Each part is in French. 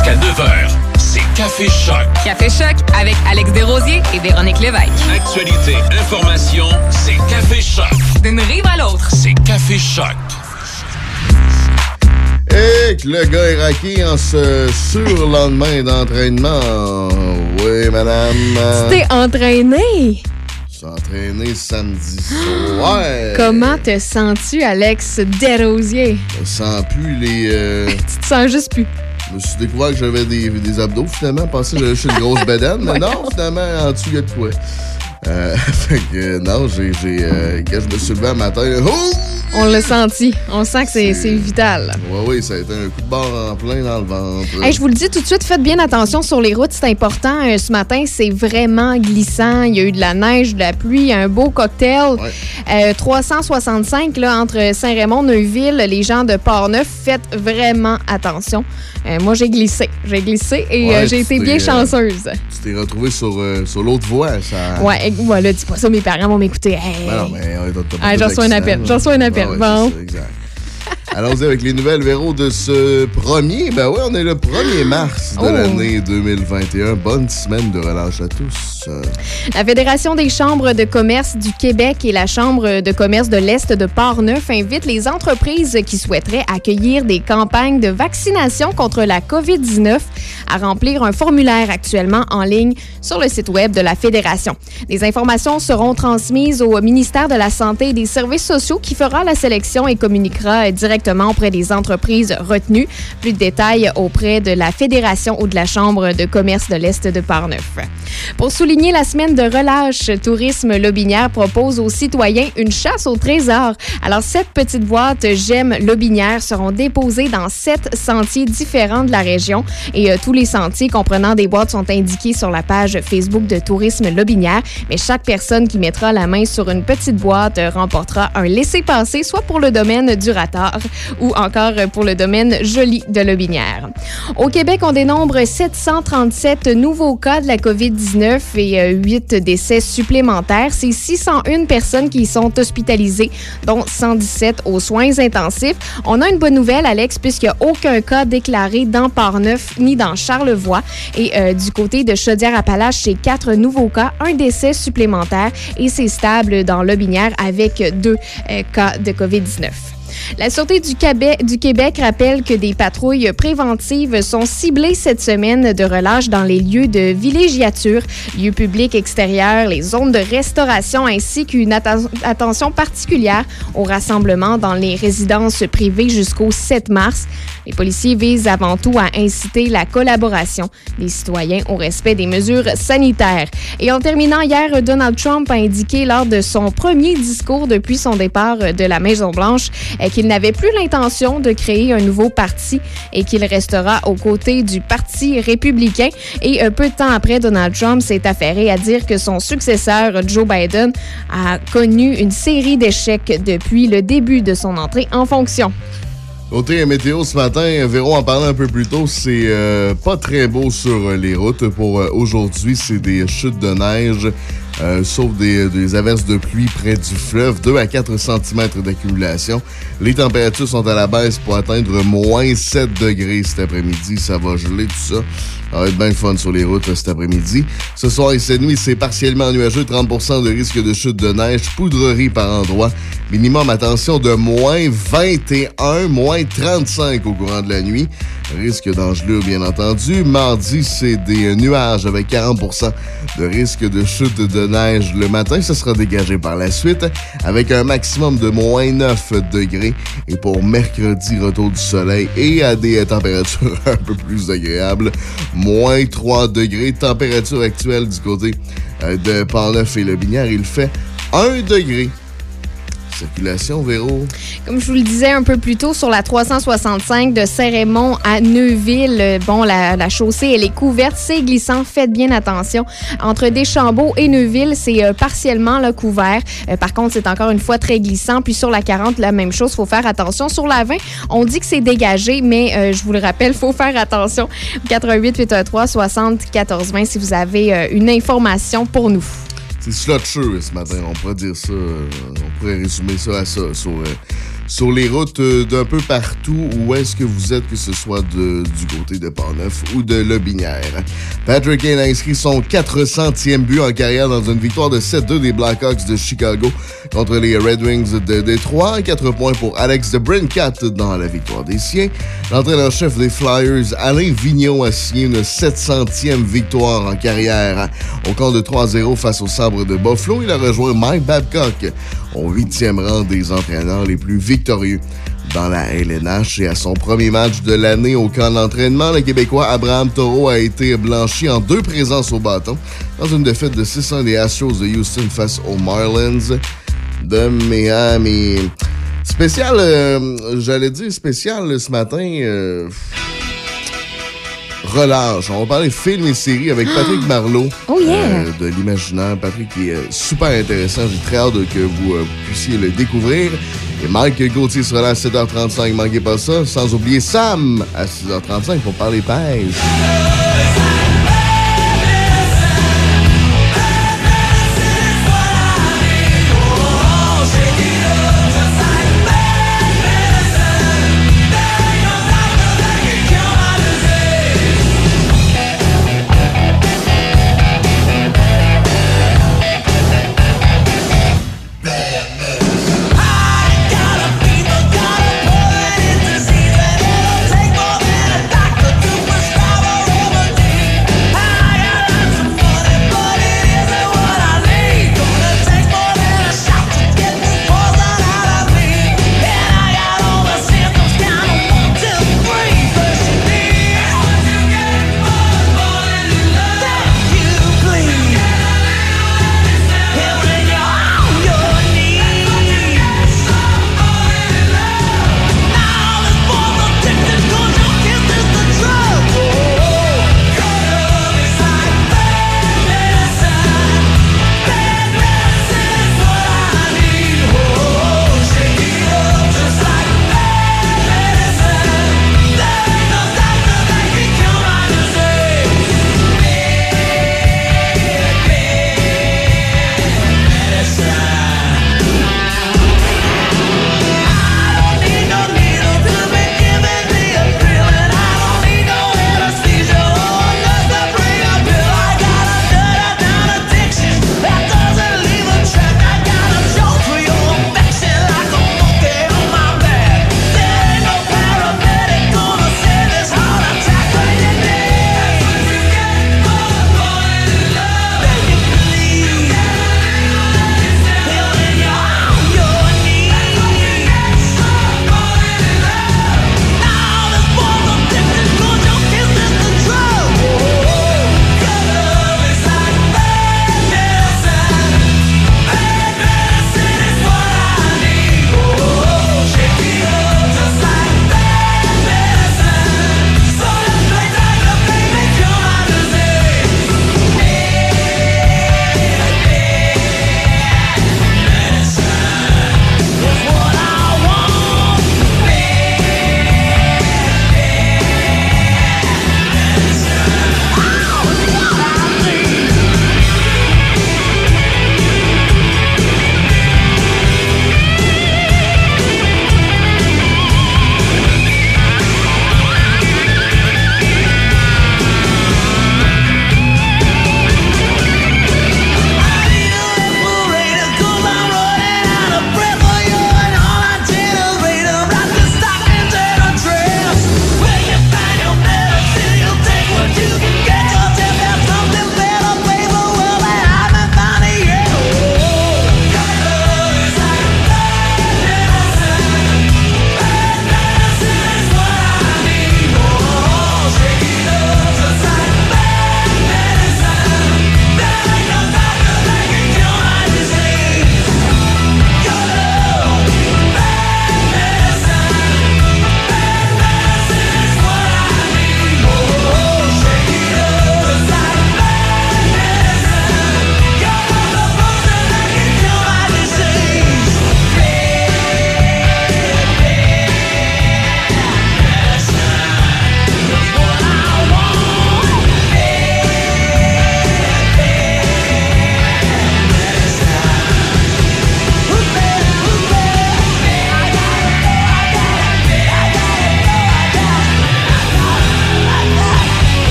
Jusqu'à 9h, c'est Café Choc. Café Choc avec Alex Desrosiers et Véronique Lévesque. Actualité, information, c'est Café Choc. D'une rive à l'autre, c'est Café Choc. Et que le gars est raqué en ce surlendemain d'entraînement. Oui, madame. Tu t'es entraîné? Entraîné samedi soir. Comment te sens-tu, Alex Desrosiers? Je sens plus les... Tu te sens juste plus. Je me suis découvert que j'avais des abdos, finalement. Je pensais que j'avais juste une grosse bedaine. Mais non, finalement, en dessous, il y a de quoi. Fait que non, quand je me suis levé un matin, on l'a senti. On sent que c'est vital. Oui, ça a été un coup de barre en plein dans le ventre. Hey, je vous le dis tout de suite, faites bien attention sur les routes, c'est important. Ce matin, c'est vraiment glissant. Il y a eu de la neige, de la pluie, un beau cocktail. Ouais. 365 là, entre Saint-Raymond, Neuville, les gens de Port-Neuf, faites vraiment attention. Moi, j'ai glissé et j'ai été bien chanceuse. Tu t'es retrouvée sur l'autre voie, ça. Ouais, voilà, dis pas ça, mes parents vont m'écouter. Hey. Non, mais j'en reçois un appel. Ouais, bon. C'est ça, exact. Allons-y avec les nouvelles, Véro, de ce premier. Ben oui, on est le 1er mars de l'année 2021. Bonne semaine de relâche à tous. La Fédération des chambres de commerce du Québec et la Chambre de commerce de l'Est de Port-Neuf invitent les entreprises qui souhaiteraient accueillir des campagnes de vaccination contre la COVID-19 à remplir un formulaire actuellement en ligne sur le site web de la Fédération. Des informations seront transmises au ministère de la Santé et des Services sociaux qui fera la sélection et communiquera directement auprès des entreprises retenues. Plus de détails auprès de la Fédération ou de la Chambre de commerce de l'Est de Port-Neuf. Pour souligner la semaine de relâche, Tourisme Lotbinière propose aux citoyens une chasse au trésor. Alors, 7 petites boîtes J'aime Lotbinière seront déposées dans 7 sentiers différents de la région et tous les sentiers comprenant des boîtes sont indiqués sur la page Facebook de Tourisme Lotbinière. Mais chaque personne qui mettra la main sur une petite boîte remportera un laissez-passer, soit pour le domaine du Rattard ou encore pour le domaine Joli de Lotbinière. Au Québec, on dénombre 737 nouveaux cas de la COVID-19 et 8 décès supplémentaires. C'est 601 personnes qui sont hospitalisées, dont 117 aux soins intensifs. On a une bonne nouvelle, Alex, puisqu'il n'y a aucun cas déclaré dans Port-Neuf ni dans Charlevoix. Et du côté de Chaudière-Appalaches, c'est 4 nouveaux cas, un décès supplémentaire et c'est stable dans Lotbinière avec 2 cas de COVID-19. La Sûreté du Québec rappelle que des patrouilles préventives sont ciblées cette semaine de relâche dans les lieux de villégiature, lieux publics extérieurs, les zones de restauration ainsi qu'une attention particulière au rassemblement dans les résidences privées jusqu'au 7 mars. Les policiers visent avant tout à inciter la collaboration des citoyens au respect des mesures sanitaires. Et en terminant, hier, Donald Trump a indiqué lors de son premier discours depuis son départ de la Maison-Blanche qu'il n'avait plus l'intention de créer un nouveau parti et qu'il restera aux côtés du Parti républicain. Et peu de temps après, Donald Trump s'est affairé à dire que son successeur, Joe Biden, a connu une série d'échecs depuis le début de son entrée en fonction. Côté météo ce matin, Véro en parlait un peu plus tôt, c'est pas très beau sur les routes. Pour aujourd'hui, c'est des chutes de neige, sauf des averses de pluie près du fleuve, 2 à 4 cm d'accumulation. Les températures sont à la baisse pour atteindre moins 7 degrés cet après-midi. Ça va geler tout ça. Ça va être bien fun sur les routes cet après-midi. Ce soir et cette nuit, c'est partiellement nuageux, 30% de risque de chute de neige, poudrerie par endroit. Minimum, attention, de moins 21, moins 35 au courant de la nuit. Risque d'engelure, bien entendu. Mardi, c'est des nuages avec 40% de risque de chute de neige le matin. Ça sera dégagé par la suite avec un maximum de moins 9 degrés. Et pour mercredi, retour du soleil et à des températures un peu plus agréables. Moins 3 degrés. Température actuelle du côté de Port-Neuf et Lotbinière, il fait 1 degré. Circulation, Véro. Comme je vous le disais un peu plus tôt, sur la 365 de Saint-Raymond à Neuville, bon, la chaussée, elle est couverte, c'est glissant, faites bien attention. Entre Deschambault et Neuville, c'est partiellement là, couvert. Par contre, c'est encore une fois très glissant. Puis sur la 40, la même chose, il faut faire attention. Sur la 20, on dit que c'est dégagé, mais je vous le rappelle, il faut faire attention. 88-813-74-20 si vous avez une information pour nous. C'est slotcheux ce matin, on pourrait dire ça. On pourrait résumer ça à ça sur les routes d'un peu partout où est-ce que vous êtes, que ce soit du côté de Port-Neuf ou de Lobinière. Patrick Kane a inscrit son 400e but en carrière dans une victoire de 7-2 des Blackhawks de Chicago contre les Red Wings de Détroit. 4 points pour Alex DeBrincat dans la victoire des siens. L'entraîneur-chef des Flyers, Alain Vigneault, a signé une 700e victoire en carrière. Au compte de 3-0 face aux Sabres de Buffalo, il a rejoint Mike Babcock au 8e rang des entraîneurs les plus victorieux dans la LNH. Et à son premier match de l'année au camp d'entraînement, le Québécois Abraham Taureau a été blanchi en 2 présences au bâton dans une défaite de 6-1 des Astros de Houston face aux Marlins de Miami. Spécial, j'allais dire spécial ce matin... relâche. On va parler film et séries avec Patrick Marleau de l'Imaginaire. Patrick qui est super intéressant. J'ai très hâte que vous puissiez le découvrir. Et Mike Gauthier sera là à 7h35. Manquez pas ça. Sans oublier Sam à 6h35 pour parler pêche.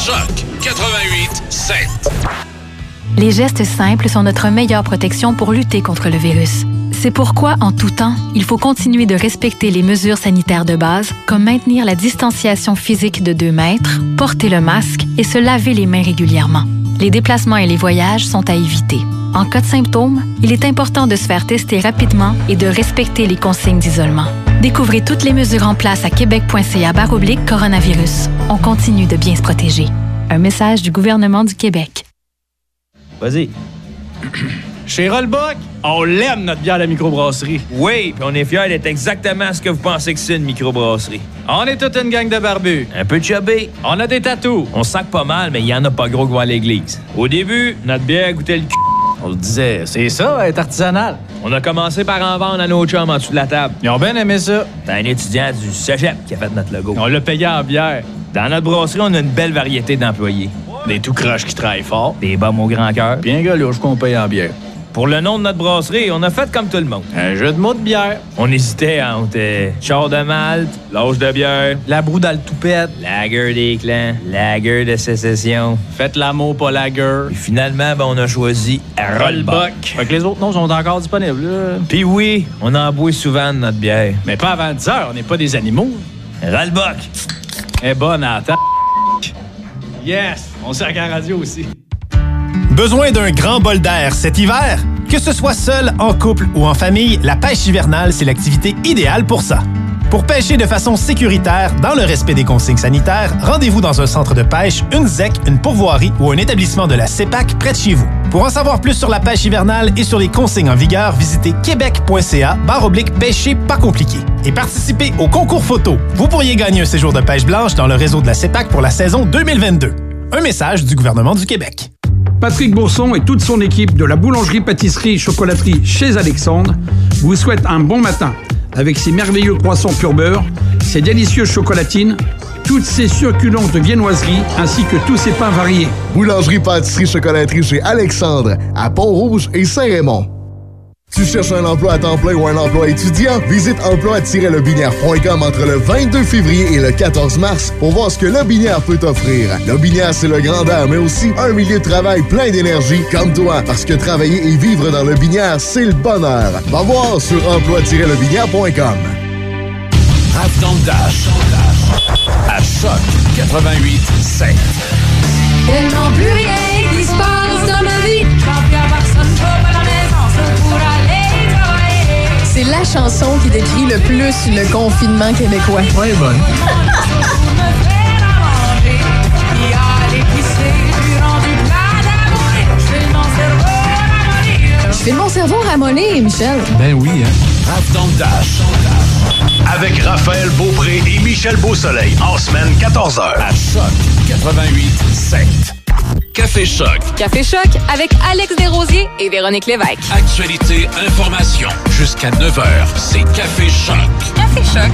Choc 88.7. Les gestes simples sont notre meilleure protection pour lutter contre le virus. C'est pourquoi, en tout temps, il faut continuer de respecter les mesures sanitaires de base, comme maintenir la distanciation physique de 2 mètres, porter le masque et se laver les mains régulièrement. Les déplacements et les voyages sont à éviter. En cas de symptômes, il est important de se faire tester rapidement et de respecter les consignes d'isolement. Découvrez toutes les mesures en place à québec.ca/coronavirus. On continue de bien se protéger. Un message du gouvernement du Québec. Vas-y. Chez Rollbuck, on l'aime notre bière de la microbrasserie. Oui, puis on est fiers d'être exactement ce que vous pensez que c'est une microbrasserie. On est toute une gang de barbus. Un peu chubby. On a des tatous. On sac pas mal, mais il y en a pas gros qui vont à l'église. Au début, notre bière goûtait le cul. On se disait, c'est ça, être artisanal. On a commencé par en vendre à nos chums en dessous de la table. Ils ont bien aimé ça. C'est un étudiant du cégep qui a fait notre logo. On l'a payé en bière. Dans notre brasserie, on a une belle variété d'employés. Des tout croches qui travaillent fort. Des bombes au grand cœur. Bien galouche qu'on paye en bière. Pour le nom de notre brasserie, on a fait comme tout le monde. Un jeu de mots de bière. On hésitait entre char de malte, l'âge de bière, La broue dans le toupette. lager des clans, lager de sécession. Faites l'amour, pas la gueule. Puis finalement, on a choisi Rollbuck. Fait que les autres noms sont encore disponibles, là. Puis oui, on en boit souvent de notre bière. Mais pas avant 10 heures, on n'est pas des animaux. Rollbuck. Elle est bonne à la Yes! On sert à la radio aussi. Besoin d'un grand bol d'air cet hiver? Que ce soit seul, en couple ou en famille, la pêche hivernale, c'est l'activité idéale pour ça. Pour pêcher de façon sécuritaire, dans le respect des consignes sanitaires, rendez-vous dans un centre de pêche, une ZEC, une pourvoirie ou un établissement de la CEPAC près de chez vous. Pour en savoir plus sur la pêche hivernale et sur les consignes en vigueur, visitez québec.ca/pêcher pas compliqué. Et participez au concours photo. Vous pourriez gagner un séjour de pêche blanche dans le réseau de la CEPAC pour la saison 2022. Un message du gouvernement du Québec. Patrick Bourson et toute son équipe de la boulangerie-pâtisserie-chocolaterie chez Alexandre vous souhaitent un bon matin avec ses merveilleux croissants pur beurre, ses délicieuses chocolatines, toutes ses succulentes viennoiseries ainsi que tous ses pains variés. Boulangerie-pâtisserie-chocolaterie chez Alexandre, à Pont-Rouge et Saint-Raymond. Tu cherches un emploi à temps plein ou un emploi étudiant? Visite emploi-lobinière.com entre le 22 février et le 14 mars pour voir ce que Lobinière peut t'offrir. Lobinière, c'est le grand air, mais aussi un milieu de travail plein d'énergie comme toi, parce que travailler et vivre dans Lobinière, c'est le bonheur. Va voir sur emploi-lobinière.com. Rave dans le dash. À Choc 88.7. Tellement plus rien qui se passe dans ma vie. Quand plus personne va à la maison, c'est pour aller travailler. C'est la chanson qui décrit le plus le confinement québécois. Ouais, bonne. Je fais mon cerveau ramollir, Michel. Ben oui, hein. Rave dans le dash. Avec Raphaël Beaupré et Michel Beausoleil, en semaine 14h. À Choc 88.7. Café Choc. Café Choc avec Alex Desrosiers et Véronique Lévesque. Actualité, information. Jusqu'à 9h, c'est Café Choc. Café Choc.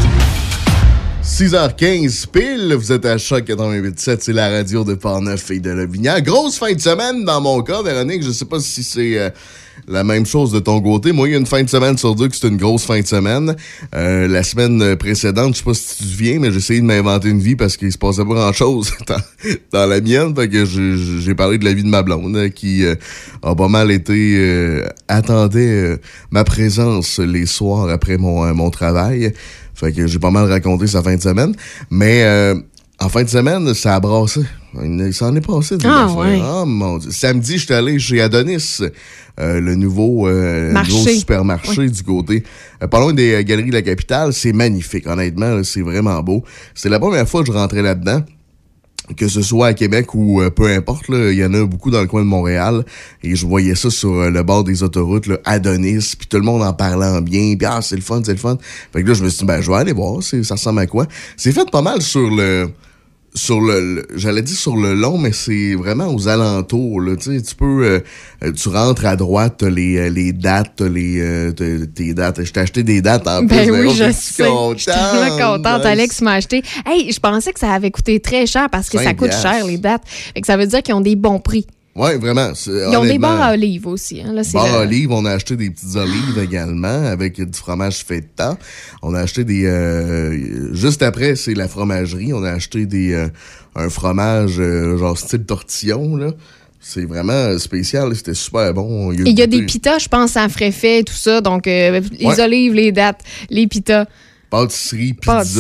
6h15 pile, vous êtes à Choc 88.7, c'est la radio de Portneuf et de Lobinière. Grosse fin de semaine dans mon cas, Véronique, je sais pas si c'est la même chose de ton côté. Moi, il y a une fin de semaine sur deux que c'est une grosse fin de semaine. La semaine précédente, je sais pas si tu te souviens, mais j'ai essayé de m'inventer une vie parce qu'il se passait pas grand-chose dans la mienne. Fait que j'ai parlé de la vie de ma blonde qui a pas mal été... attendait ma présence les soirs après mon travail. Fait que j'ai pas mal raconté sa fin de semaine. Mais en fin de semaine, ça a brassé. Ça en est passé des affaires. Ouais. Oh mon Dieu. Samedi, j'étais allé chez Adonis, le nouveau supermarché du côté. Pas loin des Galeries de la Capitale. C'est magnifique, honnêtement. Là, c'est vraiment beau. C'est la première fois que je rentrais là-dedans. Que ce soit à Québec ou peu importe, là, il y en a beaucoup dans le coin de Montréal. Et je voyais ça sur le bord des autoroutes, là, Adonis, puis tout le monde en parlant bien, puis c'est le fun. Fait que là, je me suis dit, je vais aller voir, ça ressemble à quoi. C'est fait pas mal sur le j'allais dire sur le long, mais c'est vraiment aux alentours, là. Tu sais, tu peux, tu rentres à droite, t'as les dates, tes dates. Je t'ai acheté des dates en plus. Ben oui, je sais. sais. Je suis tellement contente. Alex m'a acheté. Hey, je pensais que ça avait coûté très cher parce que ça coûte cher, les dates. Fait que ça veut dire qu'ils ont des bons prix. Oui, vraiment. Ils ont des bars à olives aussi. Hein. Là, bars à olives, on a acheté des petites olives également avec du fromage feta. On a acheté des... juste après, c'est la fromagerie. On a acheté un fromage genre style tortillon, là. C'est vraiment spécial. C'était super bon. Il y a des pitas, je pense, en frais fait, tout ça. Donc, les olives, les dattes, les pitas. Pâtisserie, pizza, si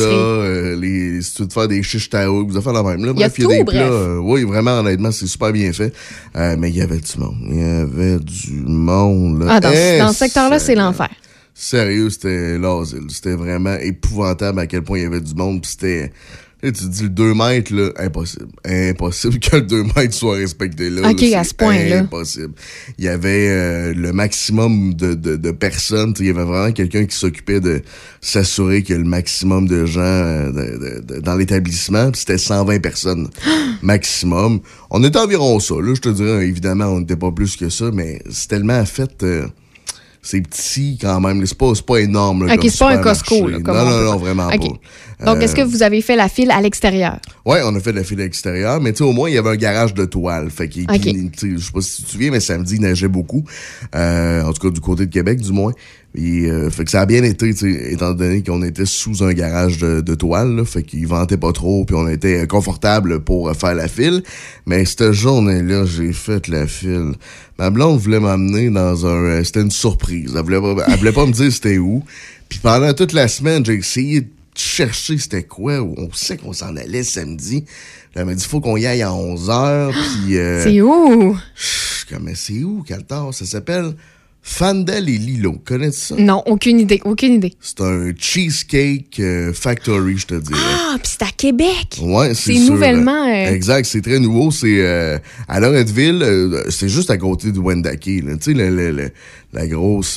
tu veux te faire des chiches tao, vous avez fait la même. Là, il y a des plats. Oui, vraiment, honnêtement, c'est super bien fait. Mais il y avait du monde. Il y avait du monde. Là. Dans ce secteur-là, c'est l'enfer. Sérieux, c'était l'asile. C'était vraiment épouvantable à quel point il y avait du monde. Puis c'était... Tu te dis, le 2 mètres, là, impossible. Impossible que le 2 mètres soit respecté là. OK, là, à ce point-là. Impossible. Il y avait le maximum de personnes. Il y avait vraiment quelqu'un qui s'occupait de s'assurer que le maximum de gens dans l'établissement, puis c'était 120 personnes maximum. On était environ ça. Là, je te dirais, évidemment, on n'était pas plus que ça, mais c'est tellement fait... c'est petit quand même. C'est pas énorme. Là, OK, c'est pas un Costco. Là, non, vraiment okay. pas. Donc, est-ce que vous avez fait la file à l'extérieur? Oui, on a fait la file à l'extérieur, mais tu sais, au moins, il y avait un garage de toile. Fait qu'il, je sais pas si tu te souviens, mais samedi, il neigeait beaucoup. En tout cas, du côté de Québec, du moins. Et, fait que ça a bien été, étant donné qu'on était sous un garage de toile, là, fait qu'il ventait pas trop, puis on était confortable pour faire la file. Mais cette journée-là, j'ai fait la file. Ma blonde voulait m'amener dans c'était une surprise. Elle voulait pas me dire c'était où. Puis pendant toute la semaine, j'ai essayé de chercher c'était quoi. On sait qu'on s'en allait samedi. Elle m'a dit, faut qu'on y aille à 11h. Puis c'est où? Mais c'est où, Caltar? Ça s'appelle Fandel et Lilo. Connais-tu ça? Non, aucune idée. C'est un cheesecake factory, je te dirais. Ah, puis c'est à Québec. Ouais, c'est nouvellement. Exact, c'est très nouveau. C'est à Loretteville, c'est juste à côté du Wendake. Tu sais, la grosse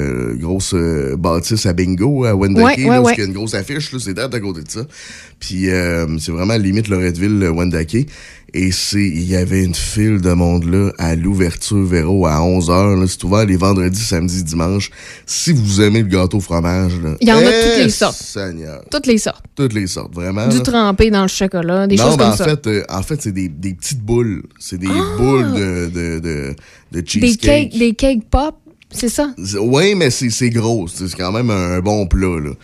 bâtisse à bingo à Wendake, où il y a une grosse affiche, là, c'est à côté de ça. Puis c'est vraiment limite Loretteville, Wendake. Et il y avait une file de monde là à l'ouverture, Véro, à 11h. Là, c'est ouvert les vendredis, samedis, dimanches. Si vous aimez le gâteau fromage, là, il y en a toutes les sortes. Seigneur. Toutes les sortes. Toutes les sortes, vraiment. Du trempé dans le chocolat, des choses comme ça. En fait, c'est des petites boules. C'est des boules de cheesecake. Des cake pop. C'est ça? Oui, mais c'est gros. C'est quand même un bon plat, là.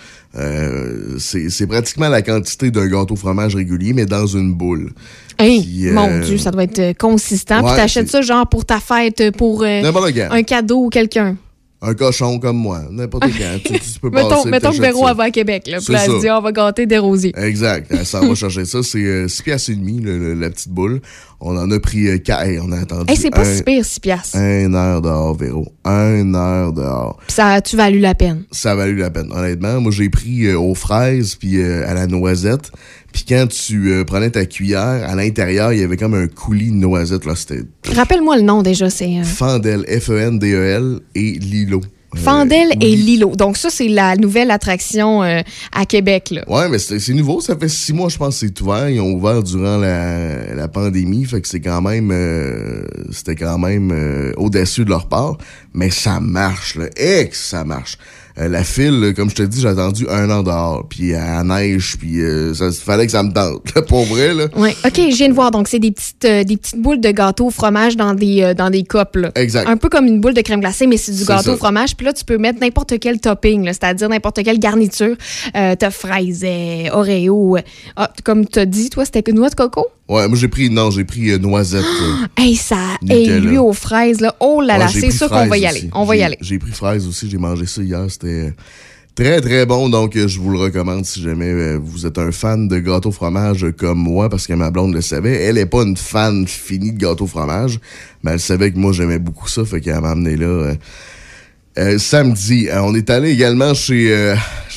C'est pratiquement la quantité d'un gâteau fromage régulier, mais dans une boule. Hey, puis, mon Dieu, ça doit être consistant. Puis t'achètes ça genre pour ta fête, pour un cadeau ou quelqu'un. Un cochon comme moi, n'importe quand. tu peux passer. Mettons que Véro va à Québec. Là, puis là, elle se dit, on va gâter des rosiers. Exact. Elle s'en va chercher ça. C'est 6 piastres et demi, la petite boule. On en a pris 4. On a attendu. C'est pas si pire, 6 piastres. 1 heure dehors, Véro. 1 heure dehors. Puis ça a-tu valu la peine? Ça a valu la peine, honnêtement. Moi, j'ai pris aux fraises puis à la noisette. Puis quand tu prenais ta cuillère, à l'intérieur, il y avait comme un coulis de noisette. Là, c'était... Rappelle-moi le nom déjà. C'est Fandel, Fendel et Lilo. Fandel et Lilo. Donc ça, c'est la nouvelle attraction à Québec. Là. Ouais, mais c'est nouveau. Ça fait 6 mois, je pense, que c'est ouvert. Ils ont ouvert durant la pandémie. Fait que c'est quand même... c'était quand même audacieux de leur part. Mais ça marche, là. Que ça marche. La file, comme je te dis, j'ai attendu 1 an dehors, puis à la neige, puis ça fallait que ça me tente, là, pour vrai, là. Oui, OK, je viens de voir. Donc, c'est des petites boules de gâteau au fromage dans des copes, là. Exact. Un peu comme une boule de crème glacée, mais c'est du gâteau au fromage. Puis là, tu peux mettre n'importe quel topping, là, c'est-à-dire n'importe quelle garniture. T'as fraises, Oreo. Comme t'as dit, toi, c'était noix de coco? Ouais, moi, j'ai pris noisette. Hey, ça lui aux fraises, là. Oh là là, c'est sûr qu'on va y aller. On va y aller. J'ai pris fraises aussi, j'ai mangé ça hier, c'était très, très bon. Donc, je vous le recommande si jamais vous êtes un fan de gâteau fromage comme moi, parce que ma blonde le savait. Elle est pas une fan finie de gâteau fromage, mais elle savait que moi, j'aimais beaucoup ça, fait qu'elle m'a amené là. Samedi, on est allé également chez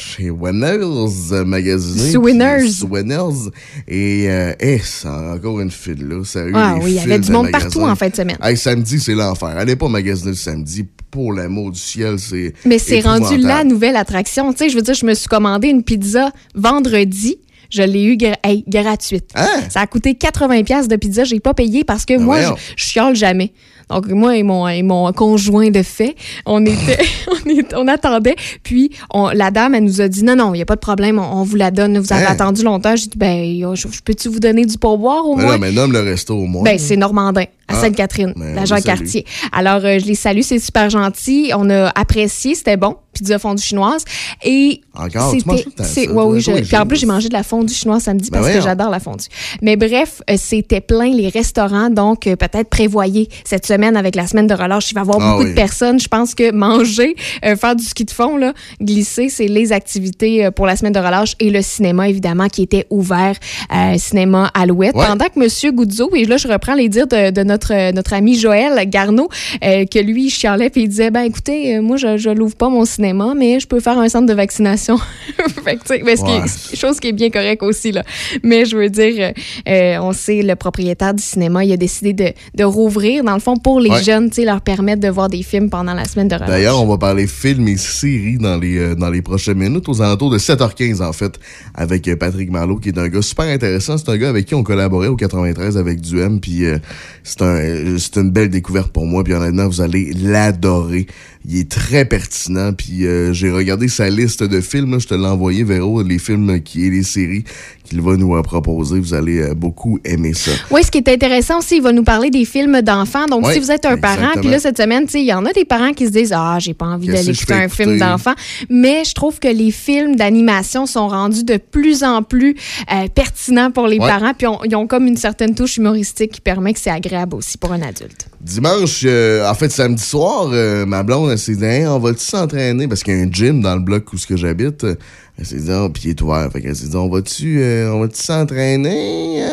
Winners magasiné. Winners. Et c'est encore une file, là. Sérieux, oui, il y avait du monde partout en fin de semaine. Hey, samedi, c'est l'enfer. Allez pas magasiner le samedi. Pour l'amour du ciel, c'est... Mais c'est rendu la nouvelle attraction. Tu sais, je veux dire, je me suis commandé une pizza vendredi. Je l'ai eu gratuite. Hein? Ça a coûté 80$ de pizza. J'ai pas payé parce que moi, je chiale jamais. Donc, moi et mon conjoint de fait, on attendait. Puis, la dame, elle nous a dit, non, il n'y a pas de problème, on vous la donne. Vous avez attendu longtemps. J'ai dit, je peux-tu vous donner du pourboire au moins? Non, mais nomme le resto au moins. Ben, c'est Normandin. à Sainte-Catherine, la Jacques-Cartier. Alors, je les salue, c'est super gentil. On a apprécié, c'était bon. Pizza fondue chinoise. Et encore, c'était... Oui. Puis en plus, j'ai mangé de la fondue chinoise samedi parce que j'adore la fondue. Mais bref, c'était plein les restaurants. Donc, peut-être prévoyez cette semaine avec la semaine de relâche. Il va y avoir beaucoup de personnes. Je pense que manger, faire du ski de fond, là, glisser, c'est les activités pour la semaine de relâche et le cinéma, évidemment, qui était ouvert. Cinéma Alouette. Ouais. Pendant que M. Goudzo, et là, je reprends les dires de notre ami Joël Garneau, que lui, il chialait et il disait, écoutez, moi, je l'ouvre pas mon cinéma, mais je peux faire un centre de vaccination. Fait que, c'est chose qui est bien correcte aussi, là. Mais je veux dire, on sait, le propriétaire du cinéma, il a décidé de rouvrir, dans le fond, pour les jeunes, leur permettre de voir des films pendant la semaine de relâche. D'ailleurs, on va parler films et séries dans les prochaines minutes, aux alentours de 7h15, en fait, avec Patrick Marleau, qui est un gars super intéressant. C'est un gars avec qui on collaborait au 93 avec Duhem, puis c'est une belle découverte pour moi, puis honnêtement, vous allez l'adorer. Il est très pertinent, puis j'ai regardé sa liste de films, là, je te l'ai envoyé, Véro, les films et les séries qu'il va nous proposer. Vous allez beaucoup aimer ça. Oui, ce qui est intéressant aussi, il va nous parler des films d'enfants. Donc, si vous êtes un parent, puis là, cette semaine, il y en a des parents qui se disent « Ah, j'ai pas envie d'aller écouter un film d'enfant. » Mais je trouve que les films d'animation sont rendus de plus en plus pertinents pour les parents, puis ils ont comme une certaine touche humoristique qui permet que c'est agréable aussi pour un adulte. Dimanche, en fait, samedi soir, ma blonde, elle s'est dit hey, on va-tu s'entraîner? Parce qu'il y a un gym dans le bloc où j'habite. Elle s'est dit, puis il est ouvert. Fait qu'elle s'est dit, on va-tu s'entraîner?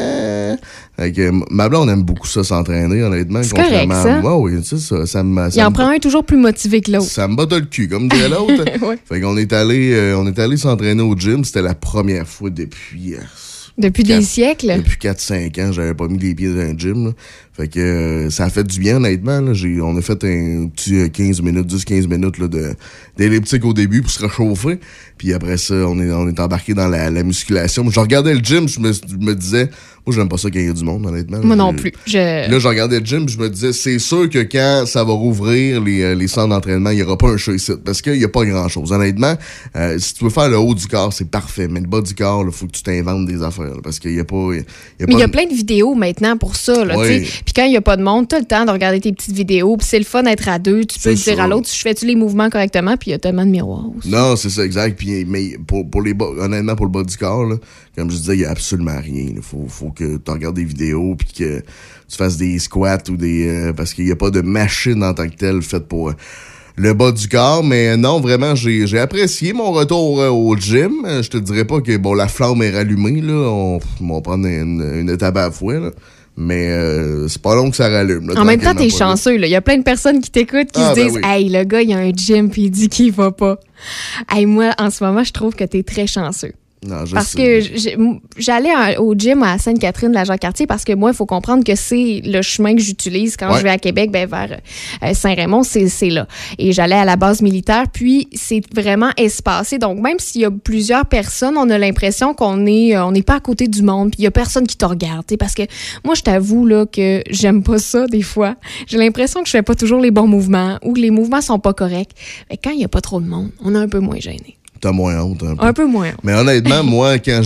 Fait que ma blonde aime beaucoup ça, s'entraîner, honnêtement. C'est correct, ça? Oui, ça me... Il en prend un toujours plus motivé que l'autre. Ça me bat le cul, comme dirait l'autre. Fait qu'on est allé s'entraîner au gym. C'était la première fois depuis... Depuis des siècles? Depuis 4-5 ans, j'avais pas mis les pieds dans un gym. Là. Fait que ça a fait du bien, honnêtement. Là. On a fait un petit 10-15 minutes là, d'elliptique au début pour se réchauffer. Puis après ça, on est embarqué dans la musculation. Je regardais le gym, je me disais... Moi, j'aime pas ça qu'il y ait du monde, honnêtement. Moi non plus. Là, je regardais le gym, je me disais, c'est sûr que quand ça va rouvrir les centres d'entraînement, il n'y aura pas un show ici. Parce qu'il n'y a pas grand-chose. Honnêtement, si tu veux faire le haut du corps, c'est parfait. Mais le bas du corps, il faut que tu t'inventes des affaires. Là, parce qu'il n'y a pas... Mais il y a plein de vidéos maintenant pour ça. Puis quand il n'y a pas de monde, tu as le temps de regarder tes petites vidéos. Puis c'est le fun d'être à deux. Tu peux dire à l'autre, je fais-tu les mouvements correctement? Puis il y a tellement de miroirs aussi. Non, c'est ça, exact. Puis, mais pour les bas, honnêtement, pour le bas du corps, là, comme je disais, il n'y a absolument rien. Il faut que tu regardes des vidéos puis que tu fasses des squats ou des... parce qu'il n'y a pas de machine en tant que telle faite pour... le bas du corps, mais non, vraiment, j'ai apprécié mon retour au gym. Je te dirais pas que la flamme est rallumée, là. On va prendre une étape à la fois, là. Mais c'est pas long que ça rallume. Là, en même temps, t'es chanceux. Il y a plein de personnes qui t'écoutent qui se disent hey, le gars, il a un gym puis il dit qu'il va pas. Hey, moi, en ce moment, je trouve que t'es très chanceux. Non, parce que j'allais au gym à Sainte-Catherine, la Jacques-Cartier, parce que moi, il faut comprendre que c'est le chemin que j'utilise quand je vais à Québec, vers Saint-Raymond, c'est là. Et j'allais à la base militaire, puis c'est vraiment espacé. Donc, même s'il y a plusieurs personnes, on a l'impression qu'on n'est pas à côté du monde, puis il y a personne qui te regarde. Parce que moi, je t'avoue là, que j'aime pas ça des fois. J'ai l'impression que je fais pas toujours les bons mouvements ou que les mouvements sont pas corrects. Mais quand il y a pas trop de monde, on est un peu moins gêné. T'as moins honte un peu. Un peu moins. Mais honnêtement, moi, quand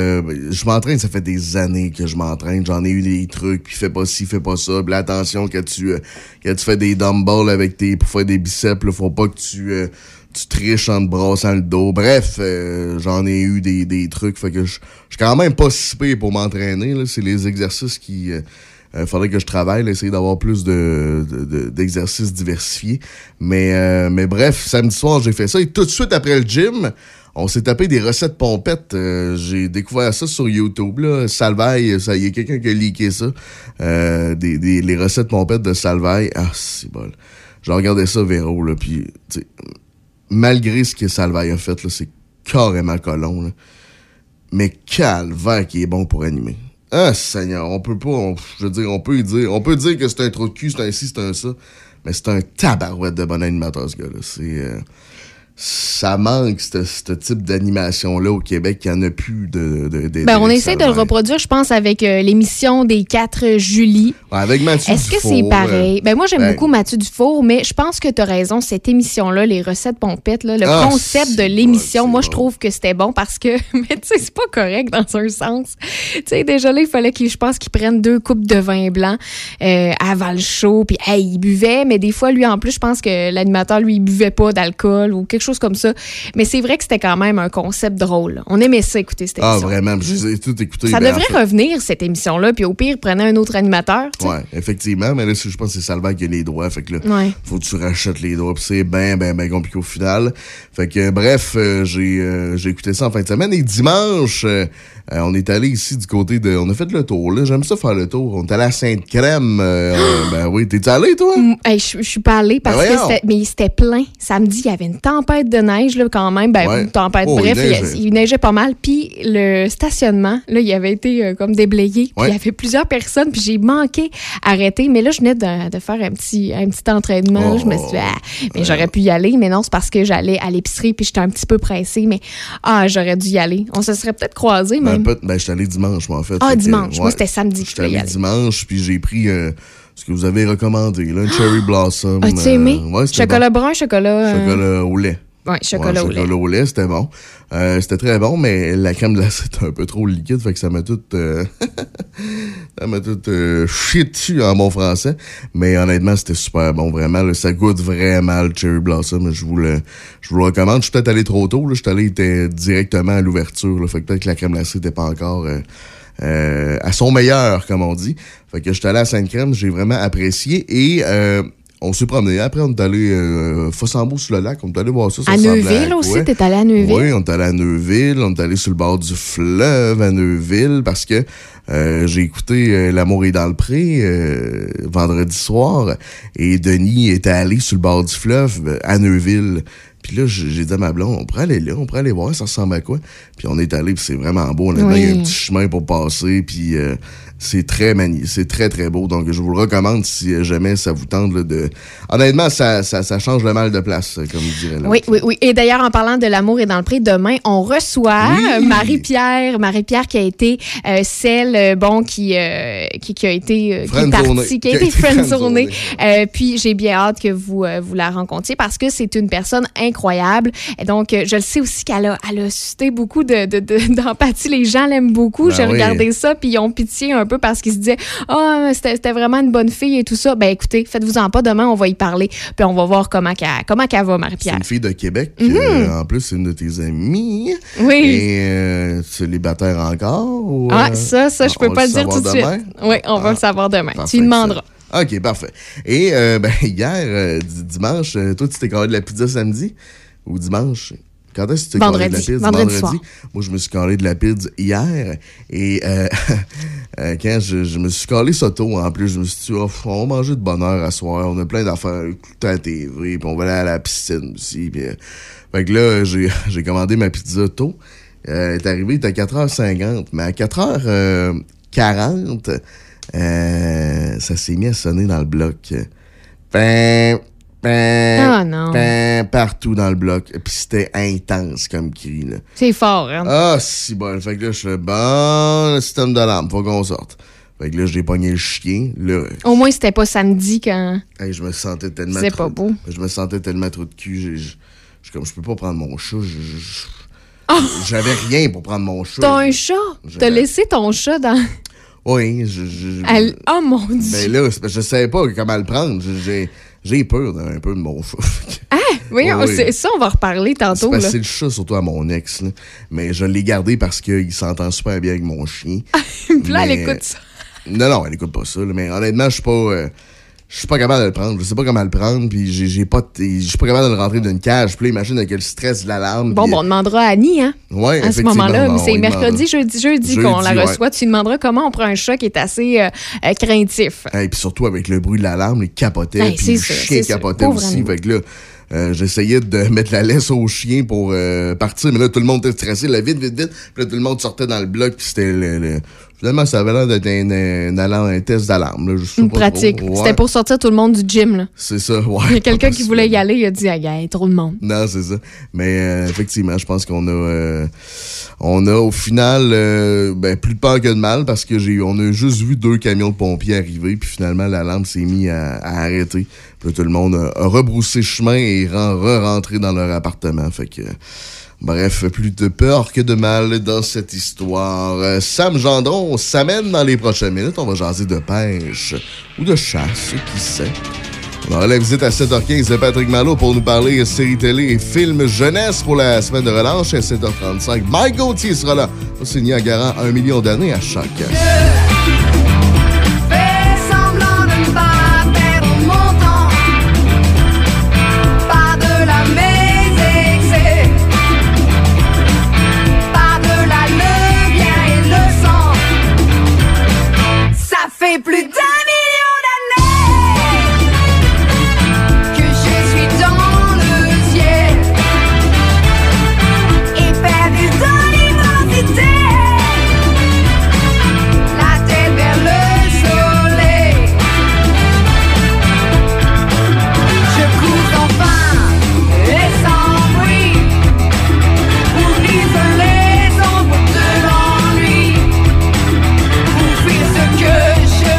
je m'entraîne, ça fait des années que je m'entraîne. J'en ai eu des trucs, puis fais pas ci, fais pas ça. Puis attention, quand tu fais des dumbbells pour faire des biceps, là, faut pas que tu triches en te brassant le dos. Bref, j'en ai eu des trucs. Fait que je suis quand même pas si pire pour m'entraîner. Là. C'est les exercices qui... faudrait que je travaille, là, essayer d'avoir plus d'exercices diversifiés. Mais bref, samedi soir, j'ai fait ça. Et tout de suite après le gym, on s'est tapé des recettes pompettes. J'ai découvert ça sur YouTube. Là. Salvaille, il y a quelqu'un qui a leaké ça. Les recettes pompettes de Salvaille. Ah, c'est bon. J'ai regardé ça, Véro, là, puis malgré ce que Salvaille a fait, là, c'est carrément colon. Là. Mais calvaire qui est bon pour animer. Ah, Seigneur, on peut pas... on peut dire que c'est un trou de cul, c'est un ci, c'est un ça, mais c'est un tabarouette de bon animateur, ce gars-là. ça manque, ce type d'animation-là au Québec. Il n'y en a plus on essaie de le reproduire, je pense, avec l'émission des 4 Julie. Ouais, avec Mathieu Est-ce Dufour, que c'est pareil? Moi, j'aime beaucoup Mathieu Dufour, mais je pense que tu as raison. Cette émission-là, les recettes pompettes, là, le concept de l'émission, moi, je trouve que c'était bon parce que, mais tu sais, c'est pas correct dans un sens. Tu sais, déjà là, il fallait je pense qu'ils prennent 2 coupes de vin blanc avant le show, puis il buvait, mais des fois, lui, en plus, je pense que l'animateur, lui, il buvait pas d'alcool ou quelque chose comme ça. Mais c'est vrai que c'était quand même un concept drôle. On aimait ça, écouter cette émission. Ah, vraiment. J'ai tout écouté. Ça devrait revenir, cette émission-là, puis au pire, prenez un autre animateur. Oui, effectivement. Mais là, je pense que c'est Salvaire qui a les droits. Fait que là, faut que tu rachètes les droits. Puis c'est bien compliqué au final. Fait que, bref, j'ai écouté ça en fin de semaine. Et dimanche, on est allé ici du côté de... On a fait le tour, là. J'aime ça faire le tour. On est allé à Sainte-Crème. Oui, t'es allé, toi? Je suis pas allée parce que c'était plein. Samedi, il y avait une tempête de neige, là, quand même. Une tempête, il neigeait pas mal. Puis le stationnement, là, il avait été comme déblayé. Puis il y avait plusieurs personnes. Puis j'ai manqué arrêter. Mais là, je venais de faire un petit entraînement. Là, je me suis dit, mais j'aurais pu y aller. Mais non, c'est parce que j'allais à l'épicerie. Puis j'étais un petit peu pressée. Mais j'aurais dû y aller. On se serait peut-être croisés, même. Je suis allé dimanche, moi, en fait. Dimanche. Moi, c'était samedi. Je suis allé dimanche. Puis j'ai pris... ce que vous avez recommandé, là, un Cherry Blossom. As-tu aimé? Chocolat brun, chocolat au lait. Oui, chocolat au lait, c'était bon. C'était très bon, mais la crème glacée était un peu trop liquide, fait que ça m'a tout chié dessus en bon français. Mais honnêtement, c'était super bon, vraiment. Là, ça goûte vraiment le Cherry Blossom. Je vous le recommande. Je suis peut-être allé trop tôt. Là, je suis allé directement à l'ouverture. Là, fait que peut-être que la crème glacée n'était pas encore... à son meilleur, comme on dit. Fait que j'étais allé à Sainte-Crème, j'ai vraiment apprécié et on s'est promené. Après, on est allé Fossambeau-sur-le-Lac, on est allé voir ça. À Neuville aussi, t'es allé à Neuville? Oui, on est allé à Neuville, on est allé sur le bord du fleuve à Neuville parce que j'ai écouté L'amour est dans le pré vendredi soir et Denis était allé sur le bord du fleuve à Neuville. Puis là, j'ai dit à ma blonde, on pourrait aller là, on pourrait aller voir, ça ressemble à quoi? Puis on est allé, puis c'est vraiment beau. Il y a un petit chemin pour passer, puis c'est très magnifique, c'est très, très beau. Donc, je vous le recommande si jamais ça vous tente là, de... Honnêtement, ça change le mal de place, comme je dirais. Là, oui. Et d'ailleurs, en parlant de L'amour est dans le pré, demain, on reçoit Marie-Pierre qui a été celle, qui a été friendzonée. Puis j'ai bien hâte que vous la rencontriez parce que c'est une personne incroyable. Et donc, je le sais aussi qu'elle a suscité beaucoup d'empathie. Les gens l'aiment beaucoup. J'ai regardé ça, puis ils ont pitié un peu parce qu'ils se disaient « c'était vraiment une bonne fille et tout ça. » Ben écoutez, faites-vous-en pas. Demain, on va y parler, puis on va voir comment qu'elle va, Marie-Pierre. C'est une fille de Québec. En plus, c'est une de tes amies. Oui. Et célibataire encore? Ou, ça, je peux pas le dire tout de suite. Oui, on va le savoir demain. Tu lui demanderas. OK, parfait. Et hier, dimanche, toi, tu t'es calé de la pizza samedi ou dimanche? Quand est-ce que tu t'es calé de la pizza? Vendredi soir. Moi, je me suis calé de la pizza hier. Et quand je me suis calé ça tôt, en plus, je me suis dit, on va manger de bonne heure à soir. On a plein d'affaires, écouter à la TV, puis on va aller à la piscine aussi. Puis, fait que là, j'ai commandé ma pizza tôt. Elle est arrivée, il était à 4h50. Mais à 4h40... ça s'est mis à sonner dans le bloc. Partout dans le bloc. Puis c'était intense comme cri, là. C'est fort, hein? Si bon. Fait que là, je fais bon, le système d'alarme, faut qu'on sorte. Fait que là, j'ai pogné le chien. Là, au moins, c'était pas samedi quand... je me sentais tellement... C'est pas beau. Je me sentais tellement trop de cul. Je peux pas prendre mon chat. J'avais rien pour prendre mon chat. T'as un chat? T'as laissé ton chat dans... Oui, oh mon Dieu! Mais là, je savais pas comment le prendre. J'ai peur un peu de mon chat. Oui, ça, on va reparler tantôt. C'est le chat, surtout à mon ex. Là. Mais je l'ai gardé parce qu'il s'entend super bien avec mon chien. Puis là, elle écoute ça. Non, elle écoute pas ça. Là. Mais honnêtement, je suis pas capable de le prendre. Je sais pas comment le prendre. Puis je suis pas capable de le rentrer dans une cage. Puis là, imagine avec le stress de l'alarme. Bon, on demandera à Annie, hein? Oui, à ce moment-là. C'est mercredi, jeudi qu'on la reçoit. Tu lui demanderas comment on prend un chat qui est assez craintif. Et puis surtout avec le bruit de l'alarme, il capotait. Puis le chien capotait aussi. Fait que là, j'essayais de mettre la laisse au chien pour partir. Mais là, tout le monde était stressé. Là, vite. Puis là, tout le monde sortait dans le bloc. Puis c'était Finalement, ça avait l'air d'être un test d'alarme. Là. Une pratique. Ouais. C'était pour sortir tout le monde du gym. Là. C'est ça, ouais. Il y a quelqu'un qui voulait y aller, il a dit, il y a trop de monde. Non, c'est ça. Mais effectivement, je pense qu'on a au final plus de peur que de mal parce que on a juste vu 2 camions de pompiers arriver, puis finalement, l'alarme s'est mise à arrêter. Puis là, tout le monde a rebroussé chemin et re-rentré dans leur appartement. Fait que... Bref, plus de peur que de mal dans cette histoire. Sam Gendron s'amène dans les prochaines minutes. On va jaser de pêche ou de chasse, qui sait. On aura la visite à 7h15 de Patrick Malo pour nous parler séries télé et films jeunesse pour la semaine de relâche. À 7h35, Mike Gauthier sera là pour signer un garant 1 million d'années à chaque. Fait plus d'1 million d'années que je suis dans le ciel et perdu dans l'immensité, la tête vers le soleil. Je cours sans fin et sans bruit pour isoler l'ombre de l'ennui, pour fuir ce que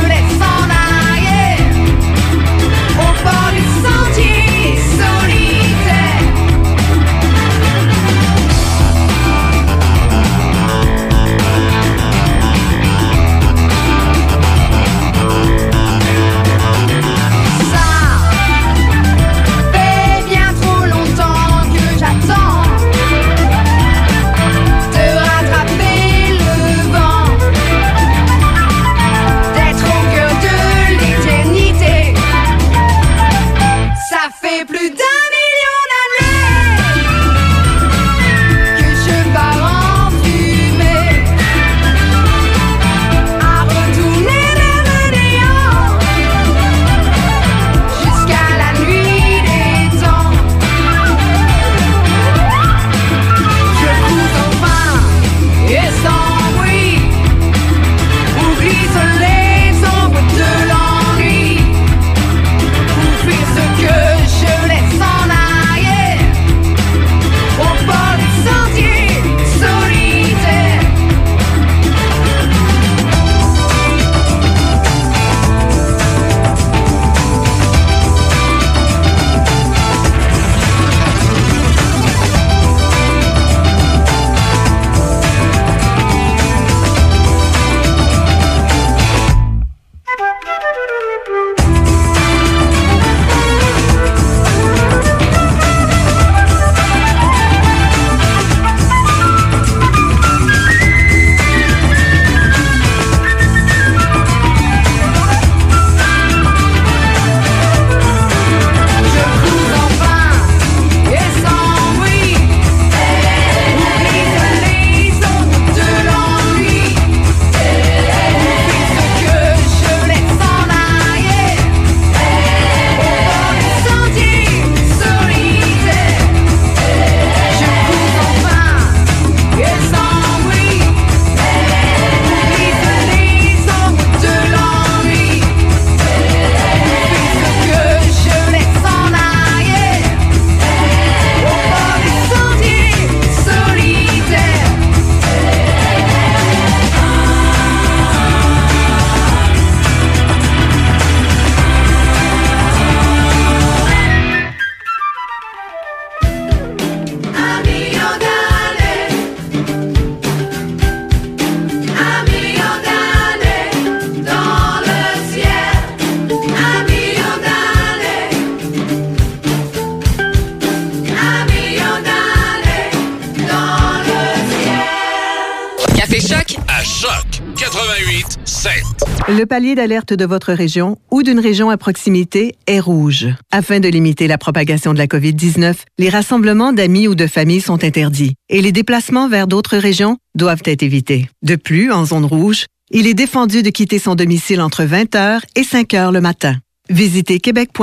Le palier d'alerte de votre région ou d'une région à proximité est rouge. Afin de limiter la propagation de la COVID-19, les rassemblements d'amis ou de familles sont interdits et les déplacements vers d'autres régions doivent être évités. De plus, en zone rouge, il est défendu de quitter son domicile entre 20h et 5h le matin. Visitez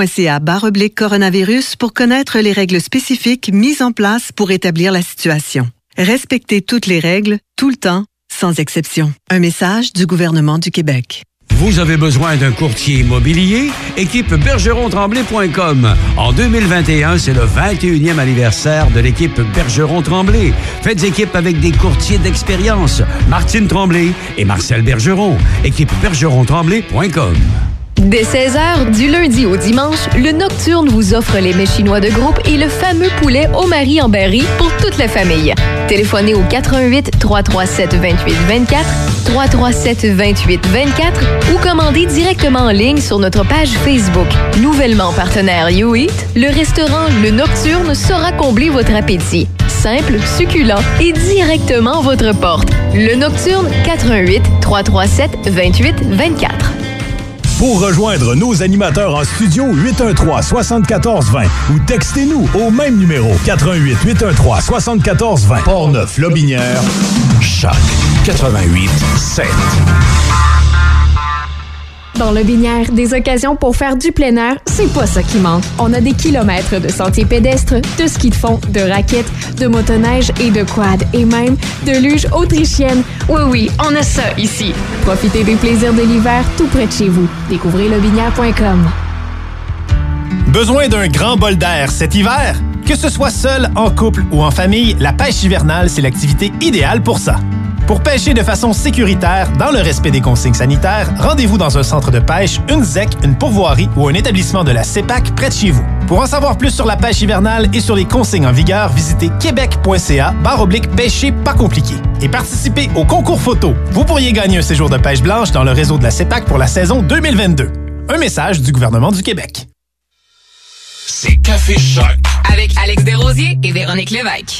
québec.ca/coronavirus pour connaître les règles spécifiques mises en place pour établir la situation. Respectez toutes les règles, tout le temps, sans exception. Un message du gouvernement du Québec. Vous avez besoin d'un courtier immobilier? Équipe bergeron-tremblay.com. En 2021, c'est le 21e anniversaire de l'équipe Bergeron-Tremblay. Faites équipe avec des courtiers d'expérience, Martine Tremblay et Marcel Bergeron. Équipe bergeron-tremblay.com. Dès 16h, du lundi au dimanche, le Nocturne vous offre les mets chinois de groupe et le fameux poulet au mari en berry pour toute la famille. Téléphonez au 88 337 28 24, 337 28 24 ou commandez directement en ligne sur notre page Facebook. Nouvellement partenaire YouEat, le restaurant Le Nocturne saura combler votre appétit. Simple, succulent et directement à votre porte. Le Nocturne, 88 337 28 24. Pour rejoindre nos animateurs en studio, 813-7420 ou textez-nous au même numéro 88-813-7420. Portneuf-Lobinière, Choc 88.7. Dans Lobinière, des occasions pour faire du plein air, c'est pas ça qui manque. On a des kilomètres de sentiers pédestres, de ski de fond, de raquettes, de motoneige et de quad, et même de luge autrichienne. Oui, on a ça ici. Profitez des plaisirs de l'hiver tout près de chez vous. Découvrez lobinière.com. Besoin d'un grand bol d'air cet hiver? Que ce soit seul, en couple ou en famille, la pêche hivernale, c'est l'activité idéale pour ça. Pour pêcher de façon sécuritaire, dans le respect des consignes sanitaires, rendez-vous dans un centre de pêche, une ZEC, une pourvoirie ou un établissement de la CEPAC près de chez vous. Pour en savoir plus sur la pêche hivernale et sur les consignes en vigueur, visitez québec.ca/pêcher pas compliqué et participez au concours photo. Vous pourriez gagner un séjour de pêche blanche dans le réseau de la CEPAC pour la saison 2022. Un message du gouvernement du Québec. C'est Café Choc. Avec Alex Desrosiers et Véronique Lévesque.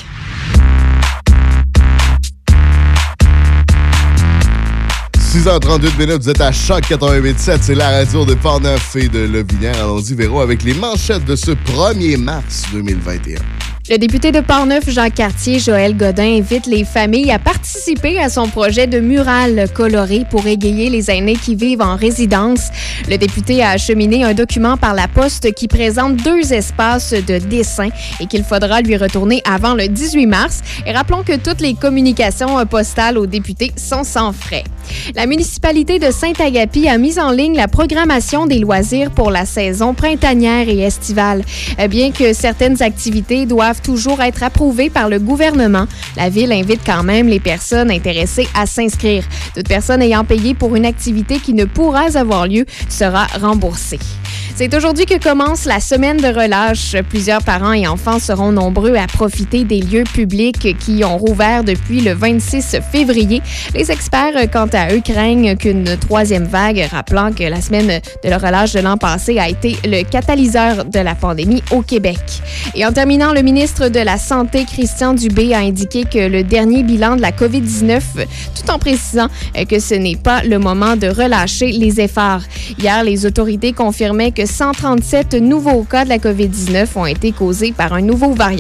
6h38 minutes, vous êtes à Choc 88.7, c'est la radio de Portneuf et de Lobinière. Allons-y, Véro, avec les manchettes de ce 1er mars 2021. Le député de Portneuf, Jean Cartier, Joël Godin, invite les familles à participer à son projet de mural coloré pour égayer les aînés qui vivent en résidence. Le député a acheminé un document par la poste qui présente 2 espaces de dessin et qu'il faudra lui retourner avant le 18 mars. Et rappelons que toutes les communications postales aux députés sont sans frais. La municipalité de Saint-Agapi a mis en ligne la programmation des loisirs pour la saison printanière et estivale. Bien que certaines activités doivent toujours être approuvées par le gouvernement, la Ville invite quand même les personnes intéressées à s'inscrire. Toute personne ayant payé pour une activité qui ne pourra avoir lieu sera remboursée. C'est aujourd'hui que commence la semaine de relâche. Plusieurs parents et enfants seront nombreux à profiter des lieux publics qui ont rouvert depuis le 26 février. Les experts, quant à eux, craignent qu'une 3e vague, rappelant que la semaine de la relâche de l'an passé a été le catalyseur de la pandémie au Québec. Et en terminant, le ministre de la Santé, Christian Dubé, a indiqué que le dernier bilan de la COVID-19, tout en précisant que ce n'est pas le moment de relâcher les efforts. Hier, les autorités confirmaient que 137 nouveaux cas de la COVID-19 ont été causés par un nouveau variant.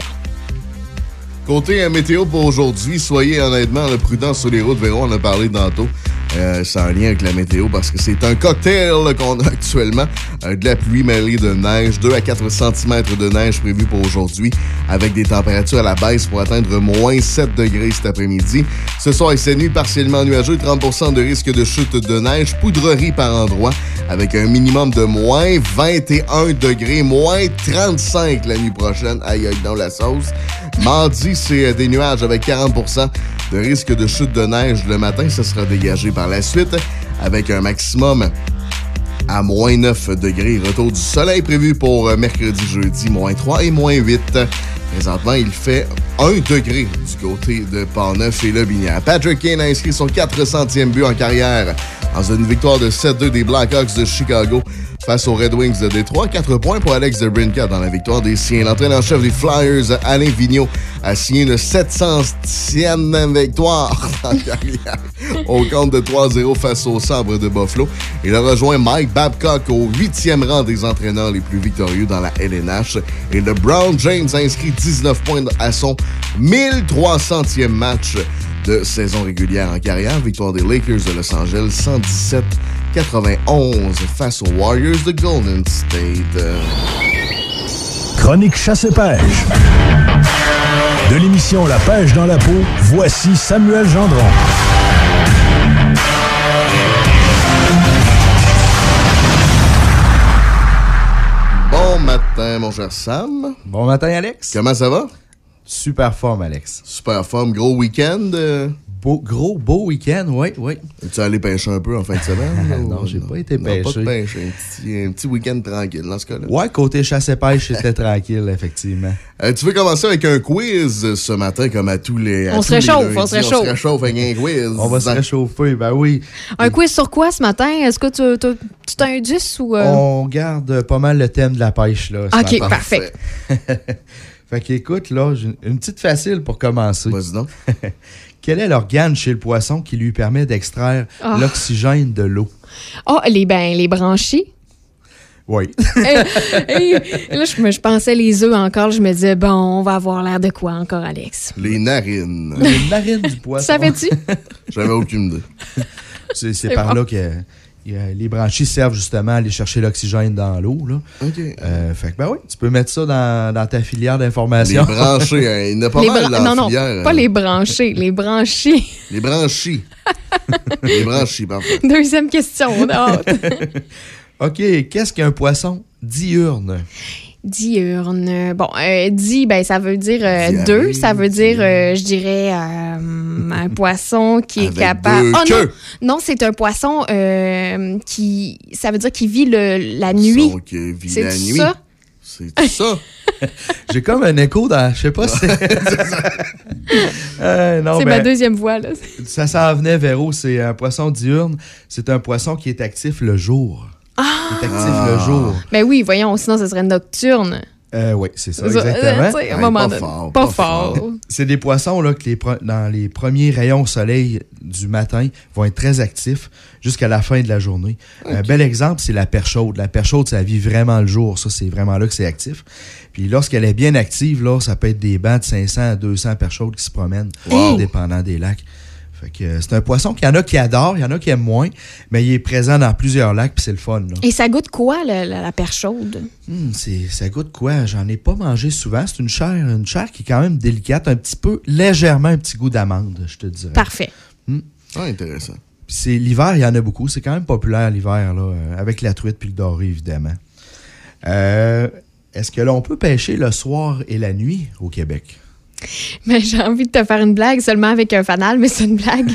Côté météo pour aujourd'hui, soyez honnêtement prudents sur les routes. Véro, on a parlé tantôt. C'est en lien avec la météo parce que c'est un cocktail qu'on a actuellement. De la pluie mêlée de neige, 2 à 4 cm de neige prévus pour aujourd'hui avec des températures à la baisse pour atteindre moins 7 degrés cet après-midi. Ce soir et cette nuit, partiellement nuageux, 30% de risque de chute de neige, poudrerie par endroit avec un minimum de moins 21 degrés, moins 35 la nuit prochaine. Aïe, aïe, dans la sauce. Mardi, c'est des nuages avec 40% de risque de chute de neige le matin. Ça sera dégagé par la suite avec un maximum à moins 9 degrés. Retour du soleil prévu pour mercredi, jeudi, moins 3 et moins 8. Présentement, il fait 1 degré du côté de Portneuf et Lobinière. Patrick Kane a inscrit son 400e but en carrière dans une victoire de 7-2 des Blackhawks de Chicago face aux Red Wings de Détroit. 4 points pour Alex DeBrincat dans la victoire des siens. L'entraîneur-chef des Flyers, Alain Vigneault, a signé une 700e victoire en carrière au compte de 3-0 face aux Sabres de Buffalo. Il a rejoint Mike Babcock au 8e rang des entraîneurs les plus victorieux dans la LNH. Et LeBron James a inscrit 19 points à son 1300e match de saison régulière en carrière. Victoire des Lakers de Los Angeles, 117-91 face aux Warriors de Golden State. Chronique chasse et pêche. De l'émission La pêche dans la peau, voici Samuel Gendron. matin, mon cher Sam. Bon matin, Alex. Comment ça va? Super forme, Alex. Super forme. Gros week-end? Beau week-end, oui. Es-tu allé pêcher un peu en fin de semaine? Non, j'ai pas été pêcher. Pas de pêche. Un petit week-end tranquille dans ce cas-là. Ouais, côté chasse et pêche, c'était tranquille, effectivement. Tu veux commencer avec un quiz ce matin, comme à tous les. On se réchauffe. On se réchauffe avec un quiz. On va se réchauffer, ben oui. Un quiz sur quoi ce matin? Est-ce que tu t'as un 10 ou. On garde pas mal le thème de la pêche, là. Ok, parfait. Fait qu'écoute, là, j'ai une petite facile pour commencer. Vas-y donc. Quel est l'organe chez le poisson qui lui permet d'extraire l'oxygène de l'eau? Les branchies. Oui. Là, je pensais les œufs encore. Je me disais, bon, on va avoir l'air de quoi encore, Alex? Les narines. Les narines du poisson. Savais-tu? J'avais aucune idée. C'est par là que les branchies servent justement à aller chercher l'oxygène dans l'eau. Là. OK. Fait que, ben oui, tu peux mettre ça dans ta filière d'information. Les branchés, il n'y en a pas mal dans la filière. Non, pas les branchés, les branchies. Les branchies. Les branchies, parfait. Deuxième question, on a hâte. OK, qu'est-ce qu'un poisson diurne? Diurne. Bon, ça veut dire deux. Ça veut dire, je dirais, un poisson qui est capable. Non, c'est un poisson qui. Ça veut dire qu'il vit la nuit. Qui vit c'est la nuit. Ça? C'est ça. J'ai comme un écho dans. Je sais pas si c'est ma deuxième voix, là. Ça s'en venait, Véro. C'est un poisson diurne. C'est un poisson qui est actif le jour. Il est actif le jour. Ben oui, voyons, sinon ce serait nocturne. Oui, c'est ça, exactement. À un moment donné. Pas fort. C'est des poissons là, que dans les premiers rayons au soleil du matin vont être très actifs jusqu'à la fin de la journée. Okay. Un bel exemple, c'est la perche chaude. La perche chaude, ça vit vraiment le jour. Ça, c'est vraiment là que c'est actif. Puis lorsqu'elle est bien active, là, ça peut être des bancs de 500 à 200 perches chaudes qui se promènent, dépendant des lacs. Fait que c'est un poisson qu'il y en a qui adorent, il y en a qui aiment moins, mais il est présent dans plusieurs lacs, puis c'est le fun. Là. Et ça goûte quoi, la perche chaude? Ça goûte quoi? J'en ai pas mangé souvent. C'est une chair qui est quand même délicate, légèrement un petit goût d'amande, je te dirais. Parfait. Intéressant. Puis c'est l'hiver, il y en a beaucoup. C'est quand même populaire l'hiver, là, avec la truite puis le doré, évidemment. Est-ce que l'on peut pêcher le soir et la nuit au Québec? Mais j'ai envie de te faire une blague seulement avec un fanal, mais c'est une blague.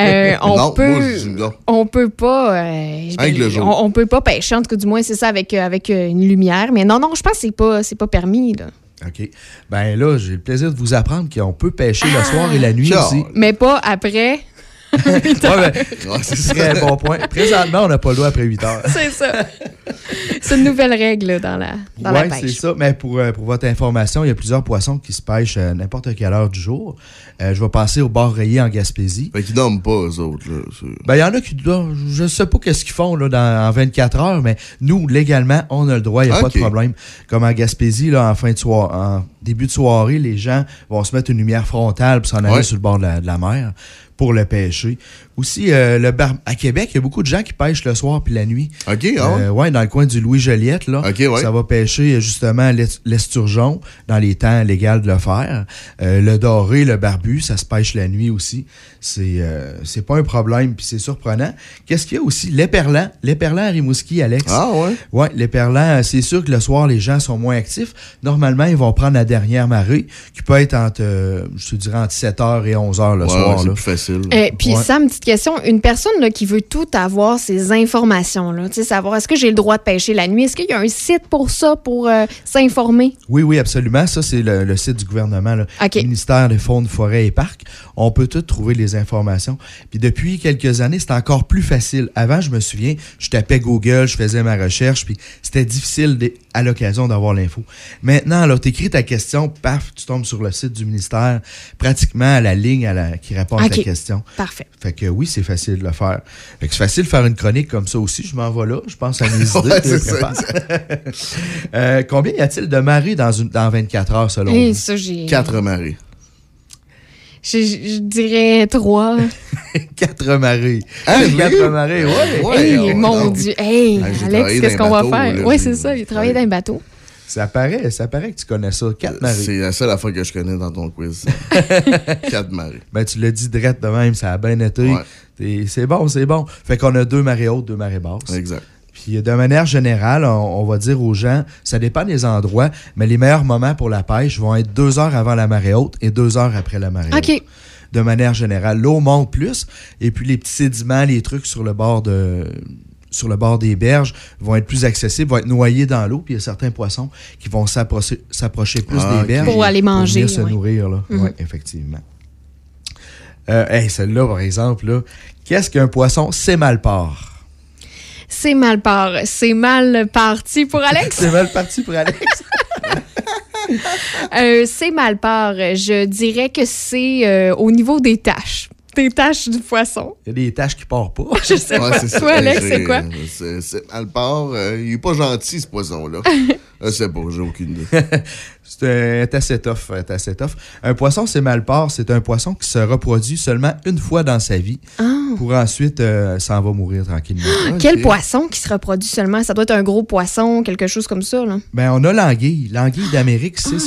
On peut pas. Avec le jour. On peut pas pêcher, en tout cas, du moins, c'est ça, avec une lumière. Mais non, je pense que c'est pas permis, là. OK. Ben là, j'ai le plaisir de vous apprendre qu'on peut pêcher le soir et la nuit aussi. Mais pas après. Ce serait un bon point. Présentement, on n'a pas le droit après 8 heures. C'est ça. C'est une nouvelle règle là, dans la pêche. Oui, c'est ça. Mais pour votre information, il y a plusieurs poissons qui se pêchent à n'importe quelle heure du jour. Je vais passer au bar rayé en Gaspésie. Fait qu'ils dorment pas, eux autres. Ben, il y en a qui dorment. Je ne sais pas qu'est-ce qu'ils font là, en 24 heures, mais nous, légalement, on a le droit. Il n'y a pas de problème. Comme en Gaspésie, là, en début de soirée, les gens vont se mettre une lumière frontale pour s'en aller sur le bord de la mer pour le pêcher. Aussi, à Québec, il y a beaucoup de gens qui pêchent le soir puis la nuit. OK, dans le coin du Louis-Joliette, là. Okay, ça va pêcher justement l'esturgeon dans les temps légaux de le faire. Le doré, le barbu, ça se pêche la nuit aussi. C'est pas un problème, puis c'est surprenant. Qu'est-ce qu'il y a aussi? L'éperlan à Rimouski, Alex. Ah ouais? Ouais, l'éperlan, c'est sûr que le soir, les gens sont moins actifs. Normalement, ils vont prendre la dernière marée, qui peut être entre 7h et 11h le soir. C'est là. plus facile. Puis Sam, petite question. Une personne là, qui veut tout avoir, ces informations-là, savoir est-ce que j'ai le droit de pêcher la nuit? Est-ce qu'il y a un site pour ça, pour s'informer? Oui, absolument. Ça, c'est le site du gouvernement, là. Okay. Ministère des Faune, Forêt et Parcs. On peut tout trouver les informations. Puis depuis quelques années, c'est encore plus facile. Avant, je me souviens, je tapais Google, je faisais ma recherche, puis c'était difficile à l'occasion d'avoir l'info. Maintenant, là, tu écris ta question, paf, tu tombes sur le site du ministère, pratiquement à la ligne qui répond à ta question. Parfait. Fait que oui, c'est facile de le faire. Fait que c'est facile de faire une chronique comme ça aussi. Je m'en vais là. Je pense à mes idées. Combien y a-t-il de marées dans 24 heures, selon vous? Ça, 4 marées. Je dirais 3. 4 marées. 4 marées, oui. Mon Dieu. Hey, Alex, qu'est-ce qu'on va faire? Oui, c'est ça. Il travaille dans un bateau. Ça paraît que tu connais ça. 4 marées. C'est la seule fois que je connais dans ton quiz. 4 marées. Ben, tu l'as dit direct de même. Ça a bien été. Ouais. C'est bon. Fait qu'on a 2 marées hautes, 2 marées basses. Exact. Puis de manière générale, on va dire aux gens, ça dépend des endroits, mais les meilleurs moments pour la pêche vont être 2 heures avant la marée haute et 2 heures après la marée haute. De manière générale, l'eau monte plus, et puis les petits sédiments, les trucs sur le bord des berges vont être plus accessibles, vont être noyés dans l'eau, puis il y a certains poissons qui vont s'approcher plus des berges pour aller manger, pour venir se nourrir. Là. Oui, effectivement. Celle-là, par exemple, là, qu'est-ce qu'un poisson sémalpare? C'est mal parti pour Alex. C'est mal parti pour Alex. C'est mal part. Je dirais que c'est au niveau des taches. Des taches du poisson. Il y a des taches qui partent pas. Je sais pas. Toi, Alex, c'est quoi? C'est mal part. Il est pas gentil, ce poisson-là. Je sais pas, j'ai aucune idée. C'est assez tough. Un poisson, c'est mal part. C'est un poisson qui se reproduit seulement une fois dans sa vie pour ensuite s'en va mourir tranquillement. Quel poisson qui se reproduit seulement? Ça doit être un gros poisson, quelque chose comme ça, là. Ben, on a l'anguille. L'anguille d'Amérique, c'est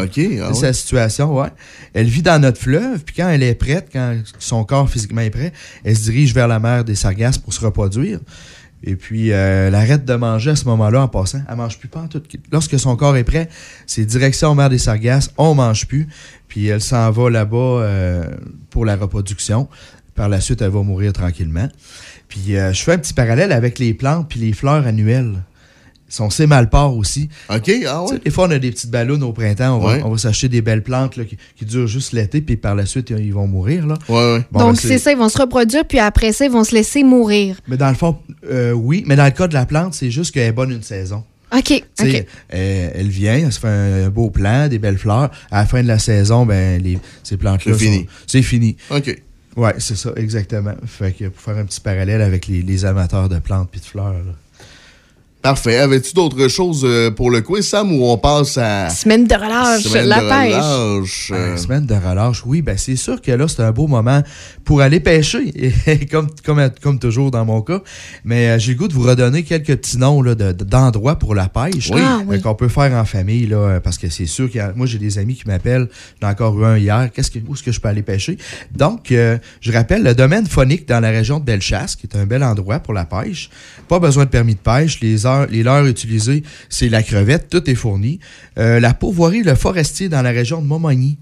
sa situation, ouais. Elle vit dans notre fleuve, puis quand elle est prête, quand son corps physiquement est prêt, elle se dirige vers la mer des Sargasses pour se reproduire. Et puis, elle arrête de manger à ce moment-là en passant. Elle ne mange plus pas en tout. Lorsque son corps est prêt, c'est direction mer des Sargasses, on ne mange plus. Puis, elle s'en va là-bas pour la reproduction. Par la suite, elle va mourir tranquillement. Puis, je fais un petit parallèle avec les plantes puis les fleurs annuelles. Sont sémalpares aussi. OK, ah ouais. Des fois, on a des petites ballons au printemps. On va s'acheter des belles plantes là, qui durent juste l'été, puis par la suite, ils vont mourir. Là. Ouais. Bon, donc, c'est ça, ils vont se reproduire, puis après ça, ils vont se laisser mourir. Mais dans le fond, oui. Mais dans le cas de la plante, c'est juste qu'elle est bonne une saison. OK. Elle vient, elle se fait un beau plant, des belles fleurs. À la fin de la saison, ces plantes-là, c'est fini. OK. Oui, c'est ça, exactement. Fait que pour faire un petit parallèle avec les amateurs de plantes et de fleurs, là. Parfait. Avais-tu d'autres choses pour le quiz, Sam, ou on passe à... Semaine de relâche, pêche. Semaine de relâche, oui. Ben c'est sûr que là, c'est un beau moment pour aller pêcher, comme toujours dans mon cas. Mais j'ai le goût de vous redonner quelques petits noms là, d'endroits pour la pêche qu'on peut faire en famille, là, parce que c'est sûr que moi, j'ai des amis qui m'appellent. J'en ai encore eu un hier. Où est-ce que je peux aller pêcher? Donc, je rappelle le domaine Phonique dans la région de Bellechasse, qui est un bel endroit pour la pêche. Pas besoin de permis de pêche. Les leurres utilisées, c'est la crevette, tout est fourni. La pourvoirie Le Forestier dans la région de Montmagny.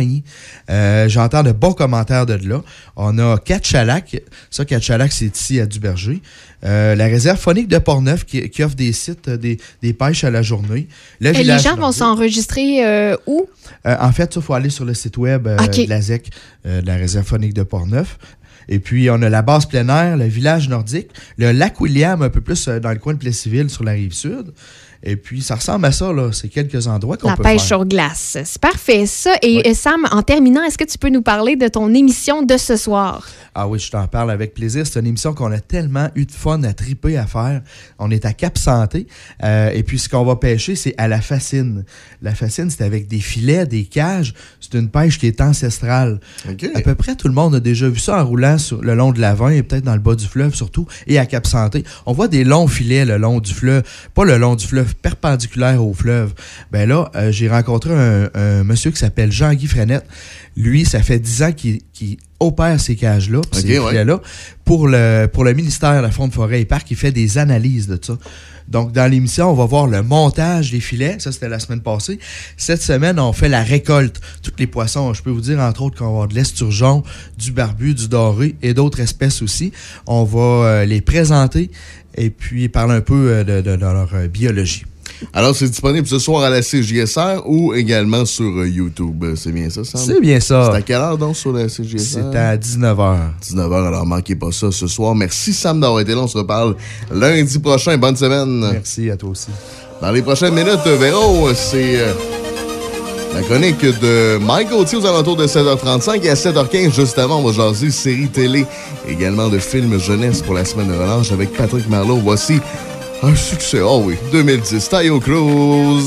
J'entends de bons commentaires de là. On a Catchalac. Ça, Catchalac, c'est ici à Duberger. La réserve phonique de Portneuf qui offre des sites, des pêches à la journée. Les gens vont s'enregistrer où? En fait, il faut aller sur le site web de la ZEC, de la réserve phonique de Portneuf. Et puis, on a la base plein air, le village nordique, le lac William, un peu plus dans le coin de Plessisville, sur la rive sud. Et puis, ça ressemble à ça, là. C'est quelques endroits qu'on peut faire. La pêche sur glace. C'est parfait, ça. Et Sam, en terminant, est-ce que tu peux nous parler de ton émission de ce soir? Ah oui, je t'en parle avec plaisir. C'est une émission qu'on a tellement eu de fun à triper à faire. On est à Cap-Santé. Et puis, ce qu'on va pêcher, c'est à la fascine. La fascine, c'est avec des filets, des cages. C'est une pêche qui est ancestrale. Okay. À peu près tout le monde a déjà vu ça en roulant sur le long de la 20 et peut-être dans le bas du fleuve surtout, et à Cap-Santé. On voit des longs filets le long du fleuve. Pas le long du fleuve, perpendiculaire au fleuve. Ben là, j'ai rencontré un monsieur qui s'appelle Jean-Guy Frenette. Lui, ça fait 10 ans qu'il opère ces cages-là, ces filets-là, pour le ministère de la Faune, Forêt et Parcs. Il fait des analyses de ça. Donc, dans l'émission, on va voir le montage des filets. Ça, c'était la semaine passée. Cette semaine, on fait la récolte. Tous les poissons, je peux vous dire, entre autres, qu'on va avoir de l'esturgeon, du barbu, du doré et d'autres espèces aussi. On va les présenter et puis parler un peu de leur biologie. Alors, c'est disponible ce soir à la CJSR ou également sur YouTube. C'est bien ça, Sam? C'est bien ça. C'est à quelle heure, donc, sur la CJSR? C'est à 19h. 19h, alors manquez pas ça ce soir. Merci, Sam, d'avoir été là. On se reparle lundi prochain. Bonne semaine. Merci à toi aussi. Dans les prochaines minutes, Véro, c'est la chronique de Mike Gauthier aux alentours de 7h35. Et à 7h15, juste avant, on va jaser séries télé, également de films jeunesse pour la semaine de relâche avec Patrick Marleau. Voici un succès, oh oui, 2010, Tayo Cruz.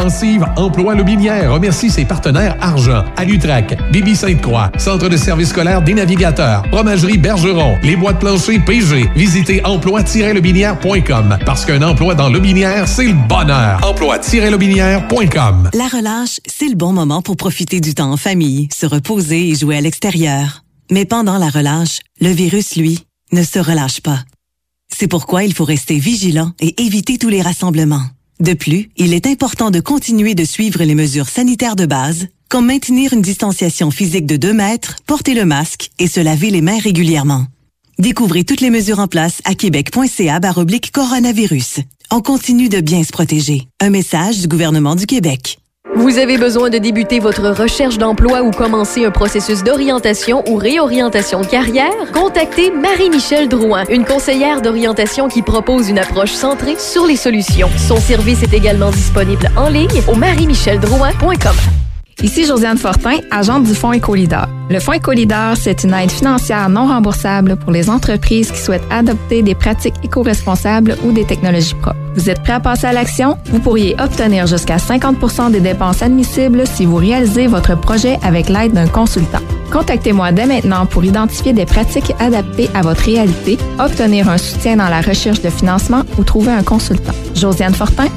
Offensive Emploi Lobinière remercie ses partenaires Argent, Alutrac, Bibi Sainte-Croix, Centre de services scolaires des navigateurs, Fromagerie Bergeron, les bois de plancher PG. Visitez emploi-lobinière.com parce qu'un emploi dans Lobinière, c'est le bonheur. Emploi-lobinière.com. La relâche, c'est le bon moment pour profiter du temps en famille, se reposer et jouer à l'extérieur. Mais pendant la relâche, le virus, lui, ne se relâche pas. C'est pourquoi il faut rester vigilant et éviter tous les rassemblements. De plus, il est important de continuer de suivre les mesures sanitaires de base, comme maintenir une distanciation physique de 2 mètres, porter le masque et se laver les mains régulièrement. Découvrez toutes les mesures en place à québec.ca/coronavirus. On continue de bien se protéger. Un message du gouvernement du Québec. Vous avez besoin de débuter votre recherche d'emploi ou commencer un processus d'orientation ou réorientation de carrière? Contactez Marie-Michel Drouin, une conseillère d'orientation qui propose une approche centrée sur les solutions. Son service est également disponible en ligne au marie-micheldrouin.com. Ici Josiane Fortin, agente du Fonds Éco-Leader. Le Fonds Éco-Leader, c'est une aide financière non remboursable pour les entreprises qui souhaitent adopter des pratiques éco-responsables ou des technologies propres. Vous êtes prêt à passer à l'action? Vous pourriez obtenir jusqu'à 50% des dépenses admissibles si vous réalisez votre projet avec l'aide d'un consultant. Contactez-moi dès maintenant pour identifier des pratiques adaptées à votre réalité, obtenir un soutien dans la recherche de financement ou trouver un consultant. Josiane Fortin,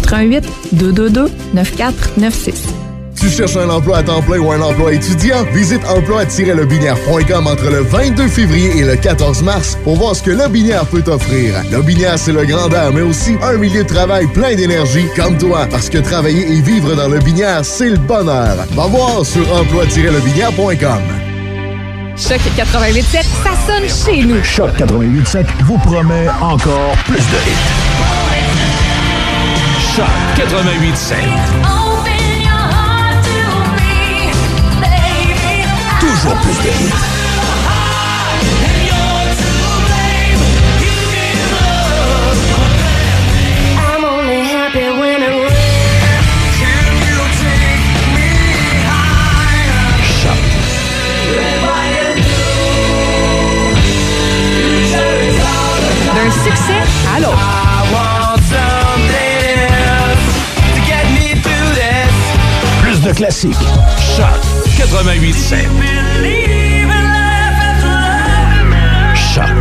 418-222-9496. Tu cherches un emploi à temps plein ou un emploi étudiant? Visite emploi-lobinière.com entre le 22 février et le 14 mars pour voir ce que Lobinière peut t'offrir. Lobinière, c'est le grand air, mais aussi un milieu de travail plein d'énergie comme toi. Parce que travailler et vivre dans Lobinière, c'est le bonheur. Va voir sur emploi-lobinière.com. Choc 88.7, ça sonne chez nous. Choc 88.7 vous promet encore plus de hits. Choc 88.7. Toujours plus de hits. D'un succès à l'autre. Plus de classiques. Choc 88.7. Choc.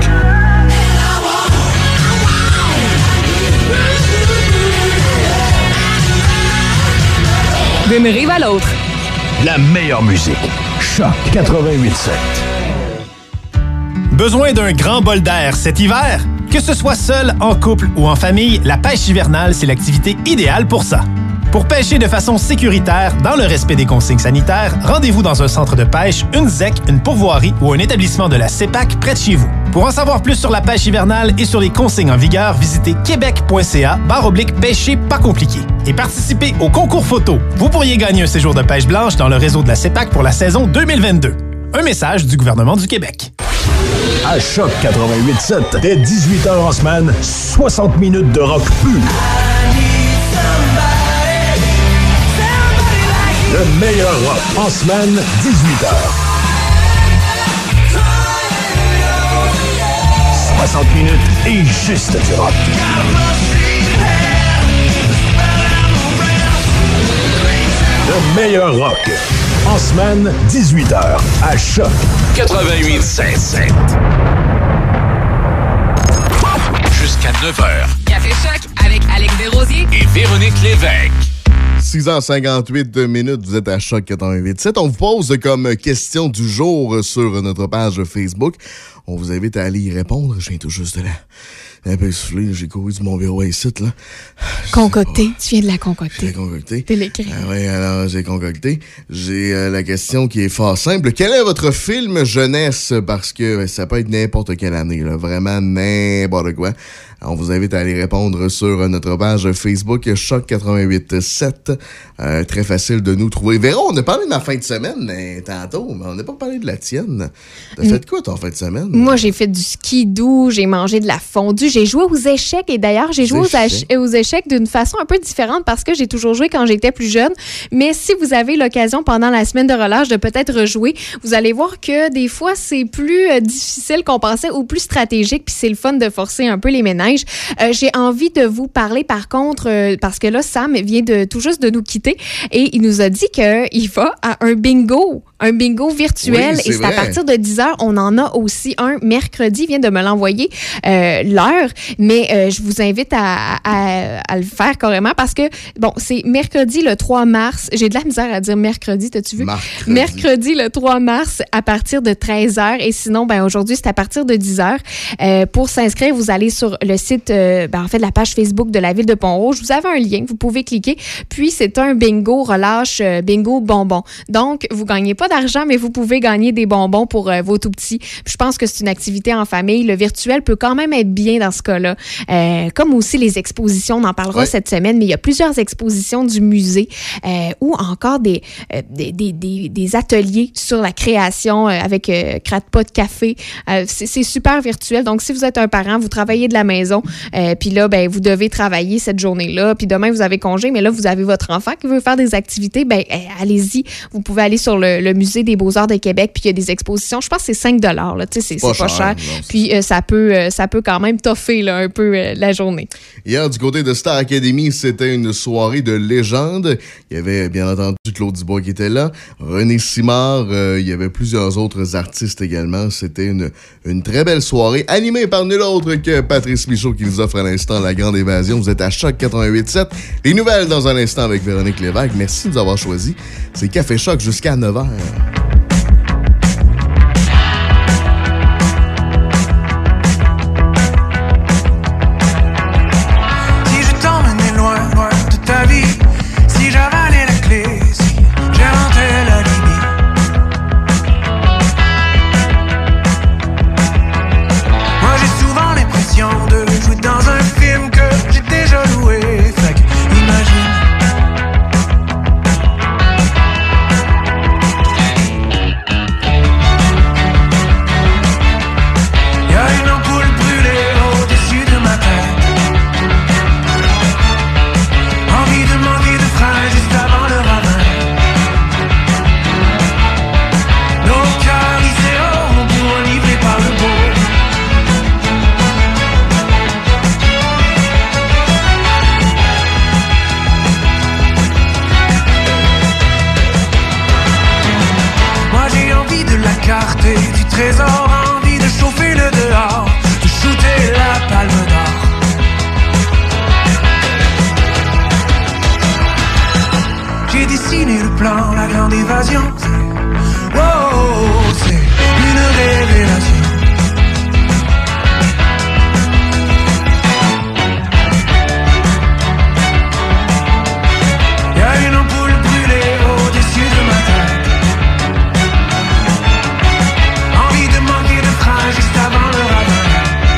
D'une rive à l'autre. La meilleure musique. Choc 88.7. Besoin d'un grand bol d'air cet hiver? Que ce soit seul, en couple ou en famille, la pêche hivernale, c'est l'activité idéale pour ça. Pour pêcher de façon sécuritaire, dans le respect des consignes sanitaires, rendez-vous dans un centre de pêche, une ZEC, une pourvoirie ou un établissement de la CEPAC près de chez vous. Pour en savoir plus sur la pêche hivernale et sur les consignes en vigueur, visitez québec.ca/pêcher pas compliqué. Et participez au concours photo. Vous pourriez gagner un séjour de pêche blanche dans le réseau de la CEPAC pour la saison 2022. Un message du gouvernement du Québec. À Choc 88.7, dès 18h en semaine, 60 minutes de rock pur. Le meilleur rock en semaine, 18h. 60 minutes et juste du rock. Le meilleur rock en semaine, 18h à Choc 88.7. Jusqu'à 9h. Café Choc avec Alex Desrosiers Et Véronique Lévesque. 6h58 minutes, vous êtes à Choc 88.7. On vous pose comme question du jour sur notre page Facebook. On vous invite à aller y répondre. Je viens tout juste de là. Un peu soufflé, j'ai couru du mon bureau ici, là. Concocté, tu viens de la concocter. J'ai concocté. T'es l'écrit. Ah oui, alors j'ai concocté. J'ai la question qui est fort simple. Quel est votre film jeunesse? Parce que ça peut être n'importe quelle année, là. Vraiment n'importe quoi. On vous invite à aller répondre sur notre page Facebook Choc 88.7. Très facile de nous trouver. Véro, on a parlé de ma fin de semaine tantôt, mais on n'a pas parlé de la tienne. T'as fait quoi ton fin de semaine? Moi, j'ai fait du skidoo, j'ai mangé de la fondue, j'ai joué aux échecs et d'ailleurs, j'ai joué aux échecs d'une façon un peu différente parce que j'ai toujours joué quand j'étais plus jeune. Mais si vous avez l'occasion pendant la semaine de relâche de peut-être rejouer, vous allez voir que des fois, c'est plus difficile qu'on pensait ou plus stratégique puis c'est le fun de forcer un peu les ménages. neige. J'ai envie de vous parler, par contre, parce que là, Sam vient tout juste de nous quitter et il nous a dit qu'il va à un bingo virtuel. Oui, et c'est à partir de 10h. On en a aussi un mercredi. Il vient de me l'envoyer l'heure, mais je vous invite à le faire carrément parce que, bon, c'est mercredi le 3 mars. J'ai de la misère à dire mercredi, t'as-tu vu? Mercredi le 3 mars à partir de 13h. Et sinon, ben aujourd'hui, c'est à partir de 10h. Pour s'inscrire, vous allez sur le site, en fait, la page Facebook de la Ville de Pont-Rouge. Vous avez un lien, vous pouvez cliquer. Puis, c'est un bingo relâche, bingo bonbons. Donc, vous gagnez pas d'argent, mais vous pouvez gagner des bonbons pour vos tout-petits. Puis, je pense que c'est une activité en famille. Le virtuel peut quand même être bien dans ce cas-là. Comme aussi les expositions, on en parlera cette semaine, mais il y a plusieurs expositions du musée ou encore des ateliers sur la création avec Crackpot Café. C'est super virtuel. Donc, si vous êtes un parent, vous travaillez de la maison, puis là, ben, vous devez travailler cette journée-là, puis demain, vous avez congé, mais là, vous avez votre enfant qui veut faire des activités, ben, allez-y. Vous pouvez aller sur le Musée des Beaux-Arts de Québec, puis il y a des expositions. Je pense que c'est 5 $. Là. C'est pas cher. Puis ça peut quand même toffer là, un peu la journée. Hier, du côté de Star Academy, c'était une soirée de légende. Il y avait bien entendu Claude Dubois qui était là, René Simard, il y avait plusieurs autres artistes également. C'était une très belle soirée, animée par nul autre que Patrice Michaud qui nous offre à l'instant La Grande Évasion. Vous êtes à Choc 88.7. Les nouvelles dans un instant avec Véronique Lévesque. Merci de nous avoir choisis. C'est Café Choc jusqu'à 9h. La grande évasion, c'est une révélation. Y a une ampoule brûlée au-dessus de ma tête. Envie de manquer de train juste avant le ravin.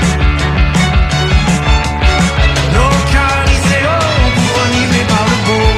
Nos cœurs lycéaux pour enivrer par le beau.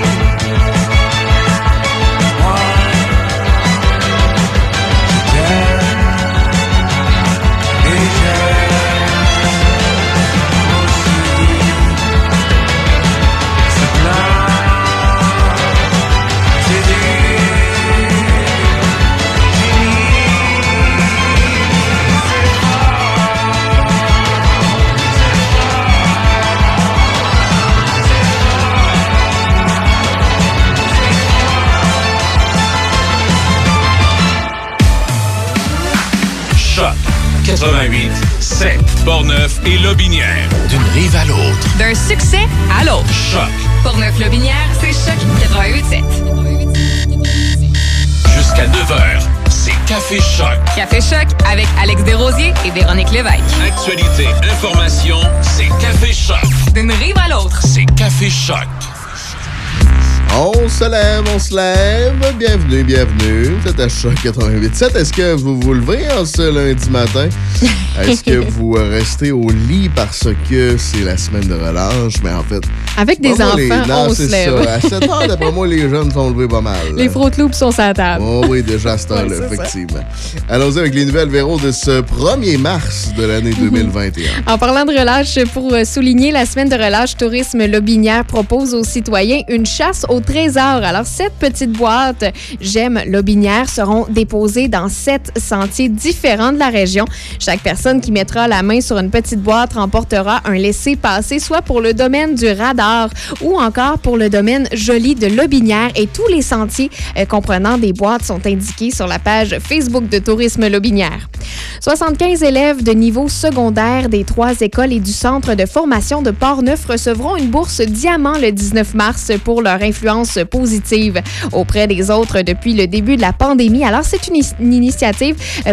Choc 88, 7, Portneuf et Lotbinière. D'une rive à l'autre. D'un succès à l'autre. Choc. Portneuf-Lotbinière, c'est Choc 88.7. Jusqu'à 9h, c'est Café Choc. Café Choc avec Alex Desrosiers et Véronique Lévesque. Actualité, information, c'est Café Choc. D'une rive à l'autre. C'est Café Choc. On se lève. Bienvenue. C'est à Choc 88.7. Est-ce que vous vous levez en ce lundi matin? Est-ce que vous restez au lit parce que c'est la semaine de relâche? Mais en fait... Avec des enfants, on se lève. Ça. À 7 heures, d'après moi, les jeunes sont levés pas mal. Les Fruit Loops sont sur la table. Oh oui, déjà à cette heure-là, effectivement. Allons-y avec les nouvelles, Véro, de ce 1er mars de l'année 2021. En parlant de relâche, pour souligner la semaine de relâche, Tourisme Lotbinière propose aux citoyens une chasse aux au Trésor. Alors, 7 petites boîtes J'aime Lobinière seront déposées dans 7 sentiers différents de la région. Chaque personne qui mettra la main sur une petite boîte remportera un laissez-passer, soit pour le domaine du radar ou encore pour le domaine joli de Lobinière. Et tous les sentiers comprenant des boîtes sont indiqués sur la page Facebook de Tourisme Lobinière. 75 élèves de niveau secondaire des 3 écoles et du centre de formation de Portneuf recevront une bourse Diamant le 19 mars pour leur influence positive auprès des autres depuis le début de la pandémie. Alors, c'est une initiative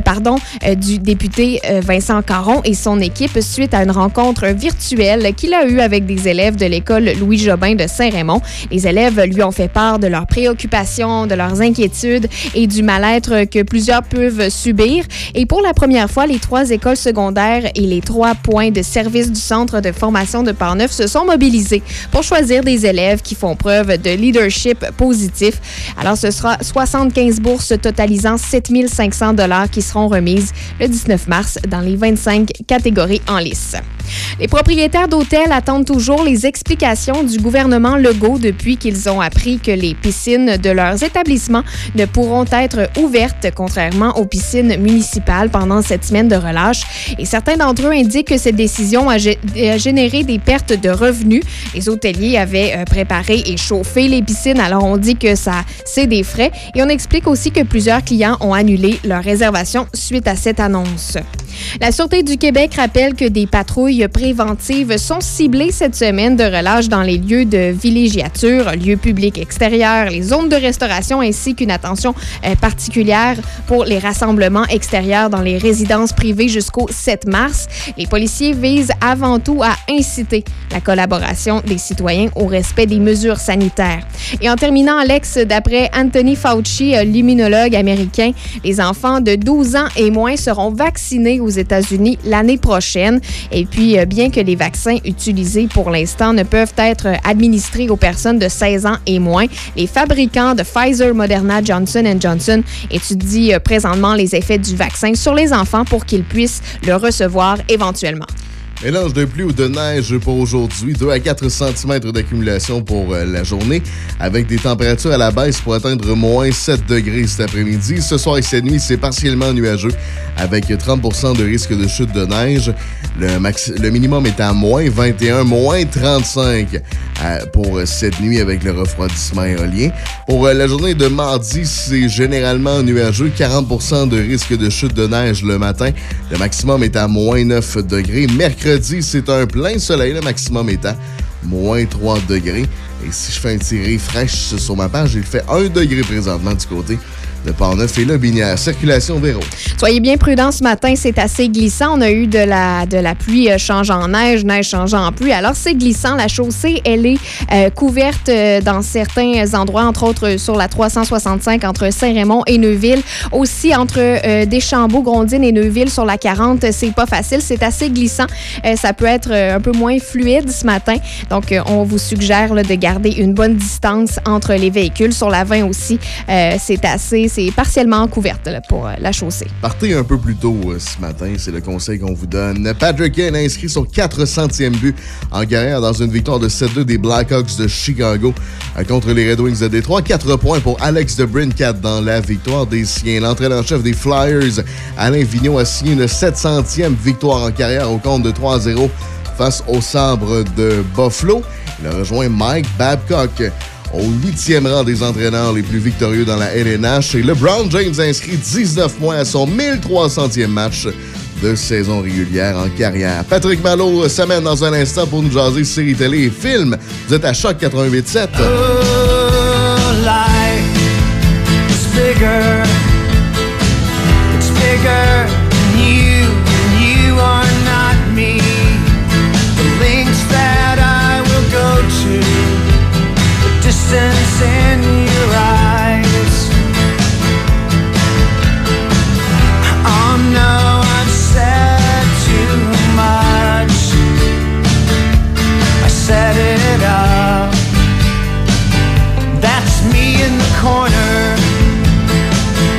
du député Vincent Caron et son équipe suite à une rencontre virtuelle qu'il a eue avec des élèves de l'école Louis-Jobin de Saint-Raymond. Les élèves lui ont fait part de leurs préoccupations, de leurs inquiétudes et du mal-être que plusieurs peuvent subir. Et pour la première fois, les 3 écoles secondaires et les 3 points de service du centre de formation de Portneuf se sont mobilisés pour choisir des élèves qui font preuve de leadership positif. Alors, ce sera 75 bourses totalisant 7 500 $ qui seront remises le 19 mars dans les 25 catégories en lice. Les propriétaires d'hôtels attendent toujours les explications du gouvernement Legault depuis qu'ils ont appris que les piscines de leurs établissements ne pourront être ouvertes, contrairement aux piscines municipales pendant cette semaine de relâche. Et certains d'entre eux indiquent que cette décision a généré des pertes de revenus. Les hôteliers avaient préparé et chauffé les piscines, alors on dit que c'est des frais. Et on explique aussi que plusieurs clients ont annulé leur réservation suite à cette annonce. La Sûreté du Québec rappelle que des patrouilles préventives sont ciblées cette semaine de relâche dans les lieux de villégiature, lieux publics extérieurs, les zones de restauration ainsi qu'une attention particulière pour les rassemblements extérieurs dans les résidences privées jusqu'au 7 mars. Les policiers visent avant tout à inciter la collaboration des citoyens au respect des mesures sanitaires. Et en terminant, Alex, d'après Anthony Fauci, l'immunologue américain, les enfants de 12 ans et moins seront vaccinés aux États-Unis l'année prochaine. Et puis, bien que les vaccins utilisés pour l'instant ne peuvent être administrés aux personnes de 16 ans et moins, les fabricants de Pfizer, Moderna, Johnson & Johnson étudient présentement les effets du vaccin sur les enfants pour qu'ils puissent le recevoir éventuellement. Mélange de pluie ou de neige pour aujourd'hui, 2 à 4 cm d'accumulation pour la journée, avec des températures à la baisse pour atteindre moins 7 degrés cet après-midi. Ce soir et cette nuit, c'est partiellement nuageux, avec 30% de risque de chute de neige. Le minimum est à moins 21, moins 35 pour cette nuit avec le refroidissement éolien. Pour la journée de mardi, c'est généralement nuageux, 40% de risque de chute de neige le matin. Le maximum est à moins 9 degrés. Mercredi, c'est un plein soleil. Le maximum est à moins 3 degrés. Et si je fais un petit refresh sur ma page, il fait 1 degré présentement du côté de Portneuf et Lobinière. Circulation, Véro. Soyez bien prudents ce matin, c'est assez glissant. On a eu de la pluie changeant en neige, neige changeant en pluie. Alors, c'est glissant. La chaussée, elle est couverte dans certains endroits, entre autres sur la 365 entre Saint-Raymond et Neuville. Aussi, entre Deschambault, Grondines et Neuville sur la 40, c'est pas facile. C'est assez glissant. Ça peut être un peu moins fluide ce matin. Donc, on vous suggère de garder une bonne distance entre les véhicules. Sur la 20 aussi, c'est partiellement couverte pour la chaussée. Partez un peu plus tôt ce matin, c'est le conseil qu'on vous donne. Patrick Kane inscrit son 400e but en carrière dans une victoire de 7-2 des Blackhawks de Chicago contre les Red Wings de Détroit. 4 points pour Alex DeBrincat dans la victoire des siens. L'entraîneur-chef des Flyers, Alain Vigneault, a signé une 700e victoire en carrière au compte de 3-0 face aux Sabres de Buffalo. Il a rejoint Mike Babcock au 8e rang des entraîneurs les plus victorieux dans la LNH. Et LeBron James inscrit 19 points à son 1300e match de saison régulière en carrière. Patrick Malo s'amène dans un instant pour nous jaser séries télé et films. Vous êtes à Choc 88.7. It's bigger than you, and you are not me. The links that I will go to, the distance in your eyes. Oh no, I've said too much. I set it up. That's me in the corner.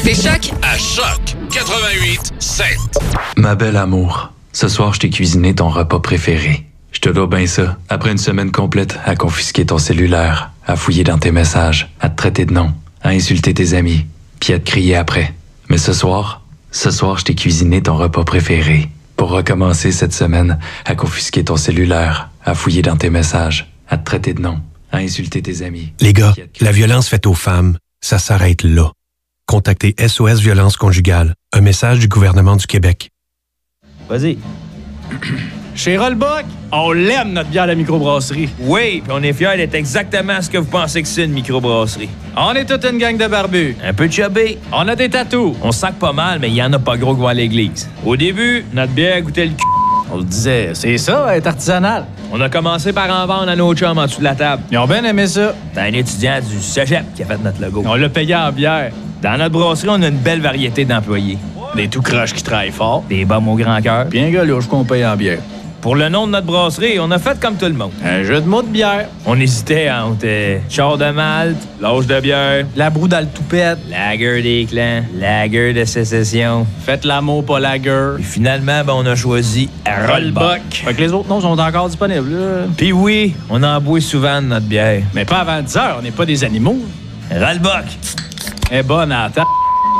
Café Choc à Choc 88.7. Ma belle amour, ce soir, je t'ai cuisiné ton repas préféré. Je te dois bien ça. Après une semaine complète à confisquer ton cellulaire, à fouiller dans tes messages, à te traiter de nom, à insulter tes amis, puis à te crier après. Mais ce soir, je t'ai cuisiné ton repas préféré. Pour recommencer cette semaine à confisquer ton cellulaire, à fouiller dans tes messages, à te traiter de nom, à insulter tes amis. Les gars, la violence faite aux femmes, ça s'arrête là. Contactez SOS Violence Conjugale. Un message du gouvernement du Québec. Vas-y. Chez Rollbuck, on l'aime notre bière de la microbrasserie. Oui, puis on est fiers d'être exactement ce que vous pensez que c'est une microbrasserie. On est toute une gang de barbus. Un peu chubby. On a des tatous. On sac pas mal, mais il y en a pas gros qui vont à l'église. Au début, notre bière goûtait le cul. On se disait, c'est ça, être artisanal. On a commencé par en vendre à nos chums en dessous de la table. Ils ont bien aimé ça. C'est un étudiant du cégep qui a fait notre logo. On l'a payé en bière. Dans notre brasserie, on a une belle variété d'employés. Des tout croches qui travaillent fort, des bombes au grand cœur, puis un gars louche qu'on paye en bière. Pour le nom de notre brasserie, on a fait comme tout le monde. Un jeu de mots de bière. On hésitait entre char de malte, l'âge de bière, la broue dans le toupette, lager des clans, lager de sécession. Faites l'amour, pas lager. Et finalement, on a choisi Rollbuck. Fait que les autres noms sont encore disponibles. Puis oui, on en boit souvent de notre bière. Mais pas avant 10 heures, on n'est pas des animaux. Rollbuck. est bonne à la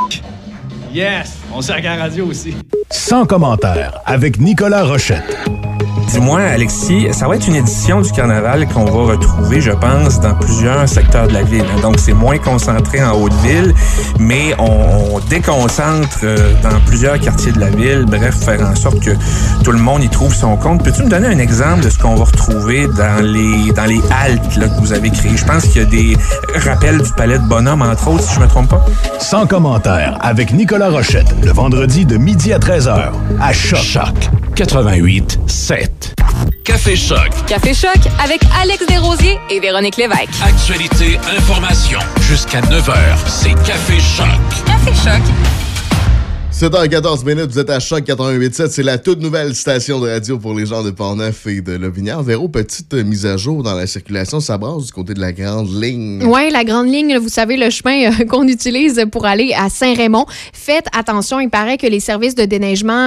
Yes! On sert à la radio aussi. Sans commentaire, avec Nicolas Rochette. Dis-moi, Alexis, ça va être une édition du carnaval qu'on va retrouver, je pense, dans plusieurs secteurs de la ville. Donc, c'est moins concentré en Haute-Ville, mais on déconcentre dans plusieurs quartiers de la ville. Bref, faire en sorte que tout le monde y trouve son compte. Peux-tu me donner un exemple de ce qu'on va retrouver dans les haltes là, que vous avez créées? Je pense qu'il y a des rappels du Palais de Bonhomme, entre autres, si je me trompe pas. Sans commentaire, avec Nicolas Rochette, le vendredi de midi à 13h, à Choc. Choc 88.7. Café Choc. Café Choc avec Alex Desrosiers et Véronique Lévesque. Actualité, information. Jusqu'à 9h, c'est Café Choc. Café Choc. 7h14 minutes, vous êtes à Choc 88.7. C'est la toute nouvelle station de radio pour les gens de Portneuf et de Lobinière. Véro, petite mise à jour dans la circulation, ça brasse du côté de la Grande Ligne. Oui, la Grande Ligne, vous savez, le chemin qu'on utilise pour aller à Saint-Raymond. Faites attention, il paraît que les services de déneigement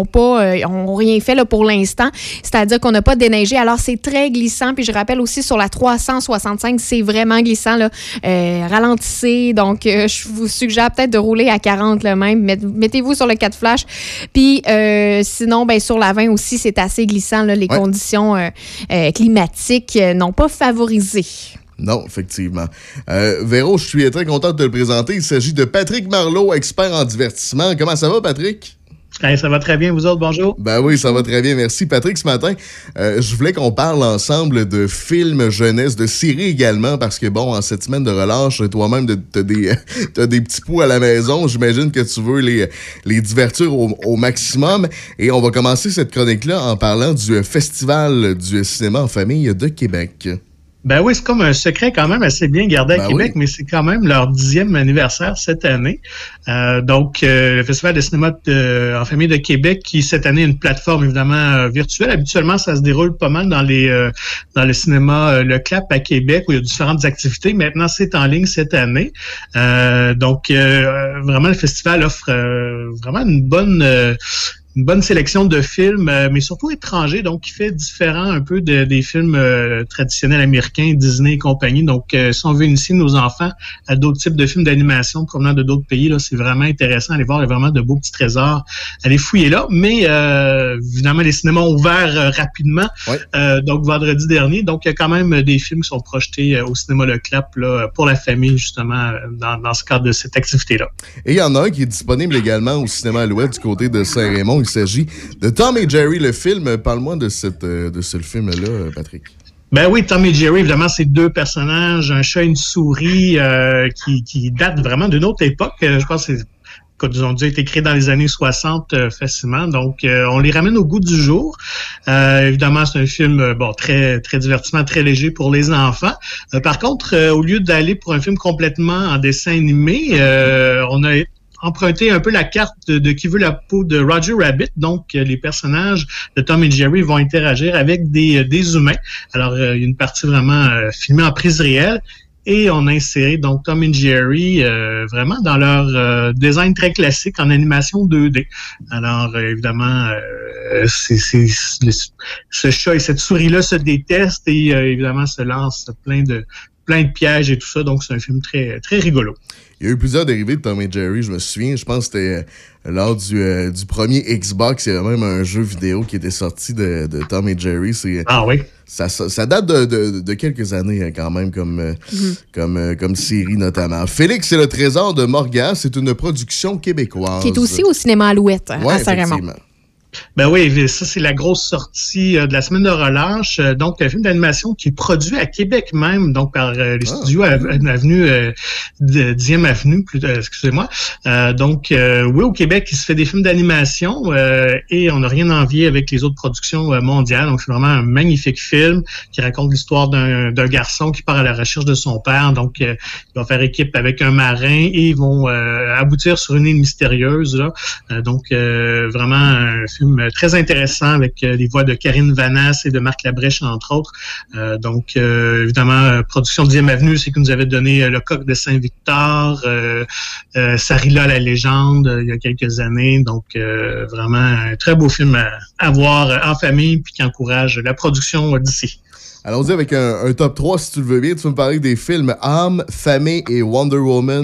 ont rien fait là, pour l'instant. C'est-à-dire qu'on n'a pas déneigé. Alors, c'est très glissant. Puis je rappelle aussi, sur la 365, c'est vraiment glissant. Là. Ralentissez. Donc, je vous suggère peut-être de rouler à 40 là, même. Mettez-vous sur le 4 flash. Puis sinon, ben, sur la 20 aussi, c'est assez glissant. Là, les conditions climatiques n'ont pas favorisé. Non, effectivement. Véro, je suis très content de te le présenter. Il s'agit de Patrick Marleau, expert en divertissement. Comment ça va, Patrick? Hey, ça va très bien, vous autres, bonjour. Ben oui, ça va très bien, merci. Patrick, ce matin, je voulais qu'on parle ensemble de films jeunesse, de séries également, parce que bon, en cette semaine de relâche, toi-même, t'as des petits poux à la maison. J'imagine que tu veux les divertir au maximum. Et on va commencer cette chronique-là en parlant du Festival du cinéma en famille de Québec. Ben oui, c'est comme un secret quand même assez bien gardé à Québec, mais c'est quand même leur 10e anniversaire cette année. Donc, le Festival de cinéma en famille de Québec, qui cette année est une plateforme évidemment virtuelle. Habituellement, ça se déroule pas mal dans le cinéma Le Clap à Québec, où il y a différentes activités. Maintenant, c'est en ligne cette année. Donc, vraiment, le festival offre vraiment une bonne sélection de films, mais surtout étrangers, donc qui fait différent un peu des films traditionnels américains, Disney et compagnie. Donc, si on veut initier nos enfants à d'autres types de films d'animation provenant de d'autres pays, là, c'est vraiment intéressant. Allez voir, il y a vraiment de beaux petits trésors. Allez fouiller là. Mais évidemment, les cinémas ont ouvert rapidement, donc vendredi dernier. Donc, il y a quand même des films qui sont projetés au cinéma Le Clap là, pour la famille, justement, dans ce cadre de cette activité-là. Et il y en a un qui est disponible également au cinéma Alouette du côté de Saint-Raymond. Il s'agit de Tom et Jerry, le film. Parle-moi de ce film-là, Patrick. Ben oui, Tom et Jerry, évidemment, c'est deux personnages, un chat et une souris qui datent vraiment d'une autre époque. Je pense que ils ont dû être créés dans les années 60 facilement. Donc, on les ramène au goût du jour. Évidemment, c'est un film très très divertissement, très léger pour les enfants. Par contre, au lieu d'aller pour un film complètement en dessin animé, on a emprunter un peu la carte de Qui veut la peau de Roger Rabbit. Donc, les personnages de Tom et Jerry vont interagir avec des humains. Alors, il y a une partie vraiment filmée en prise réelle. et on a inséré donc Tom et Jerry vraiment dans leur design très classique en animation 2D. Alors évidemment, ce chat et cette souris-là se détestent et évidemment se lancent plein de pièges et tout ça. Donc c'est un film très très rigolo. Il y a eu plusieurs dérivés de Tom et Jerry, je me souviens. Je pense que c'était lors du premier Xbox. Il y avait même un jeu vidéo qui était sorti de Tom et Jerry. Ah oui? Ça date de quelques années quand même, comme série notamment. Félix et le trésor de Morgan, c'est une production québécoise. Qui est aussi au cinéma Alouette, à Saint-Raymond. Ben oui, ça c'est la grosse sortie de la semaine de relâche. Donc, un film d'animation qui est produit à Québec même, donc par les studios Avenue 10e Avenue, excusez-moi. Donc, oui, au Québec, il se fait des films d'animation et on n'a rien à envier avec les autres productions mondiales. Donc, c'est vraiment un magnifique film qui raconte l'histoire d'un garçon qui part à la recherche de son père. Donc, il va faire équipe avec un marin et ils vont aboutir sur une île mystérieuse. Là. Donc, vraiment un film très intéressant avec les voix de Karine Vanasse et de Marc Labrèche, entre autres. Donc, évidemment, production 10e Avenue, c'est que nous avait donné Le Coq de Saint-Victor, Sarilla la légende, il y a quelques années. Donc, vraiment, un très beau film à voir en famille puis qui encourage la production d'ici. Allons-y avec un top 3, si tu le veux bien. Tu vas me parler des films Âme, Famille et Wonder Woman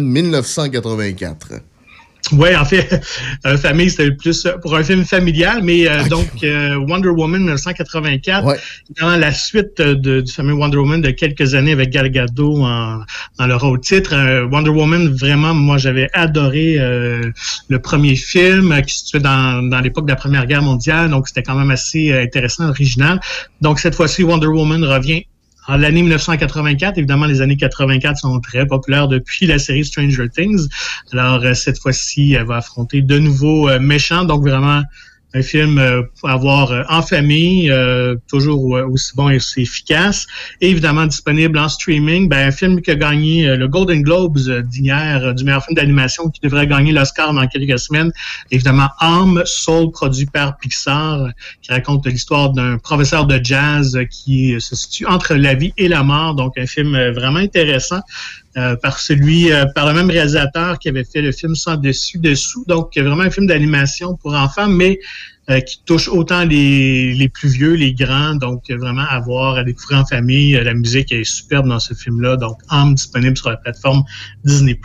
1984. Oui, en fait, Famille, c'était plus pour un film familial, mais donc Wonder Woman 1984, évidemment la suite du fameux Wonder Woman de quelques années avec Gal Gadot dans le rôle titre. Wonder Woman, vraiment, moi, j'avais adoré le premier film qui se situait dans l'époque de la Première Guerre mondiale, donc c'était quand même assez intéressant, original. Donc cette fois-ci, Wonder Woman revient en l'année 1984, évidemment, les années 84 sont très populaires depuis la série Stranger Things. Alors, cette fois-ci, elle va affronter de nouveaux méchants. Donc, vraiment, un film à voir en famille, toujours aussi bon et aussi efficace. Et évidemment, disponible en streaming. Ben, un film qui a gagné le Golden Globes d'hier, du meilleur film d'animation, qui devrait gagner l'Oscar dans quelques semaines. Évidemment, Âme, Soul, produit par Pixar, qui raconte l'histoire d'un professeur de jazz qui se situe entre la vie et la mort. Donc, un film vraiment intéressant. Par le même réalisateur qui avait fait le film Sans dessus-dessous. Donc, vraiment un film d'animation pour enfants, mais qui touche autant les plus vieux, les grands. Donc, vraiment à voir, à découvrir en famille. La musique est superbe dans ce film-là. Donc, Âme disponible sur la plateforme Disney+.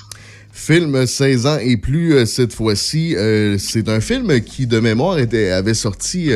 Film 16 ans et plus cette fois-ci. C'est un film qui, de mémoire, avait sorti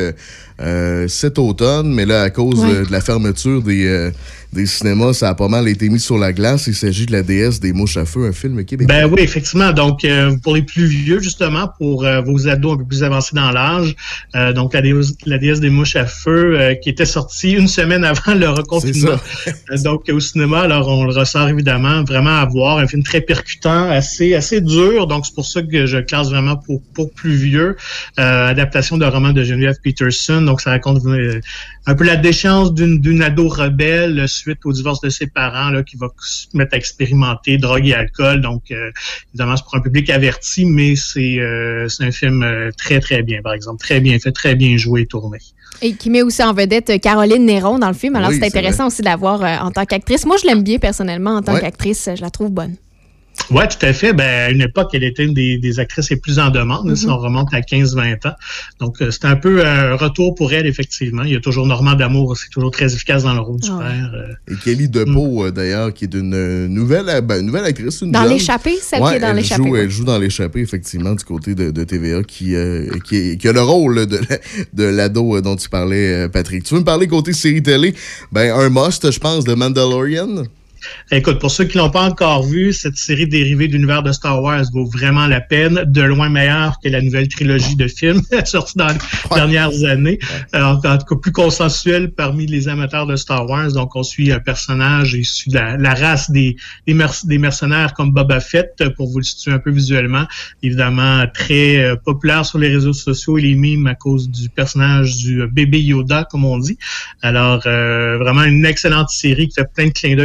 cet automne, mais là, à cause de la fermeture des cinémas, ça a pas mal été mis sur la glace. Il s'agit de La déesse des mouches à feu, un film québécois. Ben oui, effectivement. Donc, pour les plus vieux, justement, pour vos ados un peu plus avancés dans l'âge, donc La déesse des mouches à feu, qui était sorti une semaine avant le reconfinement. Donc, au cinéma, alors on le ressort évidemment, vraiment à voir. Un film très percutant, assez dur. Donc, c'est pour ça que je classe vraiment pour plus vieux. Adaptation d'un roman de Geneviève Peterson. Donc, ça raconte un peu la déchéance d'une ado rebelle suite au divorce de ses parents, là, qui va se mettre à expérimenter drogue et alcool. Donc, évidemment, c'est pour un public averti, mais c'est un film très, très bien, par exemple. Très bien fait, très bien joué et tourné. Et qui met aussi en vedette Caroline Néron dans le film. Alors, c'est intéressant aussi de la voir en tant qu'actrice. Moi, je l'aime bien personnellement en tant qu'actrice. Je la trouve bonne. Oui, tout à fait. Ben, à une époque, elle était une des actrices les plus en demande, si on remonte à 15-20 ans. Donc, c'était un peu un retour pour elle, effectivement. Il y a toujours Normand D'Amour, c'est toujours très efficace dans le rôle du père. Et Kelly DePau, d'ailleurs, qui est une nouvelle actrice. Dans L'Échappée, celle qui est dans L'Échappée. Elle joue dans L'Échappée, effectivement, du côté de TVA, qui a le rôle de l'ado dont tu parlais, Patrick. Tu veux me parler côté série télé? Ben, un must, je pense, de Mandalorian. Écoute, pour ceux qui l'ont pas encore vu, cette série dérivée de l'univers de Star Wars vaut vraiment la peine. De loin meilleure que la nouvelle trilogie de films sortie dans les dernières années. En tout cas, plus consensuelle parmi les amateurs de Star Wars. Donc, on suit un personnage issu de la race des mercenaires comme Boba Fett, pour vous le situer un peu visuellement. Évidemment, très populaire sur les réseaux sociaux et les memes à cause du personnage du bébé Yoda, comme on dit. Alors, vraiment une excellente série qui fait plein de clins d'œil à la trilogie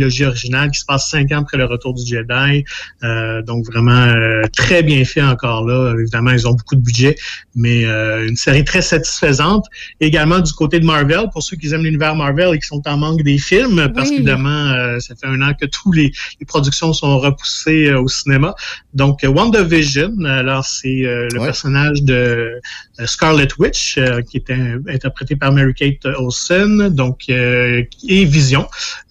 trilogie originale qui se passe 5 ans après le retour du Jedi. Donc vraiment très bien fait encore là. Évidemment, ils ont beaucoup de budget, mais une série très satisfaisante. Également du côté de Marvel, pour ceux qui aiment l'univers Marvel et qui sont en manque des films, parce qu'évidemment, ça fait 1 an que tous les productions sont repoussées au cinéma. Donc, WandaVision, alors c'est le personnage de Scarlet Witch, qui était interprété par Mary-Kate Olsen, donc et Vision,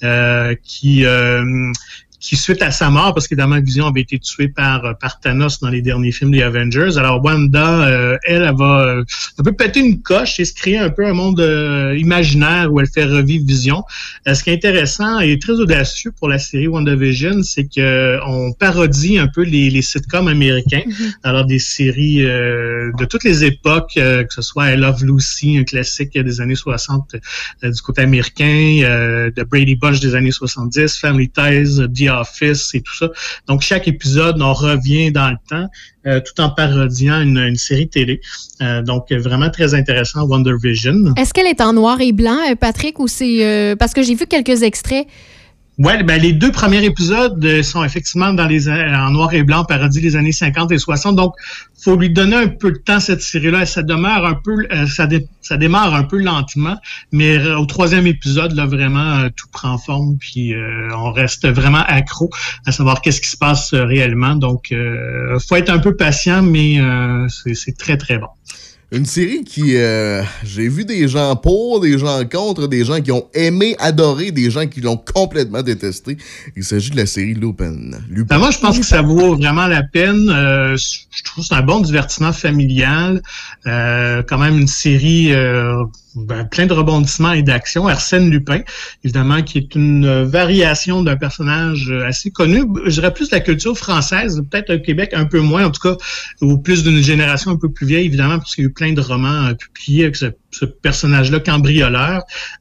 qui suite à sa mort, parce qu'évidemment Vision avait été tué par Thanos dans les derniers films des Avengers. Alors Wanda, elle va un peu péter une coche et se créer un peu un monde imaginaire où elle fait revivre Vision. Ce qui est intéressant et très audacieux pour la série WandaVision, c'est que on parodie un peu les sitcoms américains. Alors des séries de toutes les époques, que ce soit I Love Lucy, un classique des années 60 du côté américain, de Brady Bunch des années 70, Family Ties, The Office et tout ça. Donc, chaque épisode, on revient dans le temps tout en parodiant une série télé. Donc, vraiment très intéressant, WandaVision. Est-ce qu'elle est en noir et blanc, Patrick, ou c'est... parce que j'ai vu quelques extraits. Ouais, ben les 2 premiers épisodes sont effectivement en noir et blanc, parodie des années 50 et 60. Donc, faut lui donner un peu de temps, cette série-là. Ça demeure un peu, ça démarre un peu lentement, mais au 3e épisode, là, vraiment, tout prend forme, puis on reste vraiment accro à savoir qu'est-ce qui se passe réellement. Donc, faut être un peu patient, mais c'est très, très bon. Une série qui, j'ai vu des gens pour, des gens contre, des gens qui ont aimé, adoré, des gens qui l'ont complètement détesté. Il s'agit de la série Lupin. Moi, je pense que ça vaut vraiment la peine. Je trouve que c'est un bon divertissement familial. Quand même une série plein de rebondissements et d'actions. Arsène Lupin, évidemment, qui est une variation d'un personnage assez connu. Je dirais plus de la culture française, peut-être au Québec un peu moins, en tout cas, ou plus d'une génération un peu plus vieille, évidemment, parce qu'il y a eu plein de romans publiés avec ce personnage-là cambrioleur.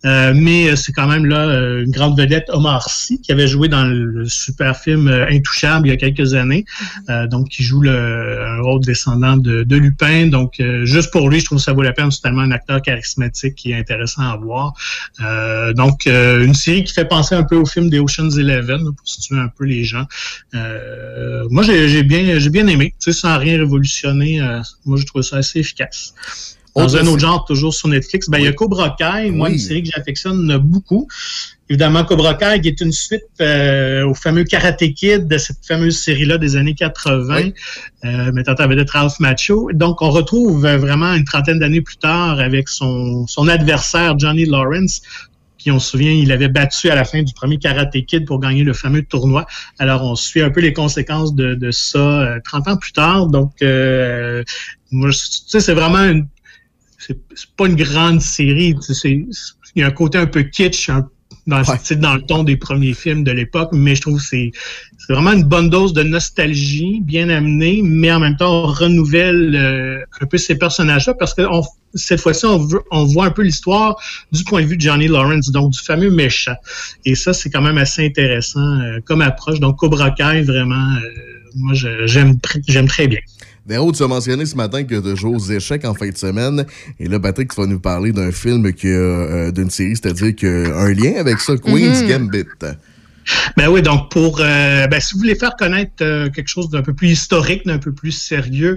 Mais c'est quand même là une grande vedette, Omar Sy, qui avait joué dans le super film Intouchable il y a quelques années. Donc, qui joue un rôle descendant de Lupin. Donc, juste pour lui, je trouve que ça vaut la peine. C'est tellement un acteur charismatique qui est intéressant à voir. Donc, une série qui fait penser un peu au film des Ocean's 11, pour situer un peu les gens. Moi, j'ai bien aimé. Tu sais, sans rien révolutionner, moi, je trouve ça assez efficace. Dans un autre genre, toujours sur Netflix, il y a Cobra Kai, moi, une série que j'affectionne beaucoup. Évidemment, Cobra Kai, qui est une suite au fameux Karate Kid, de cette fameuse série-là des années 80, mettant en vedette Ralph Macchio. Donc, on retrouve vraiment une trentaine d'années plus tard avec son adversaire, Johnny Lawrence, qui, on se souvient, il avait battu à la fin du premier Karate Kid pour gagner le fameux tournoi. Alors, on suit un peu les conséquences de ça 30 ans plus tard. Donc, moi, tu sais, c'est vraiment c'est pas une grande série. Il y a un côté un peu kitsch, dans le ton des premiers films de l'époque, mais je trouve que c'est vraiment une bonne dose de nostalgie, bien amenée, mais en même temps, on renouvelle un peu ces personnages-là, parce que cette fois-ci, on voit un peu l'histoire du point de vue de Johnny Lawrence, donc du fameux méchant. Et ça, c'est quand même assez intéressant comme approche. Donc, Cobra Kai, vraiment, moi, j'aime très bien. Véro, tu as mentionné ce matin que tu as joué aux échecs en fin de semaine. Et là, Patrick, tu vas nous parler d'un film d'une série, c'est-à-dire un lien avec ça, Queen's Gambit. Ben oui, donc si vous voulez faire connaître quelque chose d'un peu plus historique, d'un peu plus sérieux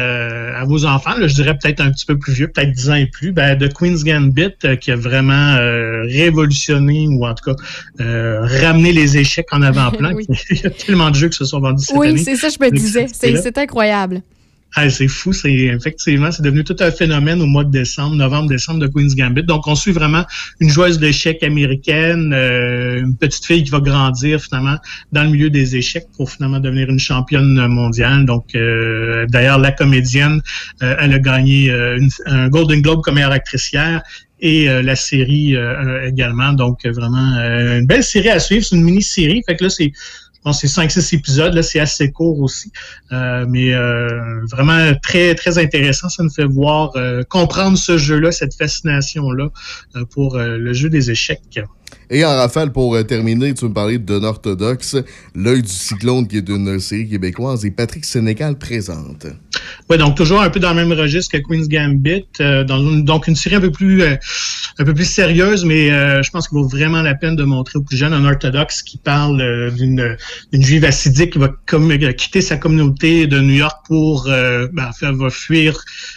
à vos enfants, là, je dirais peut-être un petit peu plus vieux, peut-être 10 ans et plus, The Queen's Gambit qui a vraiment révolutionné, ou en tout cas ramené les échecs en avant-plan. Il y a tellement de jeux qui se sont vendus cette année. Oui, c'est ça, je me disais. C'est incroyable. C'est fou, effectivement, c'est devenu tout un phénomène au mois de novembre-décembre de Queen's Gambit. Donc, on suit vraiment une joueuse d'échecs américaine, une petite fille qui va grandir finalement dans le milieu des échecs pour finalement devenir une championne mondiale. Donc, d'ailleurs, la comédienne, elle a gagné un Golden Globe comme meilleure actricière. Et la série également. Donc, vraiment, une belle série à suivre. C'est une mini-série. Fait que là, je pense que c'est 5-6 épisodes, là, c'est assez court aussi. Mais vraiment très, très intéressant. Ça nous fait comprendre ce jeu-là, cette fascination-là pour le jeu des échecs. Et en rafale, pour terminer, tu me parlais d'Unorthodox, L'œil du cyclone, qui est une série québécoise, et Patrick Sénécal présente. Oui, donc toujours un peu dans le même registre que Queen's Gambit, donc une série un peu plus sérieuse, mais je pense qu'il vaut vraiment la peine de montrer aux plus jeunes Unorthodox, qui parle d'une juive assidique qui va quitter sa communauté de New York pour va fuir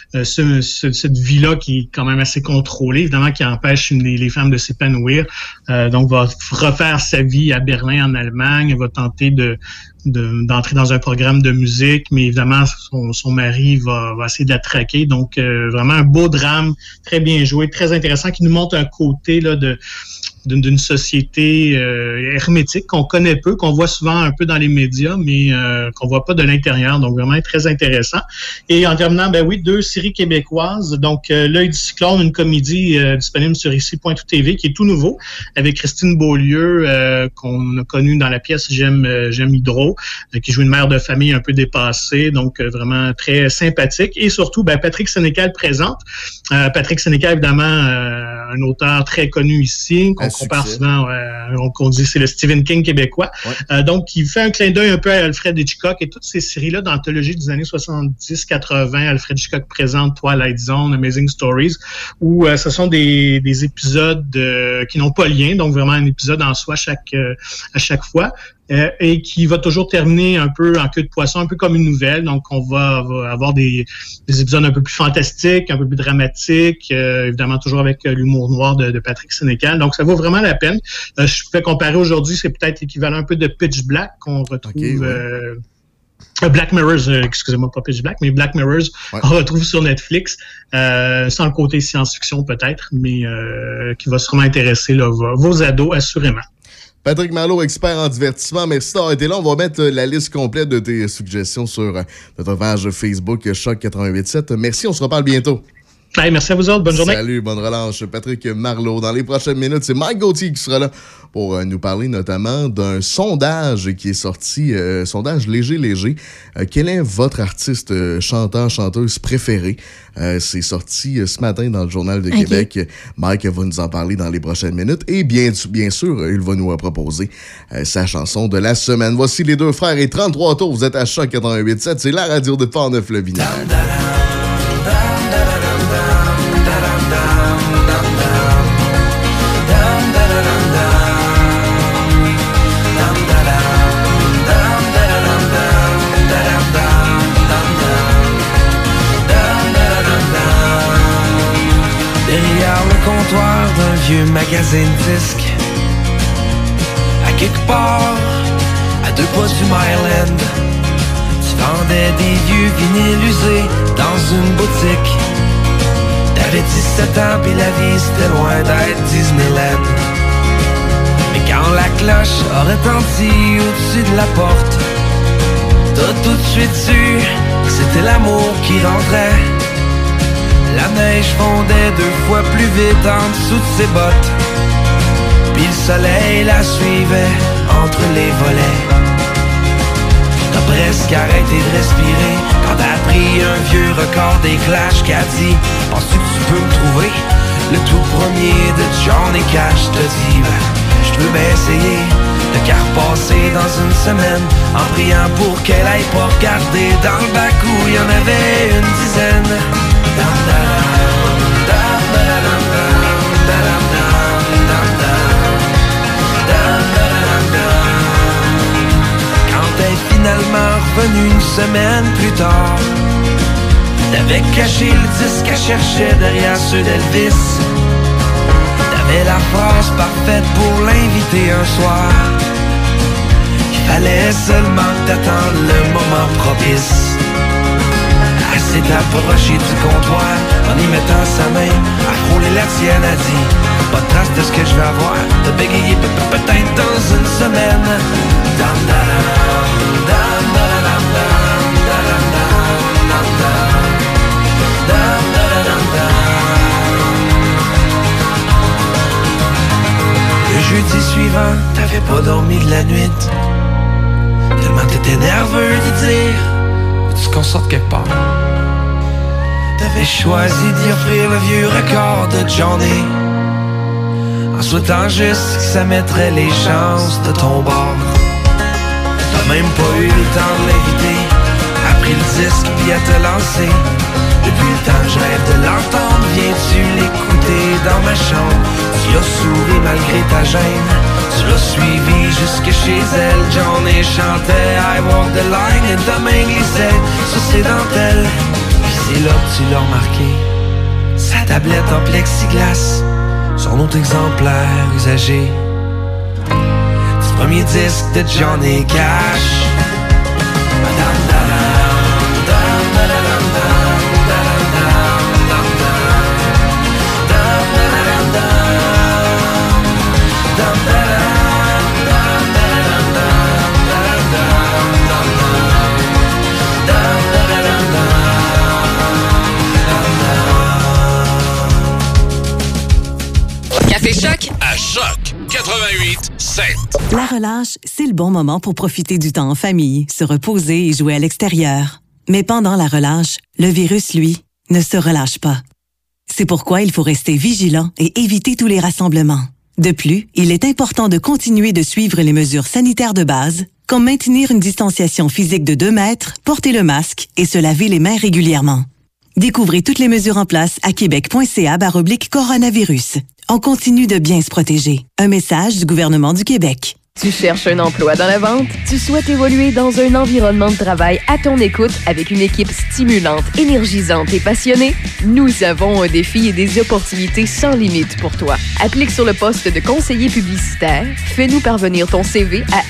cette vie-là qui est quand même assez contrôlée, évidemment, qui empêche les femmes de s'épanouir. Donc, va refaire sa vie à Berlin, en Allemagne, va tenter d'entrer dans un programme de musique, mais évidemment, son mari va essayer de la traquer. Donc, vraiment un beau drame, très bien joué, très intéressant, qui nous montre un côté là d'une société hermétique qu'on connaît peu, qu'on voit souvent un peu dans les médias, mais qu'on voit pas de l'intérieur. Donc, vraiment très intéressant. Et en terminant, 2 séries québécoises. Donc, L'œil du cyclone, une comédie disponible sur ici.tout.tv, qui est tout nouveau, avec Christine Beaulieu, qu'on a connue dans la pièce J'aime Hydro, qui joue une mère de famille un peu dépassée, donc vraiment très sympathique. Et surtout, Patrick Sénécal présente. Patrick Sénécal, évidemment, un auteur très connu ici, qu'on compare souvent, on dit c'est le Stephen King québécois. Ouais. Donc, il fait un clin d'œil un peu à Alfred Hitchcock et toutes ces séries-là d'anthologie des années 70-80, Alfred Hitchcock présente Twilight Zone, Amazing Stories, où ce sont des épisodes qui n'ont pas lien, donc vraiment un épisode en soi à chaque fois. Et qui va toujours terminer un peu en queue de poisson, un peu comme une nouvelle. Donc, on va avoir des épisodes un peu plus fantastiques, un peu plus dramatiques, évidemment toujours avec l'humour noir de Patrick Sénécal. Donc, ça vaut vraiment la peine. Je fais comparer aujourd'hui, c'est peut-être l'équivalent un peu de Pitch Black qu'on retrouve... Black Mirrors, excusez-moi, pas Pitch Black, mais Black Mirrors, on retrouve sur Netflix, sans le côté science-fiction peut-être, mais qui va sûrement intéresser vos ados, assurément. Patrick Marleau, expert en divertissement, merci d'avoir été là. On va mettre la liste complète de tes suggestions sur notre page Facebook Choc 88.7. Merci, on se reparle bientôt. Hey, merci à vous autres, bonne journée. Salut, bonne relâche. Patrick Marleau. Dans les prochaines minutes, c'est Mike Gauthier qui sera là pour nous parler notamment d'un sondage qui est sorti, sondage léger. Quel est votre artiste, chanteur, chanteuse préféré? C'est sorti ce matin dans le Journal de Québec. Mike va nous en parler dans les prochaines minutes. Et bien sûr, il va nous proposer sa chanson de la semaine. Voici les deux frères et 33 tours. Vous êtes à Choc 88.7. C'est la radio de Portneuf-le-Binière. D'un vieux magazine disque, à quelque part, à 2 pas du Myland, tu vendais des vieux vinyles usés dans une boutique. T'avais 17 ans pis la vie c'était loin d'être Disneyland. Mais quand la cloche a retenti au-dessus de la porte, t'as tout de suite su que c'était l'amour qui rentrait. La neige fondait 2 fois plus vite en dessous de ses bottes, puis le soleil la suivait entre les volets. T'as presque arrêté de respirer quand t'as pris un vieux record des Clash qui a dit « Penses-tu que tu peux me trouver le tout premier de Johnny Cash ?» T'as dit « Je peux bien essayer de qu'à repasser dans une semaine en priant pour qu'elle aille pas regarder dans le bac où il y en avait une dizaine. » Quand t'es finalement revenu une semaine plus tard, t'avais caché le disque qu'elle cherchait derrière ceux d'Elvis. T'avais la phrase parfaite pour l'inviter un soir. Il fallait seulement que t'attendes le moment propice. Elle s'est approchée du comptoir en y mettant sa main à frôler la tienne, a dit « Pas de trace de ce que je vais avoir, de bégayer peut-être dans une semaine. » Le jeudi suivant, t'avais pas dormi de la nuit, tellement t'étais nerveux d'y dire qu'on sorte quelque part. T'avais choisi d'y offrir le vieux record de Johnny en en souhaitant juste que ça mettrait les chances de ton bord. T'as même pas eu le temps de l'inviter, a pris le disque puis à te lancer. Depuis le temps que je rêve de l'entendre, viens-tu l'écouter dans ma chambre? Tu as souri malgré ta gêne, tu l'as suivi jusque chez elle. Johnny chantait I walk the line et ta main glissait sur ses dentelles. Puis c'est là que tu l'as remarqué, sa tablette en plexiglas, son autre exemplaire usagé du premier disque de Johnny Cash. Café Choc à Choc 88.7. La relâche, c'est le bon moment pour profiter du temps en famille, se reposer et jouer à l'extérieur. Mais pendant la relâche, le virus, lui, ne se relâche pas. C'est pourquoi il faut rester vigilant et éviter tous les rassemblements. De plus, il est important de continuer de suivre les mesures sanitaires de base, comme maintenir une distanciation physique de 2 mètres, porter le masque et se laver les mains régulièrement. Découvrez toutes les mesures en place à québec.ca/coronavirus. On continue de bien se protéger. Un message du gouvernement du Québec. Tu cherches un emploi dans la vente? Tu souhaites évoluer dans un environnement de travail à ton écoute avec une équipe stimulante, énergisante et passionnée? Nous avons un défi et des opportunités sans limite pour toi. Applique sur le poste de conseiller publicitaire. Fais-nous parvenir ton CV à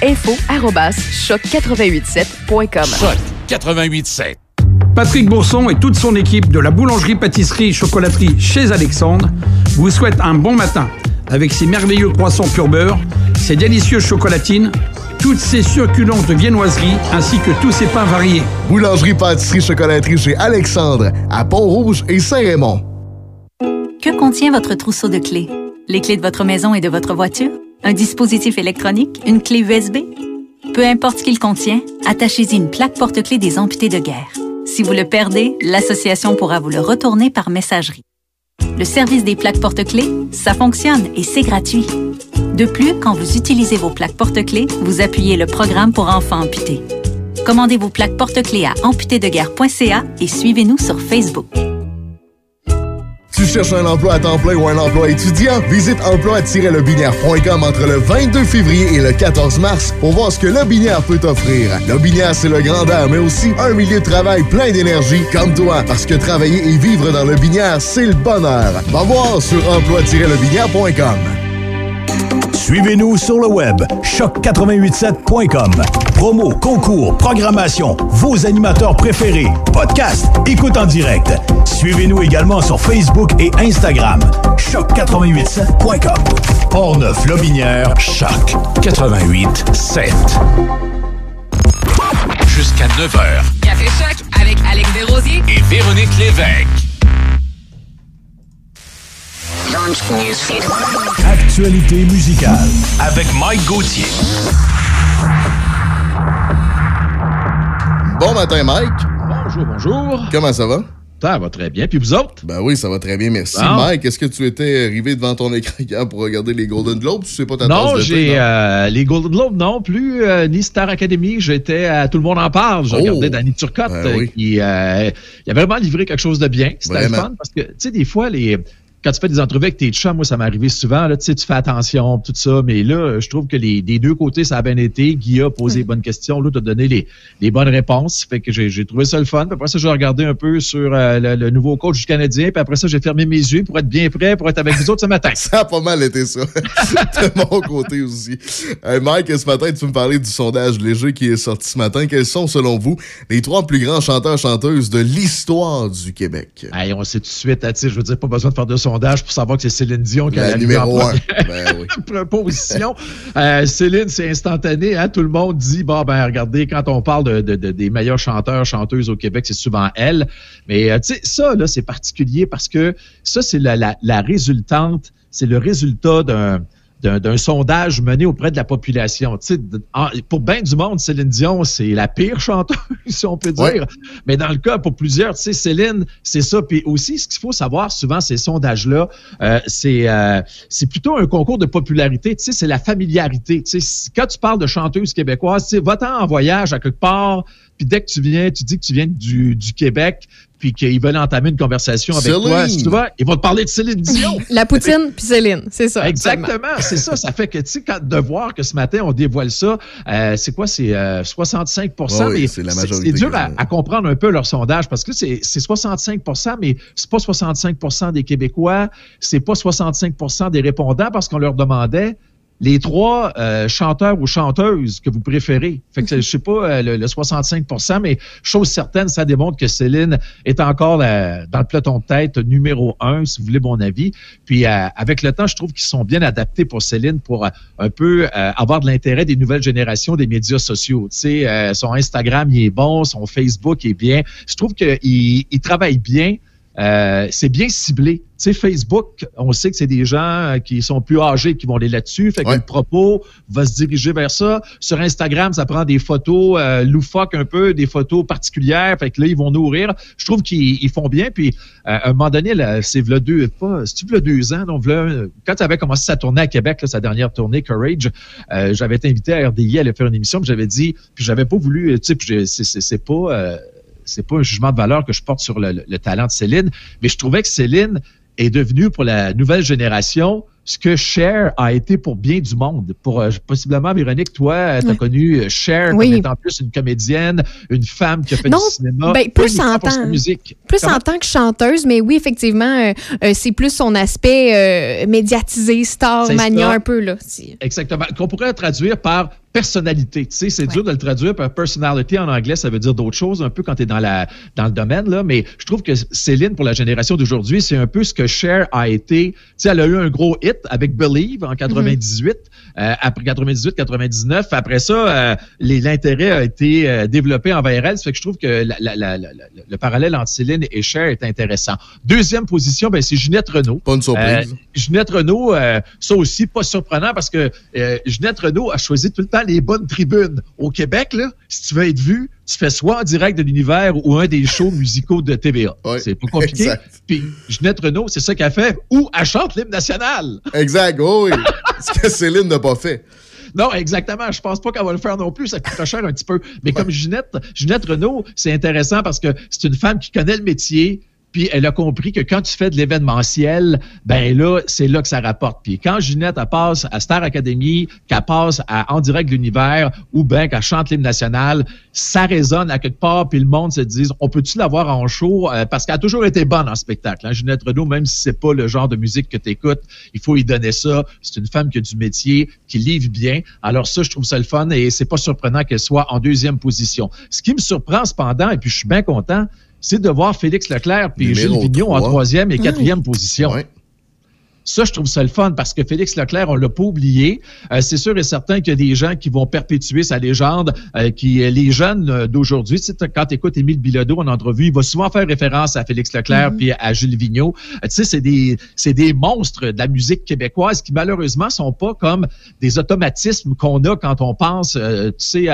info@choc887.com. Choc 88.7. Patrick Bourson et toute son équipe de la boulangerie-pâtisserie-chocolaterie chez Alexandre vous souhaitent un bon matin avec ses merveilleux croissants pur beurre, ses délicieuses chocolatines, toutes ses succulentes viennoiseries ainsi que tous ses pains variés. Boulangerie-pâtisserie-chocolaterie chez Alexandre à Pont-Rouge et Saint-Raymond. Que contient votre trousseau de clés? Les clés de votre maison et de votre voiture? Un dispositif électronique? Une clé USB? Peu importe ce qu'il contient, attachez-y une plaque porte-clés des amputés de guerre. Si vous le perdez, l'association pourra vous le retourner par messagerie. Le service des plaques porte-clés, ça fonctionne et c'est gratuit. De plus, quand vous utilisez vos plaques porte-clés, vous appuyez le programme pour enfants amputés. Commandez vos plaques porte-clés à amputédeguerre.ca et suivez-nous sur Facebook. Tu cherches un emploi à temps plein ou un emploi étudiant? Visite emploi-lobinière.com entre le 22 février et le 14 mars pour voir ce que Lobinière peut t'offrir. Lobinière, c'est le grand air, mais aussi un milieu de travail plein d'énergie comme toi. Parce que travailler et vivre dans Lobinière, c'est le bonheur. Va voir sur emploi-lobinière.com. Suivez-nous sur le web, choc887.com. Promo, concours, programmation, vos animateurs préférés, podcast, écoute en direct. Suivez-nous également sur Facebook et Instagram, choc887.com. Portneuf-Lobinière, Choc 88.7. Jusqu'à 9h. Café Choc avec Alex Desrosiers et Véronique Lévesque. Actualité musicale avec Mike Gauthier. Bon matin, Mike. Bonjour. Comment ça va? Ça va très bien. Puis vous autres? Ben oui, ça va très bien, merci. Bon. Mike, est-ce que tu étais arrivé devant ton écran hier pour regarder les Golden Globes? Tu sais pas ta Non, tasse de j'ai thé, non? les Golden Globes non plus, ni Star Academy. J'étais à Tout le monde en parle. Je regardais Danny Turcotte qui a vraiment livré quelque chose de bien. C'était le fun parce que, tu sais, des fois, quand tu fais des entrevues avec tes chums, moi, ça m'est arrivé souvent, là, tu sais, tu fais attention, tout ça, mais là, je trouve que des deux côtés, ça a bien été. Guy a posé les bonnes questions, l'autre a donné les bonnes réponses. Fait que j'ai trouvé ça le fun. Puis après ça, j'ai regardé un peu sur le nouveau coach du Canadien. Puis après ça, j'ai fermé mes yeux pour être bien prêt, pour être avec vous autres ce matin. Ça a pas mal été ça. De mon côté aussi. Mike, ce matin, tu me parlais du sondage léger qui est sorti ce matin. Quels sont, selon vous, les 3 plus grands chanteurs-chanteuses de l'histoire du Québec? Hey, on sait tout de suite, je veux dire, pas besoin de faire de sondage pour savoir que c'est Céline Dion qui a la numéro 1. Proposition. Céline, c'est instantané. Hein? Tout le monde dit, regardez, quand on parle des meilleurs chanteurs, chanteuses au Québec, c'est souvent elle. Mais tu sais, ça, là, c'est particulier parce que ça, c'est la résultante, c'est le résultat d'un sondage mené auprès de la population. Pour bien du monde, Céline Dion, c'est la pire chanteuse, si on peut dire. Ouais. Mais dans le cas, pour plusieurs, Céline, c'est ça. Puis aussi, ce qu'il faut savoir souvent, ces sondages-là, c'est plutôt un concours de popularité. C'est la familiarité. Quand tu parles de chanteuse québécoise, va-t'en en voyage à quelque part, puis dès que tu viens, tu dis que tu viens du Québec, puis qu'ils veulent entamer une conversation avec toi, si tu vois, ils vont te parler de Céline Dion. La poutine puis Céline, c'est ça. Exactement, c'est ça. Ça fait que, tu sais, de voir que ce matin, on dévoile ça, c'est quoi? C'est 65 oui, c'est la majorité. C'est dur à comprendre un peu leur sondage parce que c'est 65 mais c'est pas 65 des Québécois, c'est pas 65 des répondants parce qu'on leur demandait les 3 chanteurs ou chanteuses que vous préférez. Fait que je sais pas le 65 mais chose certaine, ça démontre que Céline est encore dans le peloton de tête numéro 1, si vous voulez mon avis. Puis avec le temps, je trouve qu'ils sont bien adaptés pour Céline pour un peu avoir de l'intérêt des nouvelles générations des médias sociaux. Tu sais, son Instagram, il est bon, son Facebook est bien. Je trouve qu'il travaille bien. C'est bien ciblé. Tu sais, Facebook, on sait que c'est des gens qui sont plus âgés qui vont aller là-dessus. Fait que le propos va se diriger vers ça. Sur Instagram, ça prend des photos loufoques un peu, des photos particulières. Fait que là, ils vont nourrir. Je trouve qu'ils font bien. Puis, à un moment donné, là, c'est v'là 2 ans, donc quand tu avais commencé sa tournée à Québec, là, sa dernière tournée, Courage, j'avais été invité à RDI à aller faire une émission, puis j'avais dit, puis j'avais pas voulu, tu sais, c'est pas un jugement de valeur que je porte sur le talent de Céline, mais je trouvais que Céline est devenue pour la nouvelle génération ce que Cher a été pour bien du monde. Pour possiblement, Véronique, toi, tu as connu Cher comme étant plus une comédienne, une femme qui a fait du cinéma. Ben, plus en tant que chanteuse, mais oui, effectivement, c'est plus son aspect médiatisé, mania un peu. Là. Exactement. Qu'on pourrait traduire par personnalité. Tu sais, c'est dur de le traduire par personality en anglais, ça veut dire d'autres choses un peu quand tu es dans le domaine, là, mais je trouve que Céline, pour la génération d'aujourd'hui, c'est un peu ce que Cher a été. Tu sais, elle a eu un gros hit avec Believe en 98, après 98-99. Après ça, l'intérêt a été développé envers elle. Ça fait que je trouve que le parallèle entre Céline et Cher est intéressant. Deuxième position, ben, c'est Ginette Renault. Pas une surprise. Ginette Renault, ça aussi, pas surprenant parce que Ginette Renault a choisi tout le temps les bonnes tribunes. Au Québec, là, si tu veux être vu, tu fais soit en direct de l'univers ou un des shows musicaux de TVA. Ouais, c'est pas compliqué. Exact. Puis Ginette Renault, c'est ça qu'elle fait, ou elle chante l'hymne national. Exact, oui. Ce que Céline n'a pas fait. Non, exactement. Je pense pas qu'elle va le faire non plus. Ça coûte cher un petit peu. Mais comme Ginette Renault, c'est intéressant parce que c'est une femme qui connaît le métier. Puis elle a compris que quand tu fais de l'événementiel, ben là, c'est là que ça rapporte. Puis quand Ginette, elle passe à Star Academy, qu'elle passe En direct de l'univers, ou bien qu'elle chante l'hymne national, ça résonne à quelque part, puis le monde se dit, on peut-tu l'avoir en show? Parce qu'elle a toujours été bonne en spectacle. Hein? Ginette Renault, même si c'est pas le genre de musique que tu écoutes, il faut y donner ça. C'est une femme qui a du métier, qui livre bien. Alors ça, je trouve ça le fun, et c'est pas surprenant qu'elle soit en deuxième position. Ce qui me surprend cependant, et puis je suis bien content, c'est de voir Félix Leclerc puis Gilles Vigneault en troisième et quatrième position. Ouais. Ça, je trouve ça le fun parce que Félix Leclerc, on l'a pas oublié. C'est sûr et certain qu'il y a des gens qui vont perpétuer sa légende, les jeunes d'aujourd'hui. Tu sais, quand tu écoutes Émile Bilodeau en entrevue, il va souvent faire référence à Félix Leclerc puis à Gilles Vigneault. Tu sais, c'est des monstres de la musique québécoise qui malheureusement sont pas comme des automatismes qu'on a quand on pense, tu sais,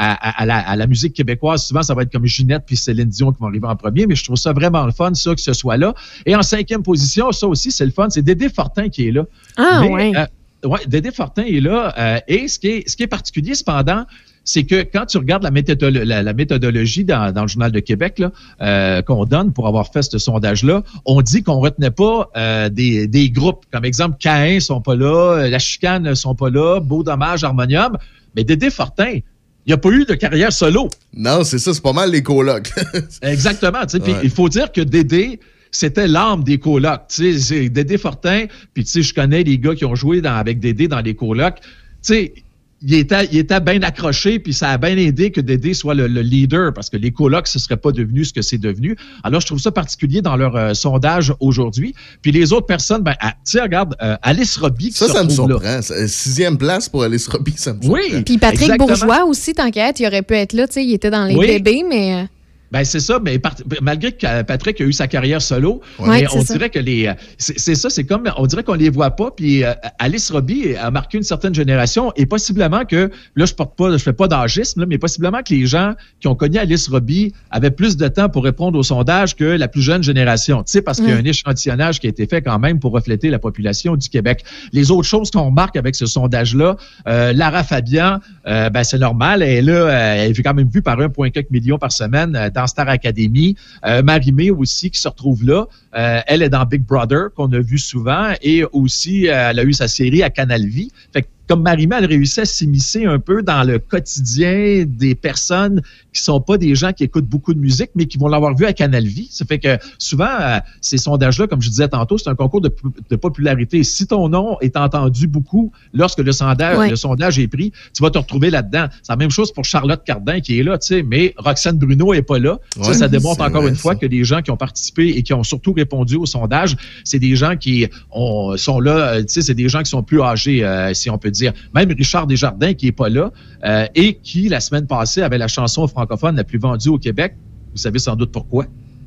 à la musique québécoise. Souvent, ça va être comme Ginette puis Céline Dion qui vont arriver en premier, mais je trouve ça vraiment le fun, ça, que ce soit là. Et en cinquième position, ça aussi, c'est le fun, c'est Dédé Fortin qui est là. Ah, oui. Dédé Fortin est là. Et ce qui est particulier, cependant, c'est que quand tu regardes la méthodologie dans le Journal de Québec là, qu'on donne pour avoir fait ce sondage-là, on dit qu'on retenait pas des groupes. Comme exemple, Caïn sont pas là, La Chicane sont pas là, Beau Dommage, Harmonium. Mais Dédé Fortin, il n'y a pas eu de carrière solo. Non, c'est ça, c'est pas mal les colocs. Exactement. Puis il faut dire que Dédé, c'était l'âme des colocs. Tu sais, c'est Dédé Fortin, puis tu sais, je connais les gars qui ont joué avec Dédé dans les colocs. Tu sais, il était bien accroché, puis ça a bien aidé que Dédé soit le leader, parce que les colocs, ce serait pas devenu ce que c'est devenu. Alors, je trouve ça particulier dans leur sondage aujourd'hui. Puis les autres personnes, ben, tu sais, regarde, Alice Robbie qui ça me surprend. 6e place pour Alice Robbie, ça me surprend. Oui, puis Patrick Bourgeois aussi, tant qu'à être, il aurait pu être là, tu sais, il était dans les bébés, mais... Ben c'est ça, mais malgré que Patrick a eu sa carrière solo, Ouais, on dirait que c'est comme on dirait qu'on les voit pas. Puis Alice Robbie a marqué une certaine génération et possiblement que là je fais pas d'agisme, mais possiblement que les gens qui ont connu Alice Robbie avaient plus de temps pour répondre au sondage que la plus jeune génération. Tu sais, parce qu'il y a un échantillonnage qui a été fait quand même pour refléter la population du Québec. Les autres choses qu'on remarque avec ce sondage-là, Lara Fabian, ben c'est normal, elle est quand même vue par 1,4 million par semaine dans Star Academy. Marie-Mé aussi qui se retrouve là. Elle est dans Big Brother qu'on a vu souvent et aussi elle a eu sa série à Canal Vie. Fait que comme Marie-Mé, elle réussit à s'immiscer un peu dans le quotidien des personnes qui sont pas des gens qui écoutent beaucoup de musique, mais qui vont l'avoir vu à Canal Vie. Ça fait que souvent, ces sondages-là, comme je disais tantôt, c'est un concours de popularité. Si ton nom est entendu beaucoup lorsque le sondage est pris, tu vas te retrouver là-dedans. C'est la même chose pour Charlotte Cardin qui est là, tu sais, mais Roxane Bruno est pas là. Ouais, ça démontre encore une fois que les gens qui ont participé et qui ont surtout répondu au sondage, c'est des gens qui sont là, tu sais, c'est des gens qui sont plus âgés, si on peut dire. Même Richard Desjardins qui est pas là et qui, la semaine passée, avait la chanson francophone la plus vendue au Québec. Vous savez sans doute pourquoi.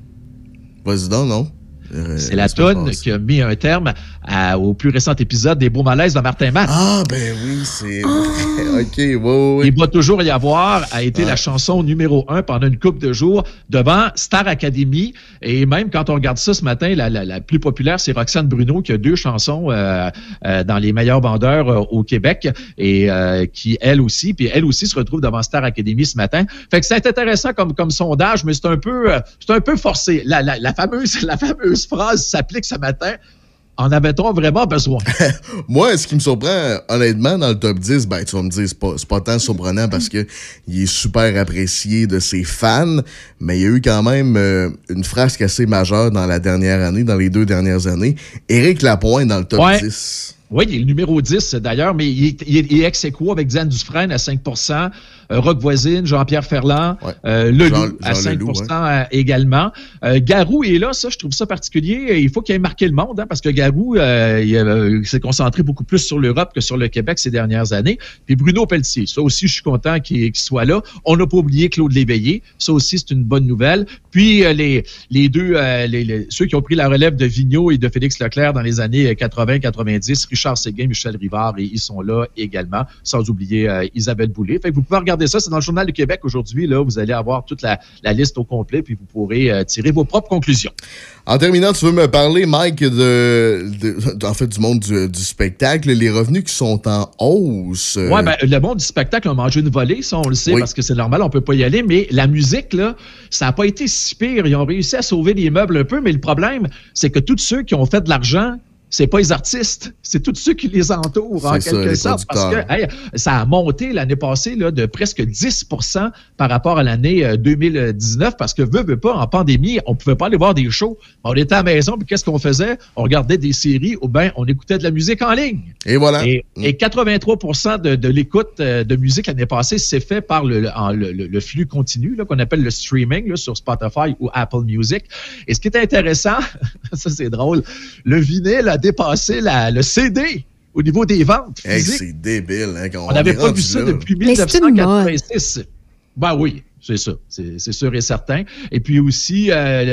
Vas-y donc, non? C'est la toune qui a mis un terme au plus récent épisode des Beaux Malaises de Martin Matt. Ah, ben oui, c'est vrai. OK, oui. Il va toujours y avoir a été la chanson numéro 1 pendant une couple de jours devant Star Academy. Et même quand on regarde ça ce matin, la plus populaire, c'est Roxane Bruno qui a 2 chansons dans les meilleurs vendeurs au Québec et qui, elle aussi se retrouve devant Star Academy ce matin. Fait que c'est intéressant comme sondage, mais c'est un peu forcé. La fameuse phrase s'applique ce matin. En avait-on vraiment besoin? Moi, ce qui me surprend, honnêtement, dans le top 10, ben, tu vas me dire, c'est pas tant surprenant parce que il est super apprécié de ses fans, mais il y a eu quand même une frasque assez majeure dans la dernière année, dans les 2 dernières années. Éric Lapointe dans le top 10. Oui, il est le numéro 10 d'ailleurs, mais il est ex-aequo avec Diane Dufresne à 5%, Rock Voisine, Jean-Pierre Ferland, Leloup à 5% également. Garou est là, ça, je trouve ça particulier. Il faut qu'il ait marqué le monde, parce que Garou il s'est concentré beaucoup plus sur l'Europe que sur le Québec ces dernières années. Puis Bruno Pelletier, ça aussi, je suis content qu'il soit là. On n'a pas oublié Claude Léveillé, ça aussi, c'est une bonne nouvelle. Puis ceux qui ont pris la relève de Vigneault et de Félix Leclerc dans les années 80-90, Richard Séguin, Michel Rivard, et ils sont là également, sans oublier Isabelle Boulay. Fait que vous pouvez regarder ça, c'est dans le Journal du Québec aujourd'hui. Là, vous allez avoir toute la liste au complet, puis vous pourrez tirer vos propres conclusions. En terminant, tu veux me parler, Mike, en fait, du monde du spectacle, les revenus qui sont en hausse. Oui, ben, le monde du spectacle a mangé une volée, ça, on le sait, parce que c'est normal, on peut pas y aller, mais la musique, là, ça n'a pas été si pire. Ils ont réussi à sauver les meubles un peu, mais le problème, c'est que tous ceux qui ont fait de l'argent, c'est pas les artistes, c'est tous ceux qui les entourent, en quelque sorte. Parce que ça a monté l'année passée là, de presque 10% par rapport à l'année 2019, parce que veut pas, en pandémie, on pouvait pas aller voir des shows. On était à la maison, puis qu'est-ce qu'on faisait? On regardait des séries ou bien on écoutait de la musique en ligne. Et voilà. Et 83% de l'écoute de musique l'année passée, c'est fait par le flux continu, là, qu'on appelle le streaming là, sur Spotify ou Apple Music. Et ce qui est intéressant, ça c'est drôle, le vinyle a dépassé le CD au niveau des ventes physiques. C'est débile. Hein, on n'avait pas vu ça depuis 1986. Ben oui, c'est ça. C'est sûr et certain. Et puis aussi,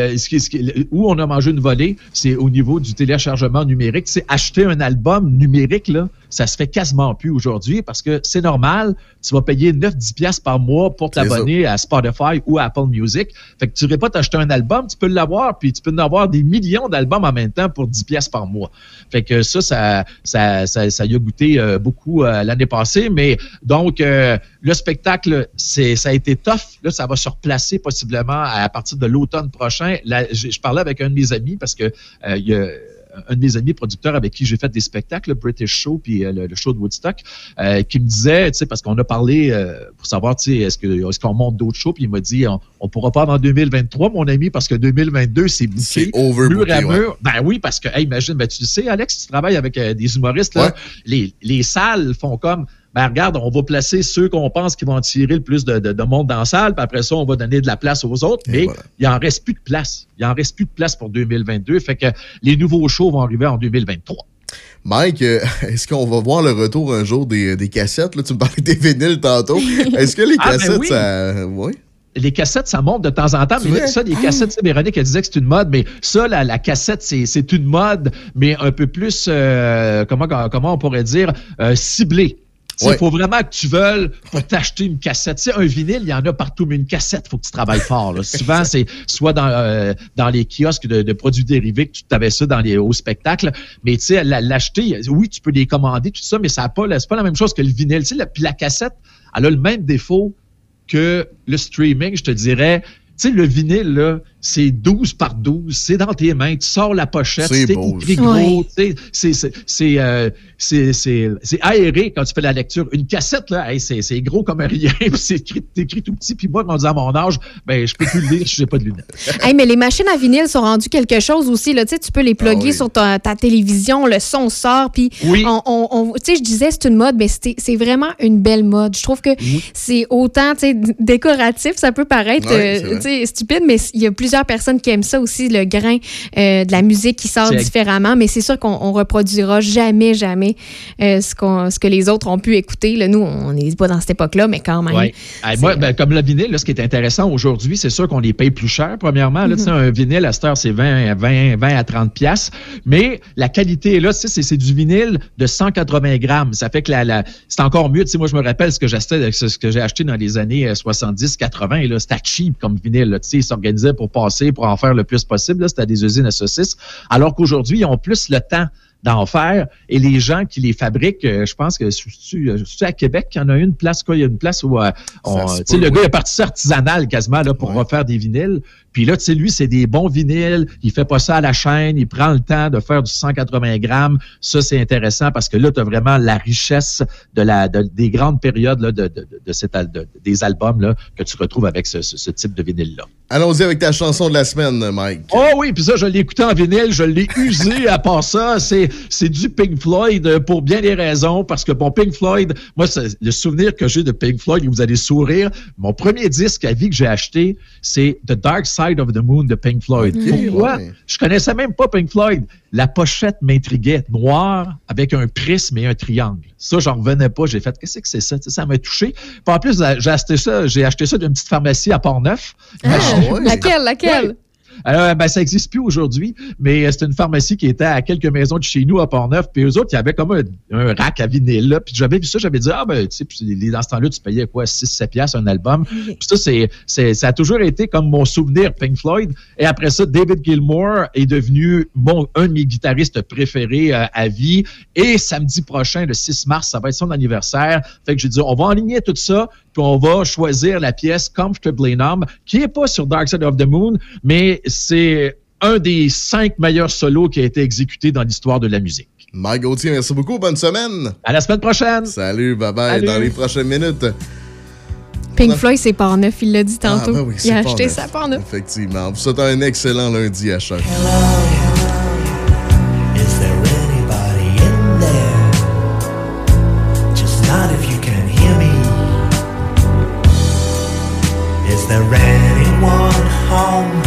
où on a mangé une volée, c'est au niveau du téléchargement numérique. C'est acheter un album numérique, là, ça se fait quasiment plus aujourd'hui parce que c'est normal. Tu vas payer 9-10$ par mois pour t'abonner à Spotify ou à Apple Music. Fait que tu ne vas pas t'acheter un album, tu peux l'avoir, puis tu peux en avoir des millions d'albums en même temps pour 10$ par mois. Fait que ça y a goûté beaucoup l'année passée. Mais donc, le spectacle, ça a été tough. Là, ça va se replacer possiblement à partir de l'automne prochain. Là, je parlais avec un de mes amis parce que il y a un de mes amis producteurs avec qui j'ai fait des spectacles, le British Show puis le show de Woodstock, qui me disait, tu sais, parce qu'on a parlé pour savoir, tu sais, est-ce qu'on monte d'autres shows, puis il m'a dit, on pourra pas avant 2023, mon ami, parce que 2022, c'est bouqué, mur à mur. Ben oui, parce que, imagine, tu sais, Alex, tu travailles avec des humoristes, là, les salles font comme, ben regarde, on va placer ceux qu'on pense qui vont attirer le plus de monde dans la salle, puis après ça, on va donner de la place aux autres, mais il en reste plus de place. Il en reste plus de place pour 2022, fait que les nouveaux shows vont arriver en 2023. Mike, est-ce qu'on va voir le retour un jour des cassettes? Là, tu me parlais des vinyles tantôt. Est-ce que les cassettes, ben oui. ça... Oui? les cassettes, ça monte de temps en temps. Mais là, ça, les cassettes, Véronique, elle disait que c'est une mode, mais ça, la cassette, c'est une mode, mais un peu plus, comment on pourrait dire, ciblée. Il faut vraiment que tu veuilles t'acheter une cassette. Tu sais, un vinyle, il y en a partout, mais une cassette, il faut que tu travailles fort. Là. Souvent, c'est soit dans les kiosques de produits dérivés que tu t'avais ça au spectacle. Mais tu sais, l'acheter, oui, tu peux les commander, tout ça, mais c'est pas la même chose que le vinyle. Tu sais, puis la cassette, elle a le même défaut que le streaming, je te dirais. Tu sais, le vinyle, là, c'est 12 par 12, c'est dans tes mains, tu sors la pochette, c'est écrit gros, c'est aéré quand tu fais la lecture. Une cassette, là, c'est gros comme rien, puis c'est écrit tout petit, puis moi, quand on dit à mon âge, ben je peux plus le lire si j'ai pas de lunettes. Hey, mais les machines à vinyle sont rendues quelque chose aussi, là, tu sais, tu peux les plugger sur ta télévision, le son sort, puis tu sais, je disais c'est une mode, mais c'est vraiment une belle mode. Je trouve que c'est autant, tu sais, décoratif, ça peut paraître, tu sais, stupide, mais il y a plusieurs personnes qui aiment ça aussi, le grain de la musique qui sort différemment, mais c'est sûr qu'on reproduira jamais ce que les autres ont pu écouter. Là, nous, on n'est pas dans cette époque-là, mais quand même. Ouais. Moi, comme le vinyle, là, ce qui est intéressant aujourd'hui, c'est sûr qu'on les paye plus cher, premièrement. Là, un vinyle, à cette heure, c'est 20 à 30 piastres, mais la qualité, là, c'est du vinyle de 180 grammes. Ça fait que c'est encore mieux. Moi, je me rappelle ce que j'ai acheté dans les années 70-80, là, c'était cheap comme vinyle. Là, ils s'organisaient pour en faire le plus possible. Là, c'était des usines à saucisses. Alors qu'aujourd'hui, ils ont plus le temps d'en faire. Et les gens qui les fabriquent, je pense que c'est à Québec qu'il y en a une place, il y a une place où le gars est parti artisanal quasiment là, pour refaire des vinyles. Puis là, tu sais, lui, c'est des bons vinyles. Il fait pas ça à la chaîne. Il prend le temps de faire du 180 grammes. Ça, c'est intéressant parce que là, tu as vraiment la richesse des grandes périodes là, des albums là, que tu retrouves avec ce type de vinyle-là. Allons-y avec ta chanson de la semaine, Mike. Oh oui, puis ça, je l'ai écouté en vinyle. Je l'ai usé à part ça. C'est du Pink Floyd pour bien des raisons. Parce que, bon, Pink Floyd, moi, le souvenir que j'ai de Pink Floyd, vous allez sourire. Mon premier disque à vie que j'ai acheté, c'est The Dark Side of the Moon de Pink Floyd. Pourquoi? Je connaissais même pas Pink Floyd. La pochette m'intriguait, noire, avec un prisme et un triangle. Ça, j'en revenais pas. J'ai fait, qu'est-ce que c'est ça? Ça m'a touché. Puis en plus, j'ai acheté ça d'une petite pharmacie à Port-Neuf. Laquelle? Ça n'existe plus aujourd'hui, mais c'est une pharmacie qui était à quelques maisons de chez nous à Port-Neuf. Puis eux autres, il y avait comme un rack à vinyle là. Puis j'avais vu ça, j'avais dit, tu sais, dans ce temps-là, tu payais quoi, 6-7 piastres un album. Puis ça, ça a toujours été comme mon souvenir Pink Floyd. Et après ça, David Gilmour est devenu un de mes guitaristes préférés à vie. Et samedi prochain, le 6 mars, ça va être son anniversaire. Fait que j'ai dit, on va aligner tout ça, puis on va choisir la pièce Comfortably Numb, qui n'est pas sur Dark Side of the Moon, mais c'est un des 5 meilleurs solos qui a été exécuté dans l'histoire de la musique. Mike Gauthier, merci beaucoup. Bonne semaine. À la semaine prochaine. Salut, bye-bye. Salut. Dans les prochaines minutes. Pink Floyd, c'est Port-Neuf, il l'a dit tantôt. Ben oui, il a acheté ça à Port-Neuf. Effectivement. On vous souhaite un excellent lundi à chaque. Is there anyone home?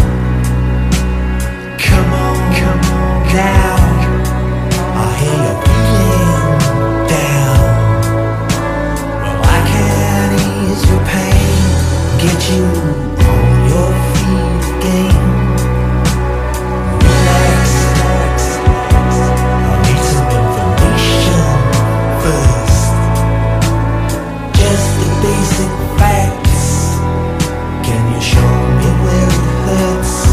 Come on now. I hear you're feeling down. Well, I can ease your pain, get you on your feet again. Relax, I need some information first. Just the basic facts. Can you show me where it hurts?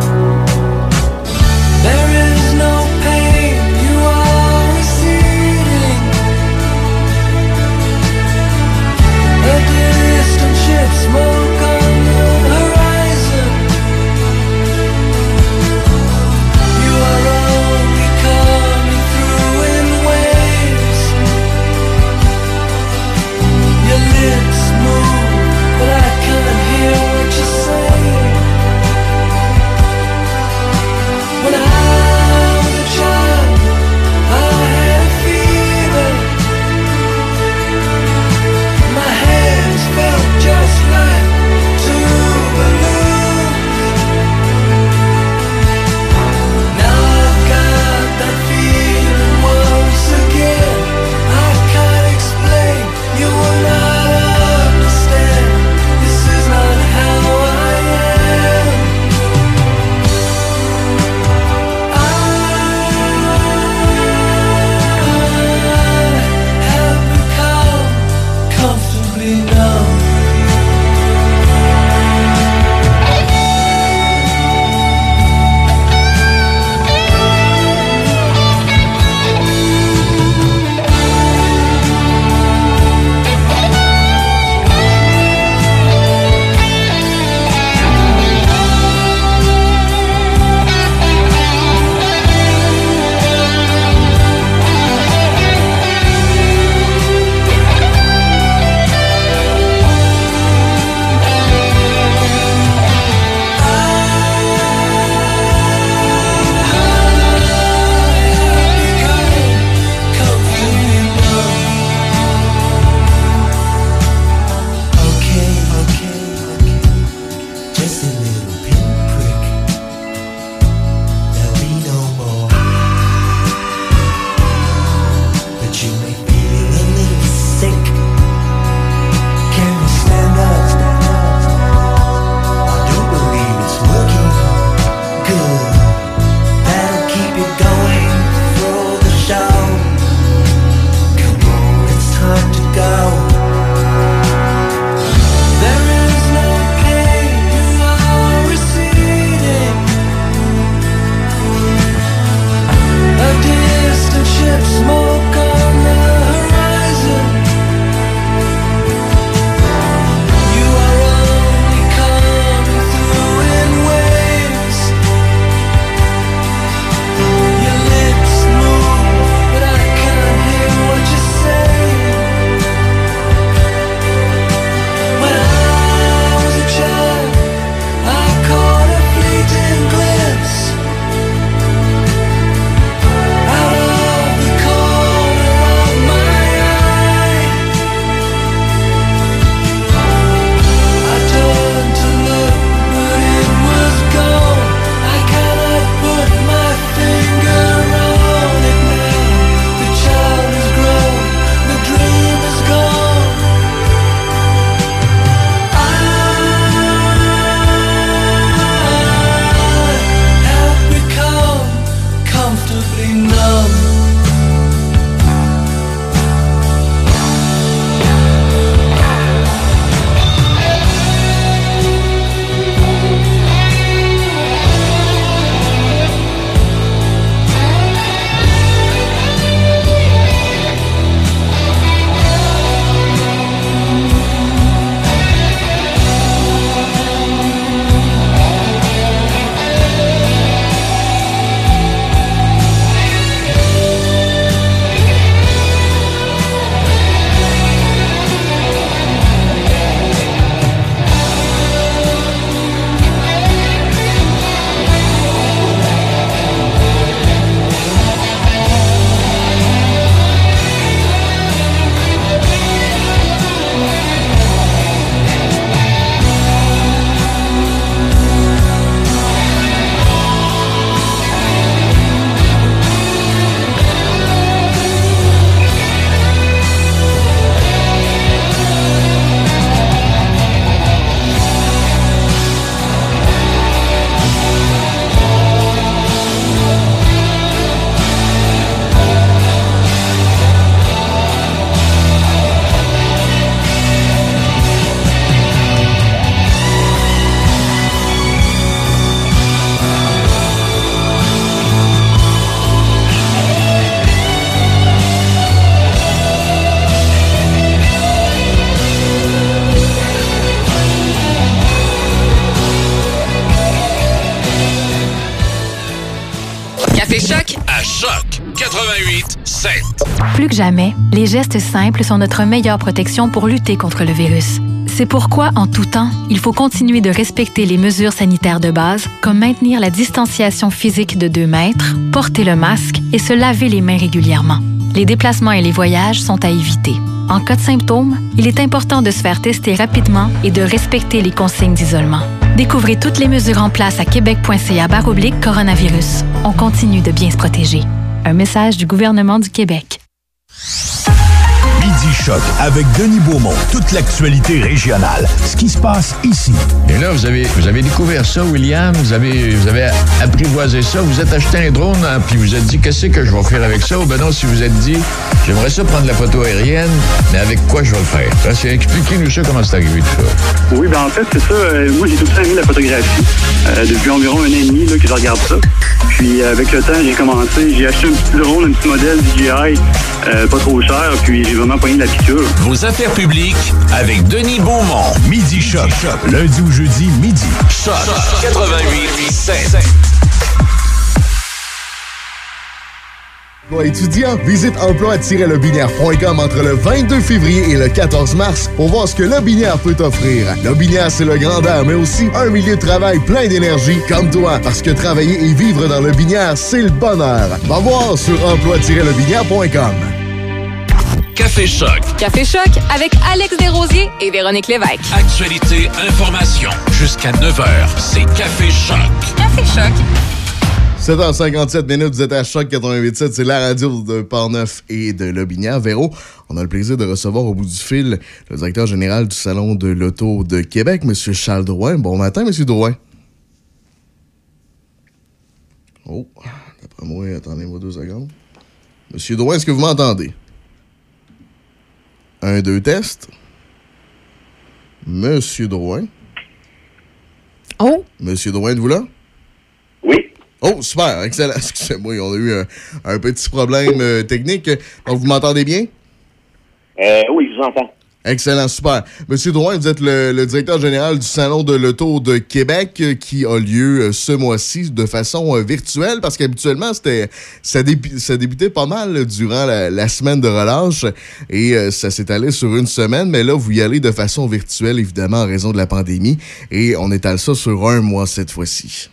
There is no pain, you are receding. A distant ship, smoke on the 88.7. Plus que jamais, les gestes simples sont notre meilleure protection pour lutter contre le virus. C'est pourquoi, en tout temps, il faut continuer de respecter les mesures sanitaires de base, comme maintenir la distanciation physique de 2 mètres, porter le masque et se laver les mains régulièrement. Les déplacements et les voyages sont à éviter. En cas de symptômes, il est important de se faire tester rapidement et de respecter les consignes d'isolement. Découvrez toutes les mesures en place à québec.ca/coronavirus. On continue de bien se protéger. Un message du gouvernement du Québec. Midi Choc avec Denis Beaumont. Toute l'actualité régionale. Ce qui se passe ici. Et là, vous avez découvert ça, William. Vous avez apprivoisé ça. Vous êtes acheté un drone, hein, puis vous êtes dit, qu'est-ce que je vais faire avec ça? Ou ben non, si vous êtes dit, j'aimerais ça prendre la photo aérienne, mais avec quoi je vais le faire? Expliquez-nous ça, comment c'est arrivé tout ça. Oui, ben en fait, c'est ça. Moi, j'ai tout le temps aimé la photographie. Depuis environ 1 an et demi là, que je regarde ça. Puis avec le temps, j'ai acheté un petit drone, un petit modèle DJI, pas trop cher, puis j'ai vraiment pogné de la piqûre. Vos affaires publiques avec Denis Beaumont. Midi Choc. Lundi ou jeudi, midi. Choc 88.7. Étudiants, visite emploi-lobinière.com entre le 22 février et le 14 mars pour voir ce que Lobinière peut t'offrir. Lobinière, c'est le grand air, mais aussi un milieu de travail plein d'énergie comme toi. Parce que travailler et vivre dans Lobinière, c'est le bonheur. Va voir sur emploi-lobinière.com. Café Choc. Café Choc avec Alex Desrosiers et Véronique Lévesque. Actualité, information. Jusqu'à 9h, c'est Café Choc. Café Choc. 7h57 vous êtes à Choc 88.7, c'est la radio de Portneuf et de Lobinière. Véro, on a le plaisir de recevoir au bout du fil le directeur général du Salon de l'Auto de Québec, M. Charles Drouin. Bon matin, M. Drouin. Oh, d'après moi, attendez-moi 2 secondes. M. Drouin, est-ce que vous m'entendez? 1, 2, test. Monsieur Drouin. Oh! Monsieur Drouin, êtes-vous là? Oui. Oh, super, excellent. Excusez-moi, on a eu un petit problème technique. Donc, vous m'entendez bien? Oui, je vous entends. Excellent, super. Monsieur Drouin, vous êtes le directeur général du Salon de l'Auto de Québec qui a lieu ce mois-ci de façon virtuelle parce qu'habituellement, ça débutait pas mal durant la semaine de relâche et ça s'est allé sur 1 semaine, mais là, vous y allez de façon virtuelle, évidemment, en raison de la pandémie et on étale ça sur 1 mois cette fois-ci.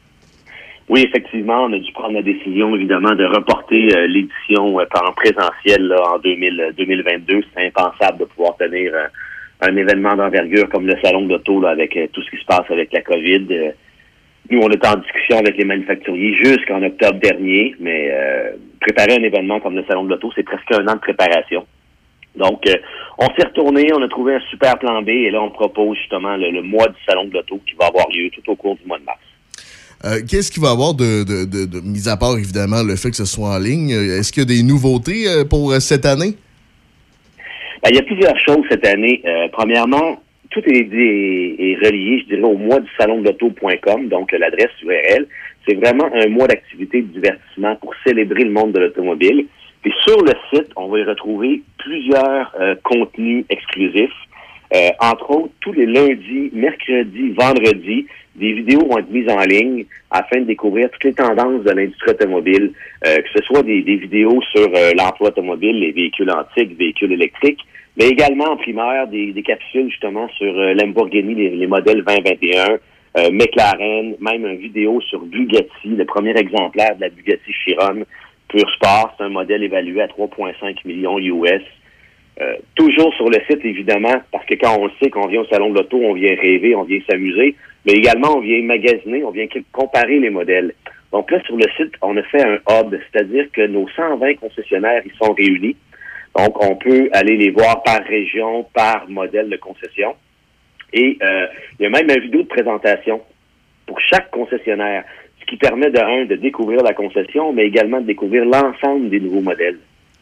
Oui, effectivement, on a dû prendre la décision, évidemment, de reporter l'édition en présentiel là, en 2022. C'est impensable de pouvoir tenir un événement d'envergure comme le Salon de l'Auto là, avec tout ce qui se passe avec la COVID. Nous, on est en discussion avec les manufacturiers jusqu'en octobre dernier, mais préparer un événement comme le Salon de l'Auto, c'est presque 1 an de préparation. Donc, on s'est retourné, on a trouvé un super plan B et là, on propose justement le mois du Salon de l'Auto qui va avoir lieu tout au cours du mois de mars. Qu'est-ce qu'il va y avoir de mis à part, évidemment, le fait que ce soit en ligne? Est-ce qu'il y a des nouveautés pour cette année? Ben, il y a plusieurs choses cette année. Premièrement, tout est relié, je dirais, au mois du salon de l'auto.com, donc l'adresse URL. C'est vraiment un mois d'activité de divertissement pour célébrer le monde de l'automobile. Puis sur le site, on va y retrouver plusieurs contenus exclusifs. Entre autres, tous les lundis, mercredis, vendredis, des vidéos vont être mises en ligne afin de découvrir toutes les tendances de l'industrie automobile, que ce soit des vidéos sur l'emploi automobile, les véhicules antiques, véhicules électriques, mais également en primeur des capsules justement sur Lamborghini, les modèles 2021, McLaren, même une vidéo sur Bugatti, le premier exemplaire de la Bugatti Chiron Pure Sport. C'est un modèle évalué à 3,5 millions US. Toujours sur le site, évidemment, parce que quand on le sait qu'on vient au Salon de l'Auto, on vient rêver, on vient s'amuser, mais également on vient magasiner, on vient comparer les modèles. Donc là, sur le site, on a fait un hub, c'est-à-dire que nos 120 concessionnaires, ils sont réunis. Donc, on peut aller les voir par région, par modèle de concession. Et il y a même une vidéo de présentation pour chaque concessionnaire, ce qui permet de découvrir la concession, mais également de découvrir l'ensemble des nouveaux modèles.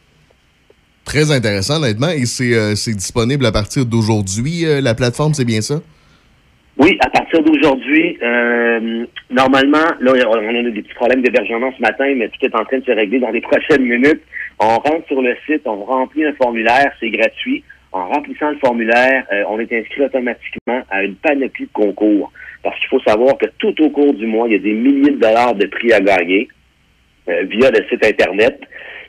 Très intéressant, honnêtement. Et c'est disponible à partir d'aujourd'hui, la plateforme, c'est bien ça? Oui, à partir d'aujourd'hui, normalement, là, on a des petits problèmes d'hébergement ce matin, mais tout est en train de se régler dans les prochaines minutes. On rentre sur le site, on remplit un formulaire, c'est gratuit. En remplissant le formulaire, on est inscrit automatiquement à une panoplie de concours. Parce qu'il faut savoir que tout au cours du mois, il y a des milliers de dollars de prix à gagner via le site Internet.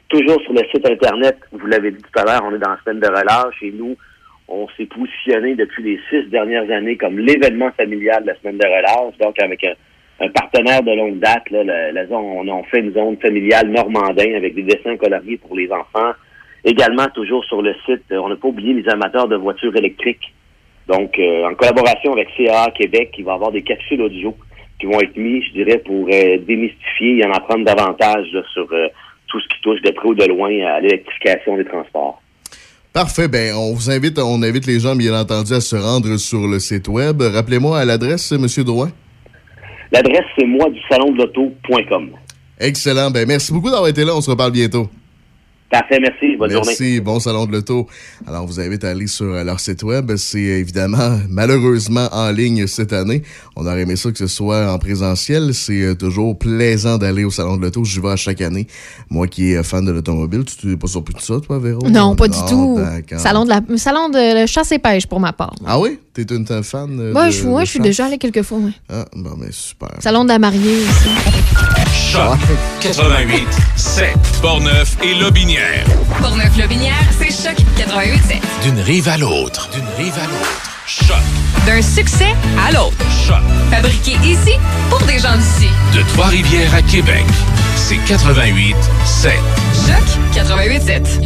toujours sur le site Internet, vous l'avez dit tout à l'heure, on est dans la semaine de relâche et nous, on s'est positionné depuis les 6 dernières années comme l'événement familial de la semaine de relâche, donc avec un partenaire de longue date. Là, la zone, on fait une zone familiale normandin avec des dessins coloriés pour les enfants. Également, toujours sur le site, on n'a pas oublié les amateurs de voitures électriques. Donc, en collaboration avec CAA Québec, il va y avoir des capsules audio qui vont être mis, je dirais, pour démystifier et en apprendre davantage là, sur tout ce qui touche de près ou de loin à l'électrification des transports. Parfait. Ben, on invite les gens, bien entendu, à se rendre sur le site web. Rappelez-moi à l'adresse, M. Drouin. L'adresse, c'est moisdusalondelauto.com. Excellent. Ben, merci beaucoup d'avoir été là. On se reparle bientôt. Parfait, merci. Bonne journée. Merci, bon salon de l'auto. Alors, on vous invite à aller sur leur site web. C'est évidemment, malheureusement, en ligne cette année. On aurait aimé ça que ce soit en présentiel. C'est toujours plaisant d'aller au salon de l'auto. J'y vais à chaque année. Moi qui est fan de l'automobile, tu n'es pas surpris de ça, toi, Véro? Non, pas du tout. Salon de chasse et pêche, pour ma part. Ah oui? T'es une fan? Moi, je suis déjà allé quelques fois, oui. Ah, bon, mais super. Salon de la mariée aussi. Choc 88 7 Portneuf et Lotbinière. Portneuf-Lotbinière, c'est Choc 88.7. D'une rive à l'autre. Choc. D'un succès à l'autre. Choc. Fabriqué ici pour des gens d'ici. De Trois-Rivières à Québec, c'est 88 7. Choc 88.7.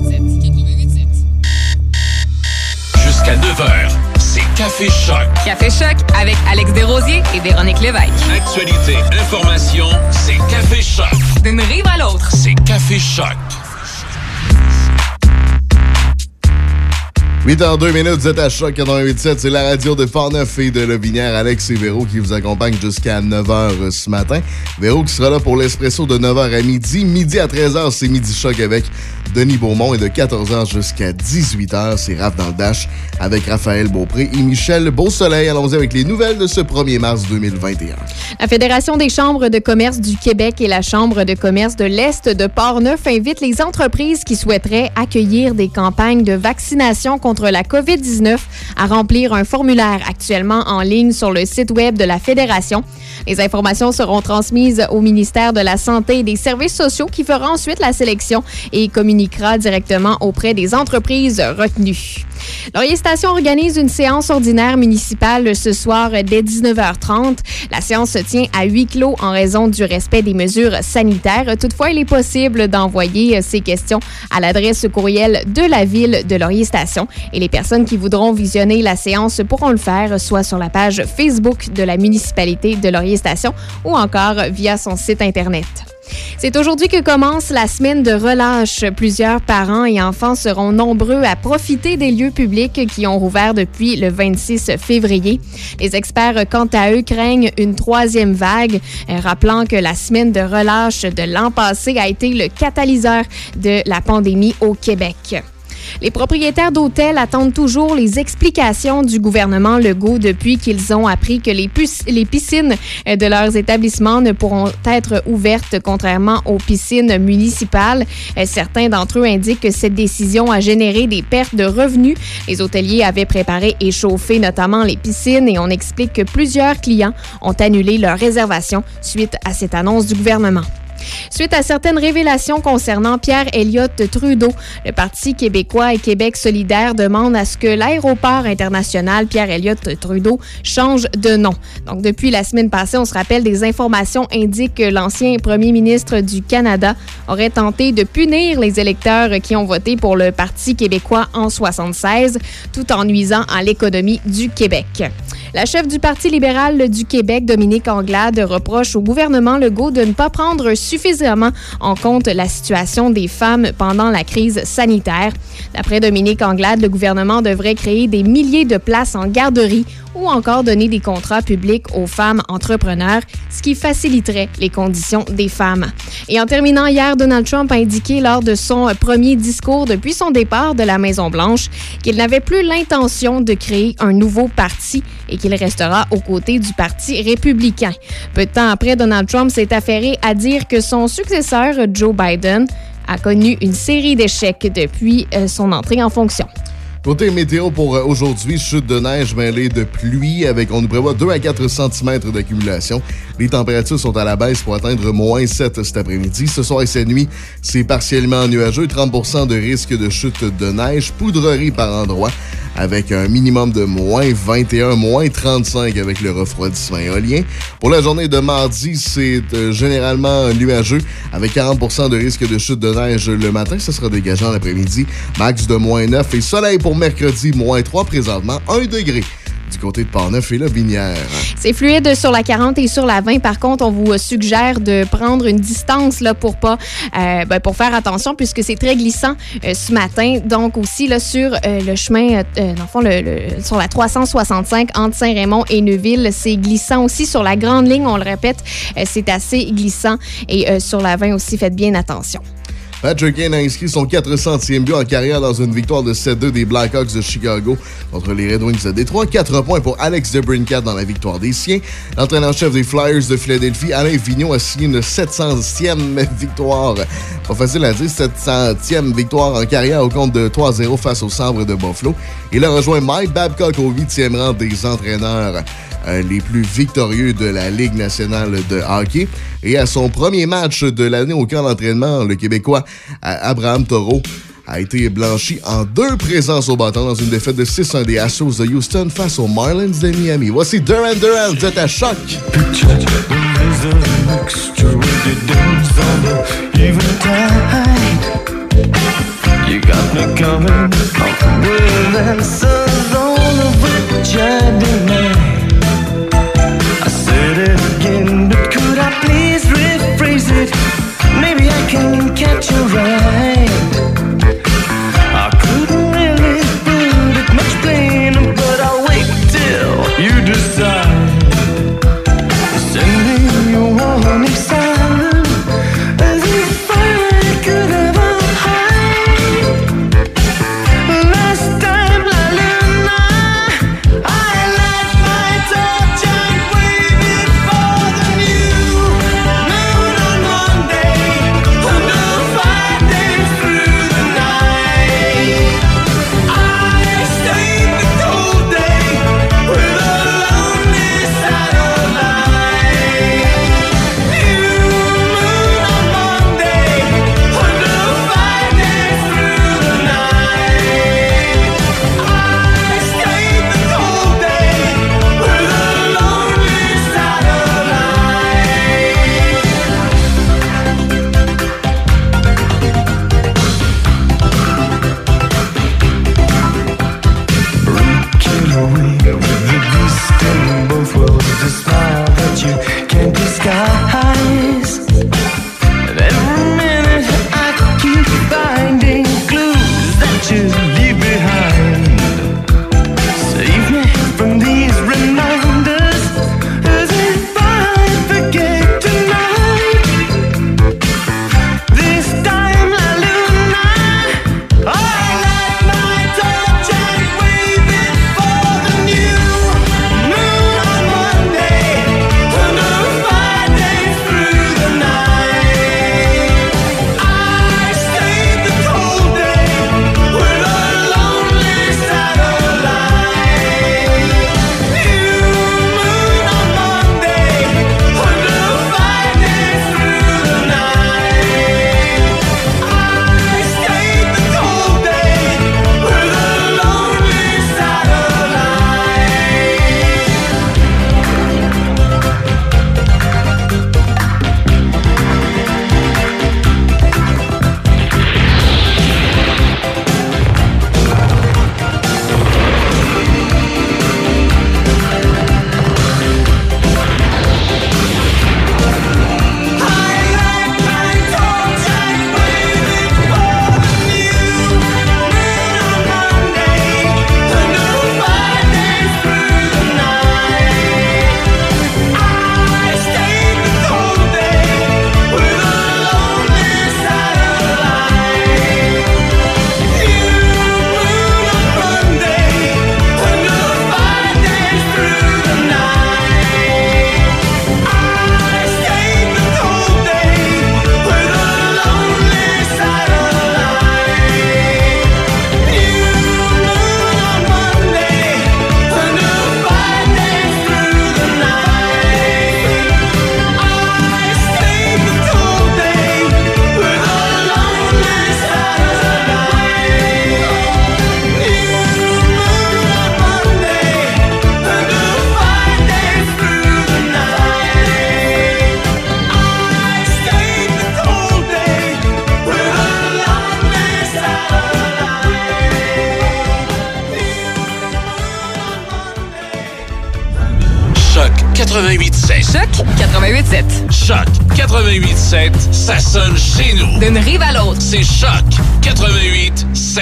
Jusqu'à 9h, c'est Café Choc. Café Choc avec Alex Desrosiers et Véronique Lévesque. Actualité, information, c'est Café Choc. D'une rive à l'autre, c'est Café Choc. 8h02, vous êtes à Choc 88.7. C'est la radio de Portneuf et de Lotbinière. Alex et Véro qui vous accompagnent jusqu'à 9h ce matin. Véro qui sera là pour l'espresso de 9h à midi. Midi à 13h, c'est Midi Choc avec Denis Beaumont. Et de 14h jusqu'à 18h, c'est Raph dans le Dash avec Raphaël Beaupré et Michel Beausoleil. Allons-y avec les nouvelles de ce 1er mars 2021. La Fédération des chambres de commerce du Québec et la Chambre de commerce de l'Est de Portneuf invitent les entreprises qui souhaiteraient accueillir des campagnes de vaccination contre la COVID-19 à remplir un formulaire actuellement en ligne sur le site web de la Fédération. Les informations seront transmises au ministère de la Santé et des Services sociaux qui fera ensuite la sélection et communiquera directement auprès des entreprises retenues. Laurier Station organise une séance ordinaire municipale ce soir dès 19h30. La séance se tient à huis clos en raison du respect des mesures sanitaires. Toutefois, il est possible d'envoyer ces questions à l'adresse courriel de la ville de Laurier Station. Et les personnes qui voudront visionner la séance pourront le faire soit sur la page Facebook de la municipalité de Laurier Station ou encore via son site Internet. C'est aujourd'hui que commence la semaine de relâche. Plusieurs parents et enfants seront nombreux à profiter des lieux publics qui ont rouvert depuis le 26 février. Les experts, quant à eux, craignent une troisième vague, rappelant que la semaine de relâche de l'an passé a été le catalyseur de la pandémie au Québec. Les propriétaires d'hôtels attendent toujours les explications du gouvernement Legault depuis qu'ils ont appris que les piscines de leurs établissements ne pourront être ouvertes contrairement aux piscines municipales. Certains d'entre eux indiquent que cette décision a généré des pertes de revenus. Les hôteliers avaient préparé et chauffé notamment les piscines et on explique que plusieurs clients ont annulé leur réservation suite à cette annonce du gouvernement. Suite à certaines révélations concernant Pierre Elliott Trudeau, le Parti québécois et Québec solidaire demande à ce que l'aéroport international Pierre Elliott Trudeau change de nom. Donc, depuis la semaine passée, on se rappelle, des informations indiquent que l'ancien premier ministre du Canada aurait tenté de punir les électeurs qui ont voté pour le Parti québécois en 1976, tout en nuisant à l'économie du Québec. La chef du Parti libéral du Québec, Dominique Anglade, reproche au gouvernement Legault de ne pas prendre suffisamment en compte la situation des femmes pendant la crise sanitaire. D'après Dominique Anglade, le gouvernement devrait créer des milliers de places en garderie ou encore donner des contrats publics aux femmes entrepreneurs, ce qui faciliterait les conditions des femmes. Et en terminant, hier, Donald Trump a indiqué lors de son premier discours depuis son départ de la Maison-Blanche qu'il n'avait plus l'intention de créer un nouveau parti et qu'il restera aux côtés du Parti républicain. Peu de temps après, Donald Trump s'est affairé à dire que son successeur, Joe Biden, a connu une série d'échecs depuis son entrée en fonction. Côté météo pour aujourd'hui, chute de neige mêlée de pluie avec, on nous prévoit 2 à 4 cm d'accumulation. Les températures sont à la baisse pour atteindre moins 7 cet après-midi. Ce soir et cette nuit, c'est partiellement nuageux. 30% de risque de chute de neige, poudrerie par endroits avec un minimum de moins 21, moins 35 avec le refroidissement éolien. Pour la journée de mardi, c'est généralement nuageux avec 40% de risque de chute de neige le matin. Ça sera dégageant l'après-midi. Max de moins 9 et soleil pour mercredi, moins 3 présentement, 1 degré. Du côté de Portneuf et Lobinière. C'est fluide sur la 40 et sur la 20. Par contre, on vous suggère de prendre une distance là, pour faire attention puisque c'est très glissant ce matin. Donc aussi là, sur le chemin, dans le fond, sur la 365 entre Saint-Raymond et Neuville, c'est glissant aussi. Sur la grande ligne, on le répète, c'est assez glissant. Et sur la 20 aussi, faites bien attention. Patrick Kane a inscrit son 400e but en carrière dans une victoire de 7-2 des Blackhawks de Chicago contre les Red Wings de Détroit. 4 points pour Alex DeBrincat dans la victoire des siens. L'entraîneur-chef des Flyers de Philadelphie, Alain Vigneault, a signé une 700e victoire. Pas facile à dire, 700e victoire en carrière au compte de 3-0 face aux Sabres de Buffalo. Il a rejoint Mike Babcock au 8e rang des entraîneurs les plus victorieux de la Ligue nationale de hockey. Et à son premier match de l'année au camp d'entraînement, le Québécois Abraham Taureau a été blanchi en 2 présences au bâton dans une défaite de 6-1 des Astros de Houston face aux Marlins de Miami. Voici Duran Duran, vous êtes à Choc! You got me coming with answers all of which I deny. I said it again, but could I please rephrase it? Maybe I can catch your eye. I couldn't really put it much plainer, but I'll wait till you decide. Send me your warning sign, as if I could ever hide. Last time, la la la, I lied 88.7. Choc 88.7. Choc 88.7, ça sonne chez nous. D'une rive à l'autre. C'est Choc 88.7.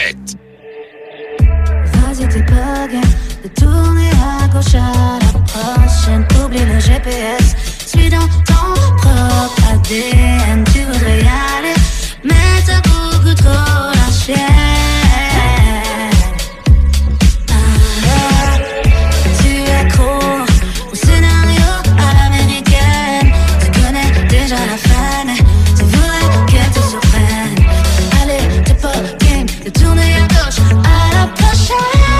Vas-y, t'es pas game de tourner à gauche à la prochaine. Oublie le GPS, suis dans ton propre ADN. Tu voudrais y aller, mais t'as beaucoup trop la chienne. Tu es accro au scénario à l'américaine. Tu connais déjà la fin, mais tu voudrais qu'elle te surprenne. Allez, t'es pas game de tourner à gauche à la prochaine.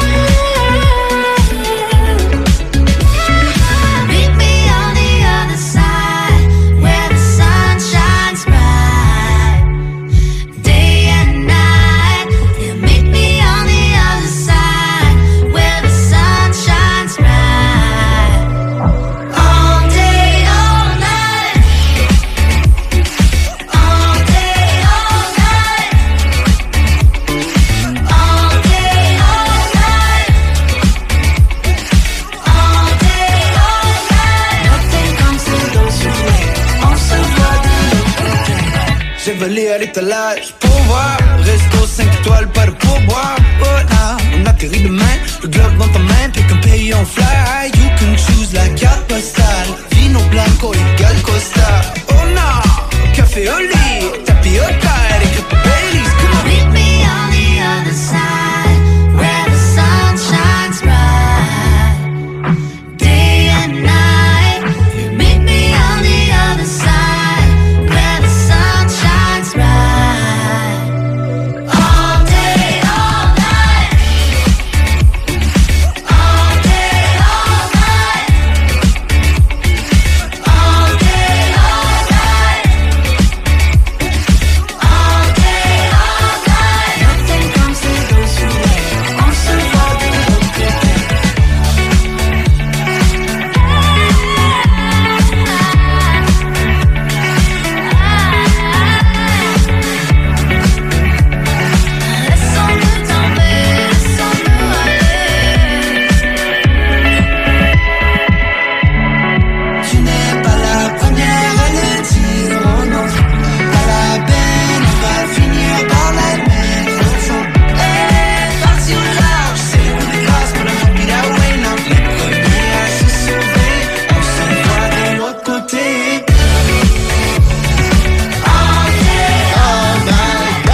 J'ai volé à l'étalage pour voir. Resto 5 étoiles, pas de pourboire. Oh là, on atterrit demain. Le globe dans ta main, pick un pays on fly. You can choose la carte postale. Vino blanco égal Costa. Oh non, café au lit, tapis au tide. Et que Baileys, come on. Meet me on the other side, where the sun shines bright. Day and night, you meet me on the other side, where the sun shines bright. All day, all night. All day, all night. All day, all night. All day, all night. Nothing comes to those who wait. On se voit de l'autre côté. Laissons-nous tomber, laissons-nous aller. Tu n'es pas la première à le dire, oh non. Pas la peine, on va finir par l'admettre au fond. Eh, parti au large, c'est le coup de grâce pour la be that way now. Les premiers à se sauver, on se voit de l'autre côté. All day, all night.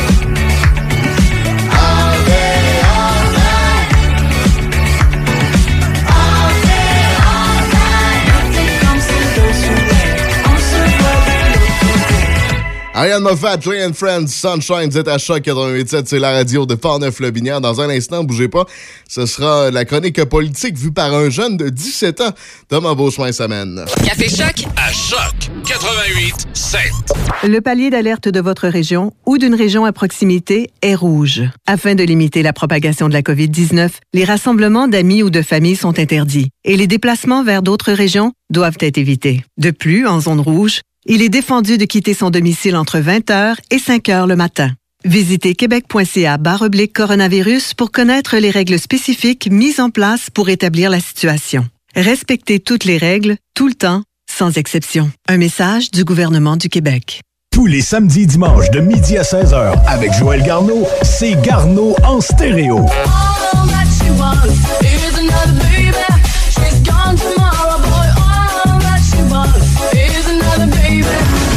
All day, all night. All day, all night. Nothing comes to those who wait. On se voit de l'autre côté. Ariane Moffat, Trey and Friends, Sunshine, vous êtes à Choc 88.7, c'est la radio de Portneuf-Lobinière. Dans un instant, bougez pas, ce sera la chronique politique vue par un jeune de 17 ans. Thomas Beauchemin s'amène. Café Choc. À Choc 88.7. Le palier d'alerte de votre région ou d'une région à proximité est rouge. Afin de limiter la propagation de la COVID-19, les rassemblements d'amis ou de familles sont interdits et les déplacements vers d'autres régions doivent être évités. De plus, en zone rouge, il est défendu de quitter son domicile entre 20h et 5h le matin. Visitez québec.ca/coronavirus pour connaître les règles spécifiques mises en place pour établir la situation. Respectez toutes les règles, tout le temps, sans exception. Un message du gouvernement du Québec. Tous les samedis et dimanches de midi à 16h avec Joël Garneau, c'est Garneau en stéréo. All that she wants is another baby. She's gone tomorrow, boy. All that she wants is another baby.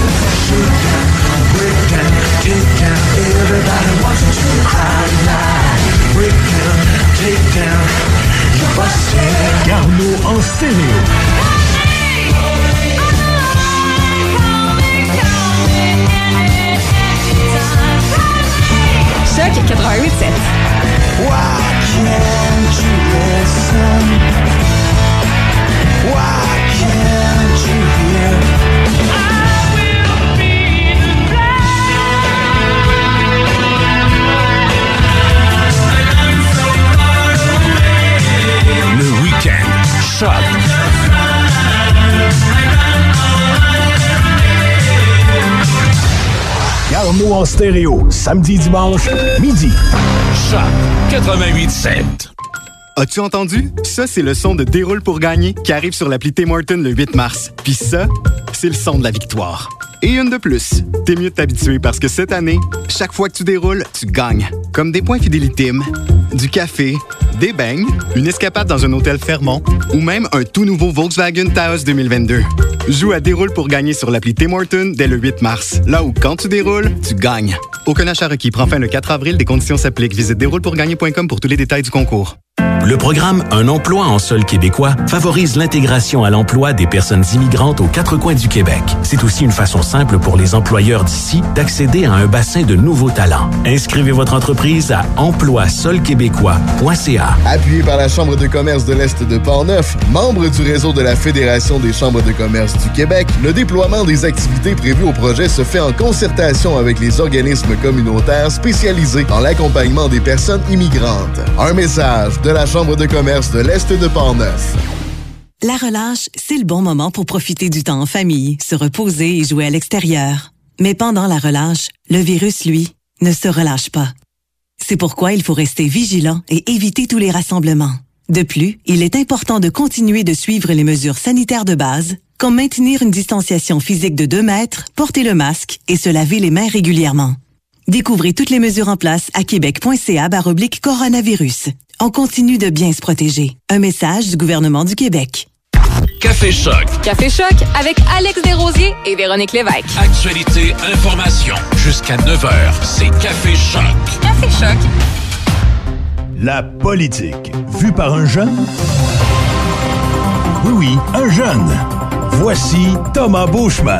Break down, take down. Everybody wants you to cry tonight. Break down, take down. You're busted. Garneau en stéréo. Choc 88.7. Why can't you listen? Why can't you hear? Le week-end Choc. Garneau en stéréo, samedi, dimanche, midi. Choc 88.7. As-tu entendu? Ça, c'est le son de Déroule pour gagner qui arrive sur l'appli Tim Hortons le 8 mars. Puis ça, c'est le son de la victoire. Et une de plus, t'es mieux de t'habituer parce que cette année, chaque fois que tu déroules, tu gagnes. Comme des points Fidélitime, du café, des beignes, une escapade dans un hôtel Fairmont ou même un tout nouveau Volkswagen Taos 2022. Joue à Déroule pour gagner sur l'appli Tim Hortons dès le 8 mars. Là où, quand tu déroules, tu gagnes. Aucun achat requis. Prend fin le 4 avril. Des conditions s'appliquent. Visite déroulepourgagner.com pour tous les détails du concours. Le programme Un emploi en sol québécois favorise l'intégration à l'emploi des personnes immigrantes aux quatre coins du Québec. C'est aussi une façon simple pour les employeurs d'ici d'accéder à un bassin de nouveaux talents. Inscrivez votre entreprise à emploisolquébécois.ca. Appuyé par la Chambre de commerce de l'Est de Portneuf, membre du réseau de la Fédération des chambres de commerce du Québec, le déploiement des activités prévues au projet se fait en concertation avec les organismes communautaires spécialisés dans l'accompagnement des personnes immigrantes. Un message de la Chambre de commerce de l'Est de Portneuf. La relâche, c'est le bon moment pour profiter du temps en famille, se reposer et jouer à l'extérieur. Mais pendant la relâche, le virus, lui, ne se relâche pas. C'est pourquoi il faut rester vigilant et éviter tous les rassemblements. De plus, il est important de continuer de suivre les mesures sanitaires de base, comme maintenir une distanciation physique de 2 mètres, porter le masque et se laver les mains régulièrement. Découvrez toutes les mesures en place à québec.ca/coronavirus. On continue de bien se protéger. Un message du gouvernement du Québec. Café Choc. Café Choc avec Alex Desrosiers et Véronique Lévesque. Actualité, information. Jusqu'à 9h, c'est Café Choc. Café Choc. La politique, vue par un jeune? Oui, un jeune. Voici Thomas Beauchemin.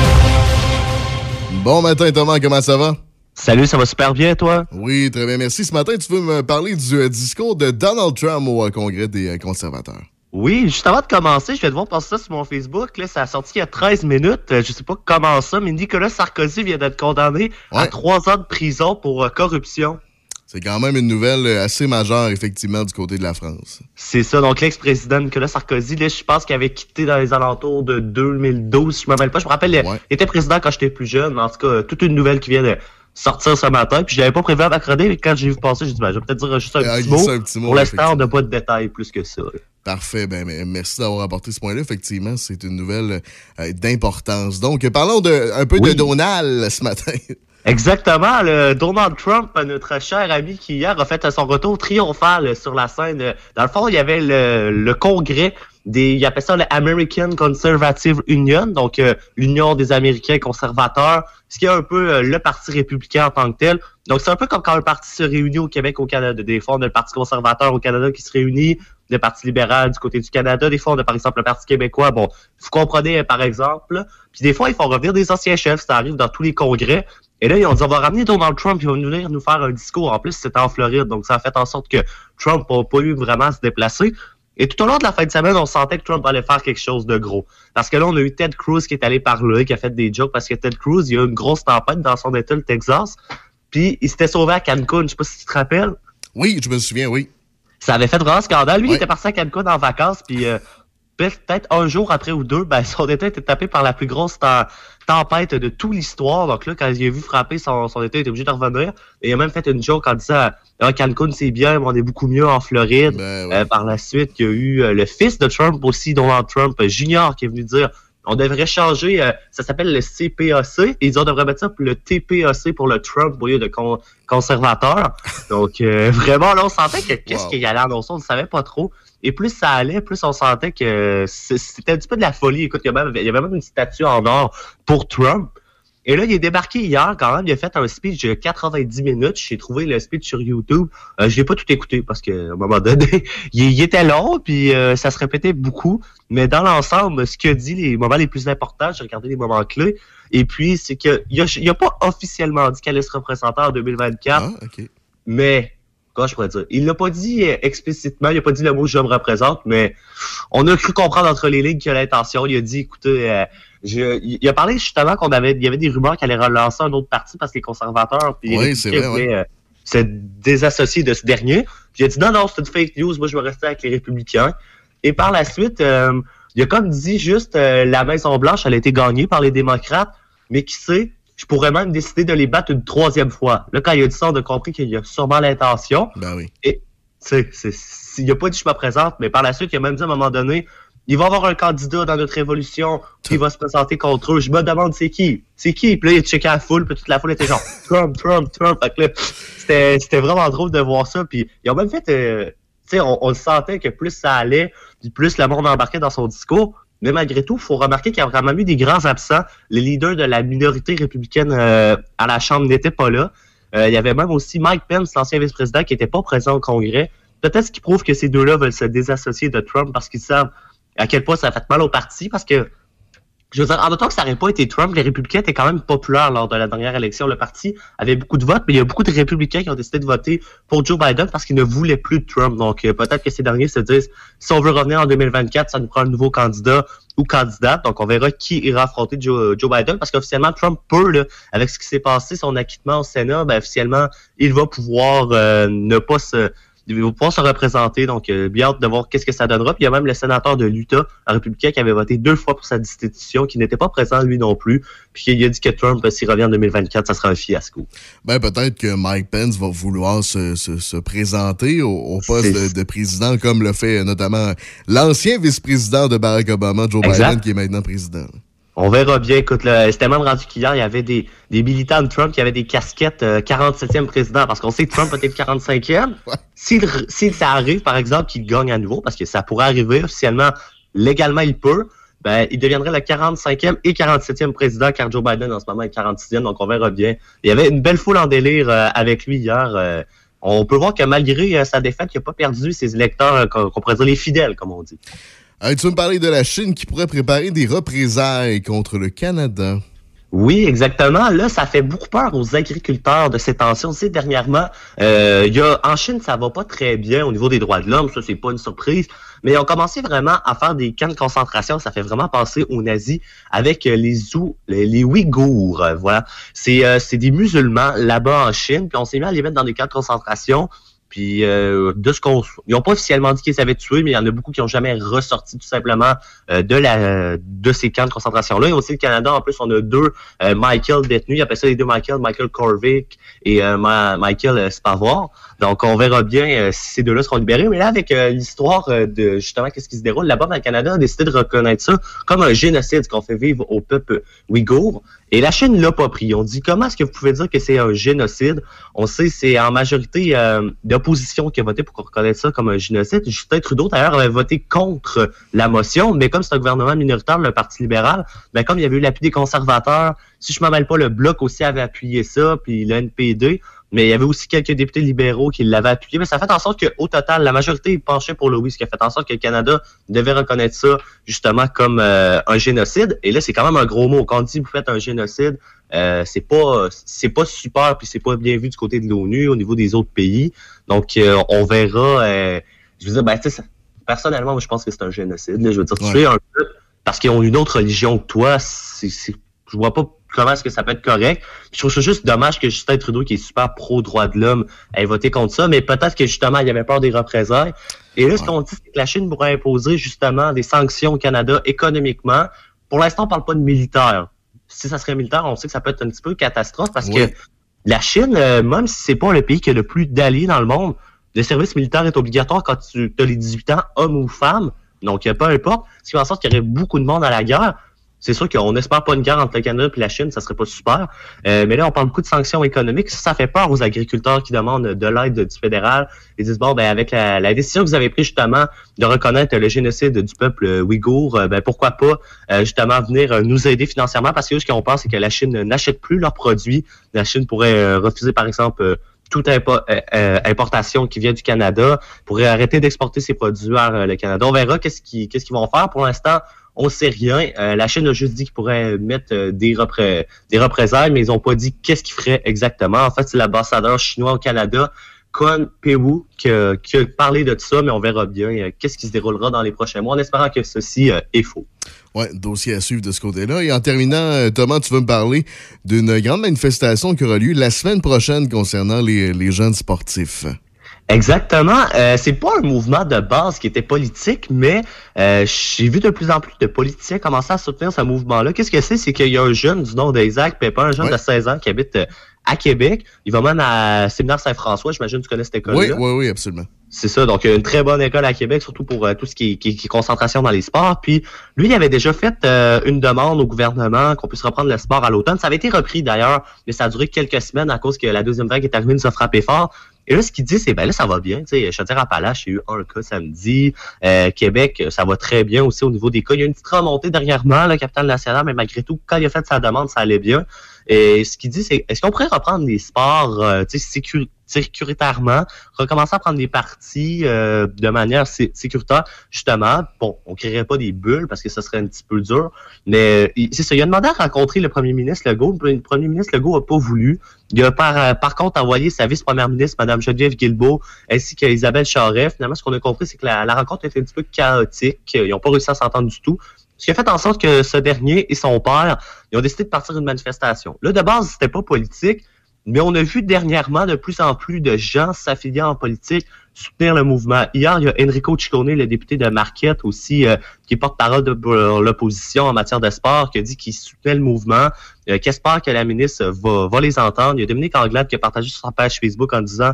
Bon matin, Thomas, comment ça va? Salut, ça va super bien, toi? Oui, très bien, merci. Ce matin, tu veux me parler du discours de Donald Trump au Congrès des conservateurs. Oui, juste avant de commencer, je vais devoir passer ça sur mon Facebook. Là, ça a sorti il y a 13 minutes. Je sais pas comment ça, mais Nicolas Sarkozy vient d'être condamné à 3 ans de prison pour corruption. C'est quand même une nouvelle assez majeure, effectivement, du côté de la France. C'est ça. Donc, l'ex-président Nicolas Sarkozy, là, je pense qu'il avait quitté dans les alentours de 2012. Je me rappelle pas. Je me rappelle, il était président quand j'étais plus jeune. Mais en tout cas, toute une nouvelle qui vient de sortir ce matin. Puis, je l'avais pas prévu à m'accroder. Mais quand j'ai vu passer, j'ai dit, je vais peut-être dire juste un petit mot. Pour l'instant, on n'a pas de détails plus que ça. Parfait. Ben, merci d'avoir apporté ce point-là. Effectivement, c'est une nouvelle d'importance. Donc, parlons un peu de Donald ce matin. Exactement. Donald Trump, notre cher ami qui hier a fait son retour triomphal sur la scène. Dans le fond, il y avait le congrès il appelle ça le American Conservative Union, donc l'Union des Américains conservateurs, ce qui est un peu le parti républicain en tant que tel. Donc, c'est un peu comme quand un parti se réunit au Québec, au Canada. Des fois, on a le Parti conservateur au Canada qui se réunit, le Parti libéral du côté du Canada. Des fois, on a par exemple le Parti québécois. Bon, vous comprenez, par exemple. Puis des fois, ils font revenir des anciens chefs. Ça arrive dans tous les congrès. Et là, ils ont dit, on va ramener Donald Trump, il va venir nous faire un discours. En plus, c'était en Floride. Donc, ça a fait en sorte que Trump n'a pas eu vraiment à se déplacer. Et tout au long de la fin de semaine, on sentait que Trump allait faire quelque chose de gros. Parce que là, on a eu Ted Cruz qui est allé parler, qui a fait des jokes, parce que Ted Cruz, il y a eu une grosse tempête dans son état, le Texas. Puis, il s'était sauvé à Cancun. Je sais pas si tu te rappelles. Oui, je me souviens, oui. Ça avait fait vraiment scandale. Lui, il était parti à Cancun en vacances, puis peut-être un jour après ou deux, ben son état était tapé par la plus grosse tempête de toute l'histoire. Donc là, quand il a vu frapper son état, il était obligé de revenir. Et il a même fait une joke en disant Cancun, c'est bien, mais on est beaucoup mieux en Floride. Par la suite, il y a eu le fils de Trump aussi, Donald Trump Jr., qui est venu dire on devrait changer, ça s'appelle le CPAC, et ils disent on devrait mettre ça pour le TPAC pour le Trump au lieu de conservateur. Donc vraiment, là, on sentait que qu'est-ce qu'il y allait annoncer, on ne savait pas trop. Et plus ça allait, plus on sentait que c'était un petit peu de la folie. Écoute, il y avait même une statue en or pour Trump. Et là, il est débarqué hier quand même. Il a fait un speech de 90 minutes. J'ai trouvé le speech sur YouTube. Je l'ai pas tout écouté parce qu'à un moment donné, il était long puis ça se répétait beaucoup. Mais dans l'ensemble, ce qu'il a dit, les moments les plus importants, j'ai regardé les moments clés. Et puis, c'est qu'il a pas officiellement dit qu'elle allait se représenter en 2024. Mais comment je pourrais dire? Il l'a pas dit explicitement, il a pas dit le mot « je me représente », mais on a cru comprendre entre les lignes qu'il a l'intention. Il a dit, écoutez, il a parlé justement il y avait des rumeurs qu'il allait relancer un autre parti parce que les conservateurs puis les républicains voulaient se désassocier de ce dernier. Puis il a dit non, c'est une fake news, moi je vais rester avec les républicains. Et par la suite, il a comme dit juste la Maison-Blanche, elle a été gagnée par les démocrates, mais qui sait, je pourrais même décider de les battre une 3e fois. Là, quand il a dit ça, on a compris qu'il y a sûrement l'intention. Ben oui. Et tu sais, il a pas dit je me présente, mais par la suite, il a même dit à un moment donné, il va y avoir un candidat dans notre révolution qui va se présenter contre eux. Je me demande c'est qui? C'est qui? Puis là, il a checké la foule, puis toute la foule était genre Trump. Fait que là, c'était vraiment drôle de voir ça. Puis ils ont même fait, tu sais, on le sentait que plus ça allait, puis plus le monde embarquait dans son discours. Mais malgré tout, il faut remarquer qu'il y a vraiment eu des grands absents. Les leaders de la minorité républicaine à la Chambre n'étaient pas là. Il y avait même aussi Mike Pence, l'ancien vice-président, qui n'était pas présent au Congrès. Peut-être ce qui prouve que ces deux-là veulent se désassocier de Trump parce qu'ils savent à quel point ça a fait mal au parti, parce que, je veux dire, en autant que ça n'aurait pas été Trump, les républicains étaient quand même populaires lors de la dernière élection. Le parti avait beaucoup de votes, mais il y a beaucoup de républicains qui ont décidé de voter pour Joe Biden parce qu'ils ne voulaient plus de Trump. Donc, peut-être que ces derniers se disent, si on veut revenir en 2024, ça nous prend un nouveau candidat ou candidate. Donc, on verra qui ira affronter Joe Biden, parce qu'officiellement, Trump peut, là, avec ce qui s'est passé, son acquittement au Sénat, ben, officiellement, il va pouvoir il va pouvoir se représenter, donc bien hâte de voir qu'est-ce que ça donnera. Puis il y a même le sénateur de l'Utah, un républicain, qui avait voté 2 fois pour sa destitution, qui n'était pas présent lui non plus, puis il a dit que Trump, s'il revient en 2024, ça sera un fiasco. Ben peut-être que Mike Pence va vouloir se présenter au poste de président, comme le fait notamment l'ancien vice-président de Barack Obama, Joe Biden, qui est maintenant président. On verra bien. Écoute, c'était même rendu qu'hier, il y avait des militants de Trump qui avaient des casquettes 47e président, parce qu'on sait que Trump était le 45e. S'il ça arrive, par exemple, qu'il gagne à nouveau, parce que ça pourrait arriver officiellement, légalement, il peut, ben, il deviendrait le 45e et 47e président, car Joe Biden, en ce moment, est 46e, donc on verra bien. Il y avait une belle foule en délire avec lui hier. On peut voir que malgré sa défaite, il n'a pas perdu ses électeurs, qu'on pourrait dire les fidèles, comme on dit. Tu veux me parler de la Chine qui pourrait préparer des représailles contre le Canada? Oui, exactement. Là, ça fait beaucoup peur aux agriculteurs de ces tensions. Tu sais, dernièrement, en Chine, ça va pas très bien au niveau des droits de l'homme. Ça, c'est pas une surprise. Mais ils ont commencé vraiment à faire des camps de concentration. Ça fait vraiment penser aux nazis avec les Ouïghours. Voilà. C'est des musulmans là-bas en Chine. Puis on s'est mis à les mettre dans des camps de concentration. Puis ils n'ont pas officiellement dit qu'ils avaient tué, mais il y en a beaucoup qui n'ont jamais ressorti tout simplement de ces camps de concentration-là. Et aussi le Canada, en plus, on a 2 Michael détenus. Ils appellent ça les 2 Michael Korvic et Michael Spavor. Donc on verra bien si ces 2-là seront libérés. Mais là, avec l'histoire de justement qu'est-ce qui se déroule là-bas, le Canada a décidé de reconnaître ça comme un génocide qu'on fait vivre au peuple ouïghour. Et la Chine l'a pas pris. On dit, comment est-ce que vous pouvez dire que c'est un génocide? On sait, c'est en majorité d'opposition qui a voté pour qu'on reconnaisse ça comme un génocide. Justin Trudeau, d'ailleurs, avait voté contre la motion, mais comme c'est un gouvernement minoritaire, le Parti libéral, ben comme il y avait eu l'appui des conservateurs, si je ne m'en mêle pas, le Bloc aussi avait appuyé ça, puis le NPD, mais il y avait aussi quelques députés libéraux qui l'avaient appuyé. Mais ça fait en sorte qu'au total, la majorité penchait pour le oui, ce qui a fait en sorte que le Canada devait reconnaître ça justement comme un génocide. Et là, c'est quand même un gros mot. Quand on dit vous faites un génocide, c'est pas super, puis c'est pas bien vu du côté de l'ONU, au niveau des autres pays. Donc, on verra. Je veux dire, ben, tu sais, personnellement, moi, je pense que c'est un génocide. Là, je veux dire, tuer un peuple parce qu'ils ont une autre religion que toi, je vois pas comment est-ce que ça peut être correct. Je trouve ça juste dommage que Justin Trudeau, qui est super pro-droit de l'homme, ait voté contre ça, mais peut-être que justement, il avait peur des représailles. Et là, ce qu'on dit, c'est que la Chine pourrait imposer justement des sanctions au Canada économiquement. Pour l'instant, on parle pas de militaire. Si ça serait militaire, on sait que ça peut être un petit peu catastrophe parce que la Chine, même si c'est pas le pays qui a le plus d'alliés dans le monde, le service militaire est obligatoire quand tu as les 18 ans, homme ou femme. Donc, peu importe. Ce qui fait en sorte qu'il y aurait beaucoup de monde à la guerre. C'est sûr qu'on n'espère pas une guerre entre le Canada et la Chine, ça serait pas super. Mais là, on parle beaucoup de sanctions économiques. Ça fait peur aux agriculteurs qui demandent de l'aide du fédéral. Ils disent, bon, ben avec la décision que vous avez prise justement de reconnaître le génocide du peuple ouïghour, ben pourquoi pas justement venir nous aider financièrement, parce que ce qu'on pense, c'est que la Chine n'achète plus leurs produits. La Chine pourrait refuser, par exemple, toute importation qui vient du Canada, pourrait arrêter d'exporter ses produits vers le Canada. On verra qu'est-ce qu'ils vont faire. Pour l'instant, on sait rien. La Chine a juste dit qu'ils pourraient mettre des représailles, mais ils n'ont pas dit qu'est-ce qu'ils feraient exactement. En fait, c'est l'ambassadeur chinois au Canada, Kun Peiwu, qui a parlé de tout ça, mais on verra bien qu'est-ce qui se déroulera dans les prochains mois, en espérant que ceci est faux. Oui, dossier à suivre de ce côté-là. Et en terminant, Thomas, tu veux me parler d'une grande manifestation qui aura lieu la semaine prochaine concernant les jeunes sportifs. Exactement. C'est pas un mouvement de base qui était politique, mais j'ai vu de plus en plus de politiciens commencer à soutenir ce mouvement-là. Qu'est-ce que c'est? C'est qu'il y a un jeune du nom d'Isaac Pépin, un jeune de 16 ans qui habite à Québec. Il va même à Séminaire Saint-François. J'imagine que tu connais cette école-là. Oui, absolument. C'est ça, donc une très bonne école à Québec, surtout pour tout ce qui est concentration dans les sports. Puis lui, il avait déjà fait une demande au gouvernement qu'on puisse reprendre le sport à l'automne. Ça avait été repris d'ailleurs, mais ça a duré quelques semaines à cause que la deuxième vague est arrivée, nous a frappé fort. Et là, ce qu'il dit, c'est là, ça va bien. Tu sais, Chaudière-Appalaches, il y a eu un cas samedi. Québec, ça va très bien aussi au niveau des cas. Il y a une petite remontée dernièrement, le capitaine national, mais malgré tout, quand il a fait sa demande, ça allait bien. Et ce qu'il dit, c'est est-ce qu'on pourrait reprendre les sports sécuritairement, recommencer à prendre des parties de manière sécuritaire, justement. Bon, on créerait pas des bulles parce que ça serait un petit peu dur, mais c'est ça. Il a demandé à rencontrer le premier ministre Legault. Le premier ministre Legault a pas voulu. Il a par contre envoyé sa vice-première ministre, Mme Geneviève Guilbeault, ainsi qu'Isabelle Charest. Finalement, ce qu'on a compris, c'est que la rencontre était un petit peu chaotique. Ils n'ont pas réussi à s'entendre du tout. Ce qui a fait en sorte que ce dernier et son père, ils ont décidé de partir d'une manifestation. Là, de base, c'était pas politique, mais on a vu dernièrement de plus en plus de gens s'affilier en politique, soutenir le mouvement. Hier, il y a Enrico Ciccone, le député de Marquette aussi, qui est porte-parole de l'opposition en matière de sport, qui a dit qu'il soutenait le mouvement, qui espère que la ministre va les entendre. Il y a Dominique Anglade qui a partagé sur sa page Facebook en disant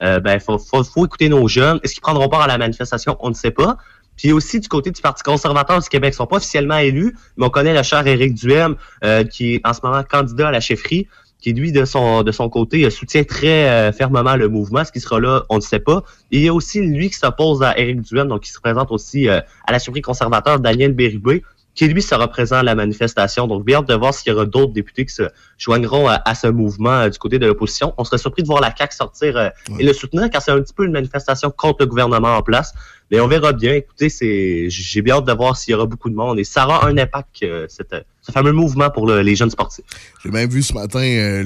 faut écouter nos jeunes. Est-ce qu'ils prendront part à la manifestation? On ne sait pas. Puis aussi du côté du Parti conservateur du Québec, ils sont pas officiellement élus, mais on connaît le cher Éric Duhem, qui est en ce moment candidat à la chefferie, qui lui, de son côté, soutient très fermement le mouvement. Ce qui sera là, on ne sait pas. Et il y a aussi lui qui s'oppose à Éric Duhem, donc qui se présente aussi à la chefferie conservateur, Daniel Bérubé, qui lui sera présent à la manifestation. Donc, bien hâte de voir s'il y aura d'autres députés qui se joindront à ce mouvement du côté de l'opposition. On serait surpris de voir la CAQ sortir et le soutenir, car c'est un petit peu une manifestation contre le gouvernement en place. Mais on verra bien. Écoutez, j'ai bien hâte de voir s'il y aura beaucoup de monde. Et ça aura un impact, ce fameux mouvement pour les jeunes sportifs. J'ai même vu ce matin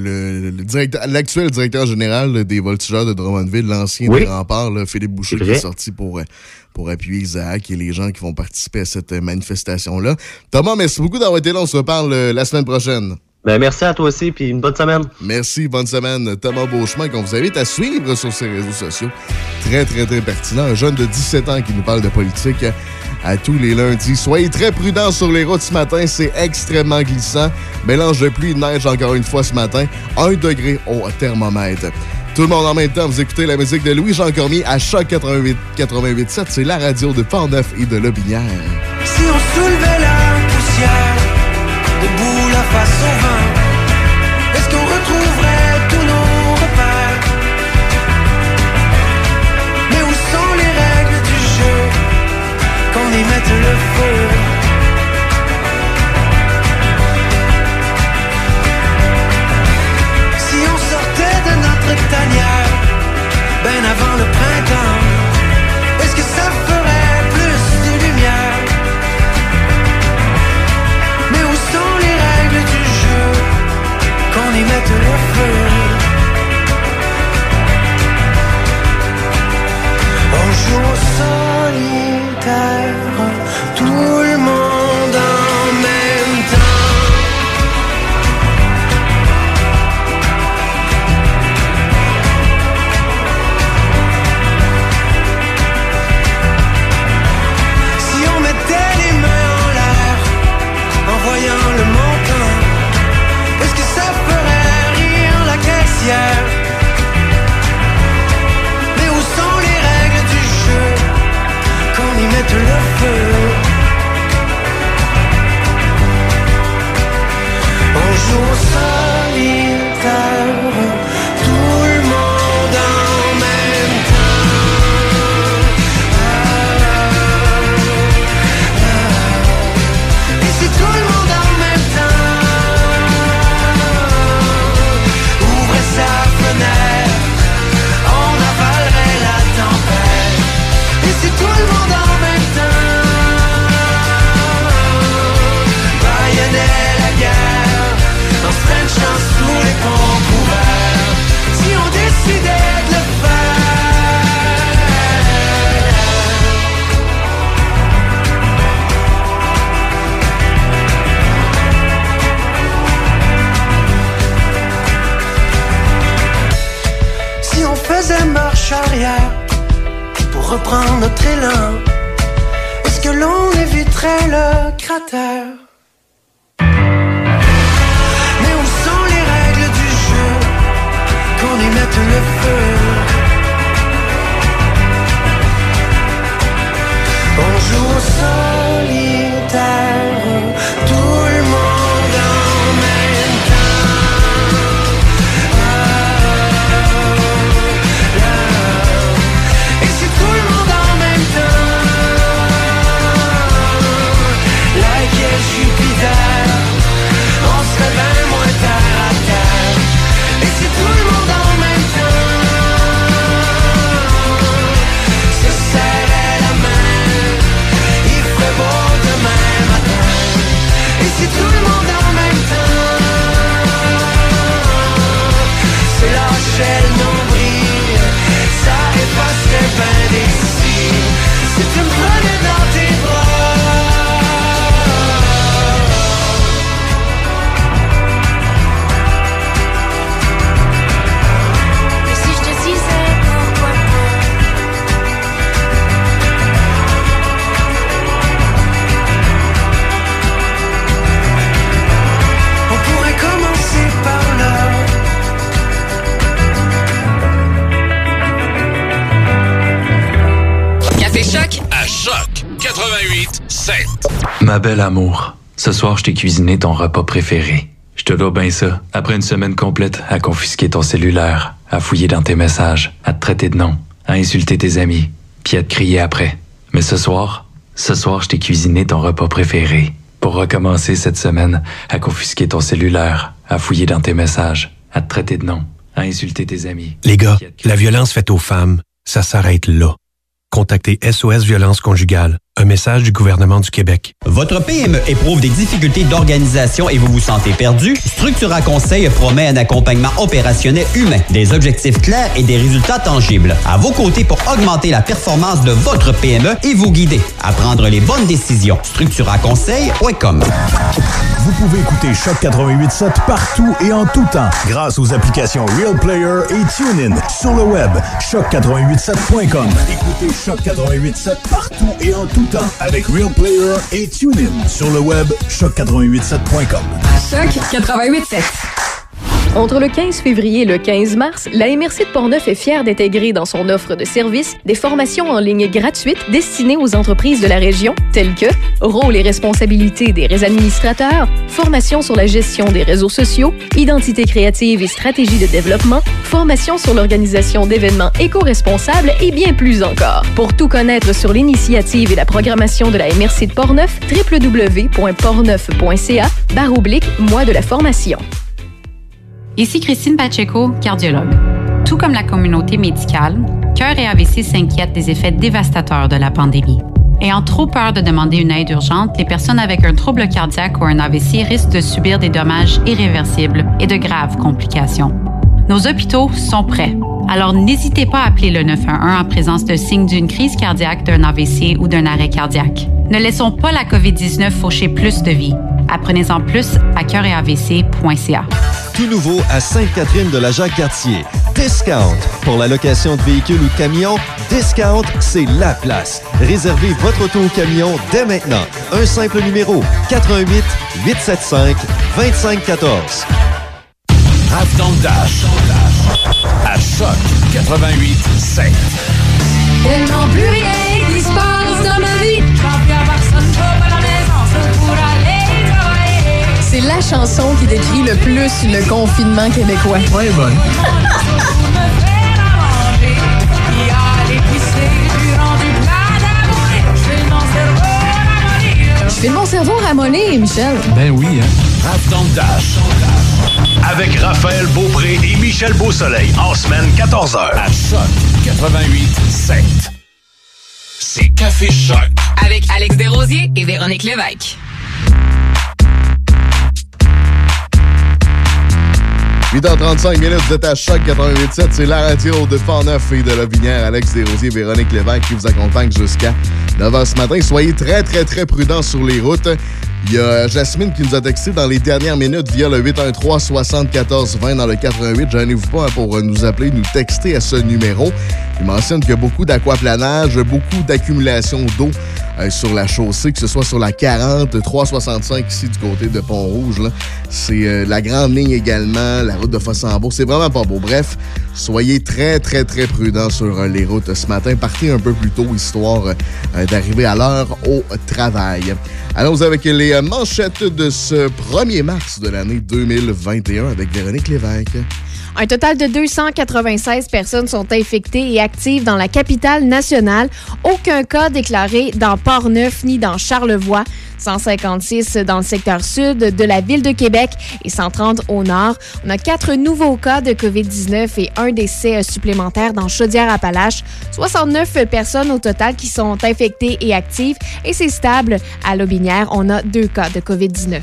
l'actuel directeur général des Voltigeurs de Drummondville, l'ancien des Remparts, Philippe Boucher, qui est sorti pour appuyer Isaac et les gens qui vont participer à cette manifestation-là. Thomas, merci beaucoup d'avoir été là. On se reparle la semaine prochaine. Merci à toi aussi, puis une bonne semaine. Merci, bonne semaine. Thomas Beauchemin, qu'on vous invite à suivre sur ses réseaux sociaux. Très, très, très pertinent. Un jeune de 17 ans qui nous parle de politique à tous les lundis. Soyez très prudents sur les routes ce matin. C'est extrêmement glissant. Mélange de pluie et de neige encore une fois ce matin. 1 degré au thermomètre. Tout le monde en même temps, vous écoutez la musique de Louis-Jean Cormier à Choc 88.7. C'est la radio de Port-Neuf et de Lobinière. Si on soulevait la poussière, debout la face au vent, est-ce qu'on retrouverait tous nos repères? Mais où sont les règles du jeu, qu'on y mette le feu? Si on sortait de notre tanière, ben avant le printemps, est-ce que ça ferait plus de lumière? Mais où sont les règles du jeu, qu'on y mette le feu? On joue au solitaire, tout le monde en même temps. Si on mettait les mains en l'air, en voyant le montant, est-ce que ça ferait rire la caissière? Mais où sont les règles du jeu, qu'on y mette le feu? On joue au solitaire, tout le monde en même temps. Et si tout le monde en même temps ouvrait sa fenêtre, on avalerait la tempête. Et si tout le monde en même temps baïonnait la guerre, on se ferait une chance sous les ponts couverts. Si on décidait de le faire. Si on faisait marche arrière pour reprendre notre élan, est-ce que l'on éviterait le cratère? Mais où sont les règles du jeu, qu'on y mette le feu? solitaire, tout le monde en même temps. Et c'est tout le monde en même temps. Like a Jupiter, on serait bien moins terre à terre. Et c'est tout le monde en même temps. Se serrer la main, il ferait beau demain matin. Et c'est tout le monde en même temps. Se lâcher le nombril, ça effacerait bien des cils. Si tu me prenais dans tes Choc à Choc 88.7. Ma belle amour, ce soir, je t'ai cuisiné ton repas préféré. Je te dois bien ça. Après une semaine complète à confisquer ton cellulaire, à fouiller dans tes messages, à te traiter de nom, à insulter tes amis, puis à te crier après. Mais ce soir, je t'ai cuisiné ton repas préféré. Pour recommencer cette semaine à confisquer ton cellulaire, à fouiller dans tes messages, à te traiter de nom, à insulter tes amis. Les gars, la violence faite aux femmes, ça s'arrête là. Contactez SOS Violence Conjugale. Un message du gouvernement du Québec. Votre PME éprouve des difficultés d'organisation et vous vous sentez perdu? Structura Conseil promet un accompagnement opérationnel humain, des objectifs clairs et des résultats tangibles. À vos côtés pour augmenter la performance de votre PME et vous guider à prendre les bonnes décisions. StructuraConseil.com. Vous pouvez écouter Choc 88.7 partout et en tout temps grâce aux applications Real Player et TuneIn. Sur le web, choc887.com. Écoutez Choc 88.7 partout et en tout temps avec Real Player et TuneIn. Sur le web, choc887.com. Choc 88.7. Entre le 15 février et le 15 mars, la MRC de Portneuf est fière d'intégrer dans son offre de services des formations en ligne gratuites destinées aux entreprises de la région, telles que rôle et responsabilités des administrateurs, formation sur la gestion des réseaux sociaux, identité créative et stratégie de développement, formation sur l'organisation d'événements éco-responsables et bien plus encore. Pour tout connaître sur l'initiative et la programmation de la MRC de Portneuf, www.portneuf.ca/mois de la formation. Ici Christine Pacheco, cardiologue. Tout comme la communauté médicale, Cœur et AVC s'inquiètent des effets dévastateurs de la pandémie. Ayant trop peur de demander une aide urgente, les personnes avec un trouble cardiaque ou un AVC risquent de subir des dommages irréversibles et de graves complications. Nos hôpitaux sont prêts. Alors n'hésitez pas à appeler le 911 en présence de signes d'une crise cardiaque, d'un AVC ou d'un arrêt cardiaque. Ne laissons pas la COVID-19 faucher plus de vies. Apprenez-en plus à cœuretavc.ca. Tout nouveau à Sainte-Catherine de la Jacques-Cartier. Discount. Pour la location de véhicules ou de camions, Discount, c'est la place. Réservez votre auto ou camion dès maintenant. Un simple numéro, 88 875 2514. Raph dans le Dash. À Choc 88.7. Tellement plus rien qui se passe dans ma vie. Quand plus à personne, je vais pas à la maison, c'est pour aller travailler. C'est la chanson qui décrit le plus le confinement québécois. Ouais, bonne. Je fais mon cerveau ramollir, Michel. Ben oui, hein. Raph dans le Dash. Avec Raphaël Beaupré et Michel Beausoleil en semaine 14h à Choc 88.7. C'est Café Choc. Avec Alex Desrosiers et Véronique Lévesque. 8h35 minutes, vous êtes à Choc 88.7. C'est la radio de Portneuf et de Lobinière. Alex Desrosiers, Véronique Lévesque qui vous accompagne jusqu'à 9h ce matin. Soyez très, très, très prudents sur les routes. Il y a Jasmine qui nous a texté dans les dernières minutes via le 813-74-20 dans le 88. Gênez-vous pas pour nous appeler, nous texter à ce numéro. Il mentionne qu'il y a beaucoup d'aquaplanage, beaucoup d'accumulation d'eau sur la chaussée, que ce soit sur la 40, 365 ici du côté de Pont-Rouge. Là. C'est la grande ligne également, la route de Fossambeau. C'est vraiment pas beau. Bref, soyez très, très, très prudents sur les routes ce matin. Partez un peu plus tôt, histoire d'arriver à l'heure au travail. Allons avec les manchettes de ce 1er mars de l'année 2021 avec Véronique Lévesque. Un total de 296 personnes sont infectées et actives dans la capitale nationale. Aucun cas déclaré dans Port-Neuf ni dans Charlevoix. 156 dans le secteur sud de la ville de Québec et 130 au nord. On a 4 nouveaux cas de COVID-19 et un décès supplémentaire dans Chaudière-Appalaches. 69 personnes au total qui sont infectées et actives et c'est stable. À Lotbinière, on a 2 cas de COVID-19.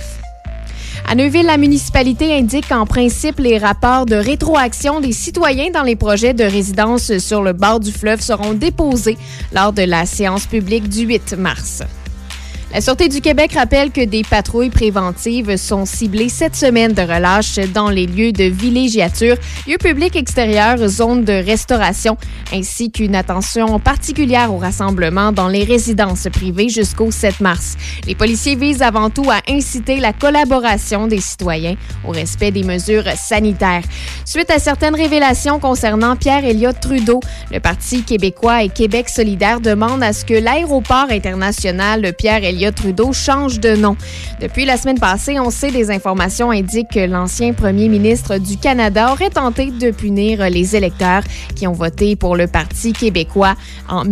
À Neuville, la municipalité indique qu'en principe, les rapports de rétroaction des citoyens dans les projets de résidence sur le bord du fleuve seront déposés lors de la séance publique du 8 mars. La Sûreté du Québec rappelle que des patrouilles préventives sont ciblées cette semaine de relâche dans les lieux de villégiature, lieux publics extérieurs, zones de restauration, ainsi qu'une attention particulière aux rassemblements dans les résidences privées jusqu'au 7 mars. Les policiers visent avant tout à inciter la collaboration des citoyens au respect des mesures sanitaires. Suite à certaines révélations concernant Pierre Elliott Trudeau, le Parti québécois et Québec solidaire demandent à ce que l'aéroport international Pierre Elliott Trudeau change de nom. Depuis la semaine passée, on sait des informations indiquent que l'ancien premier ministre du Canada aurait tenté de punir les électeurs qui ont voté pour le Parti québécois en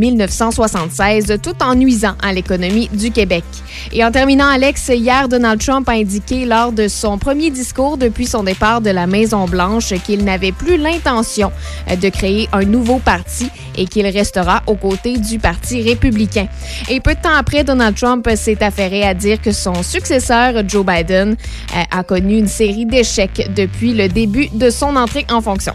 1976, tout en nuisant à l'économie du Québec. Et en terminant, Alex, hier, Donald Trump a indiqué lors de son premier discours depuis son départ de la Maison-Blanche qu'il n'avait plus l'intention de créer un nouveau parti et qu'il restera aux côtés du Parti républicain. Et peu de temps après, Donald Trump s'est affairé à dire que son successeur, Joe Biden, a connu une série d'échecs depuis le début de son entrée en fonction.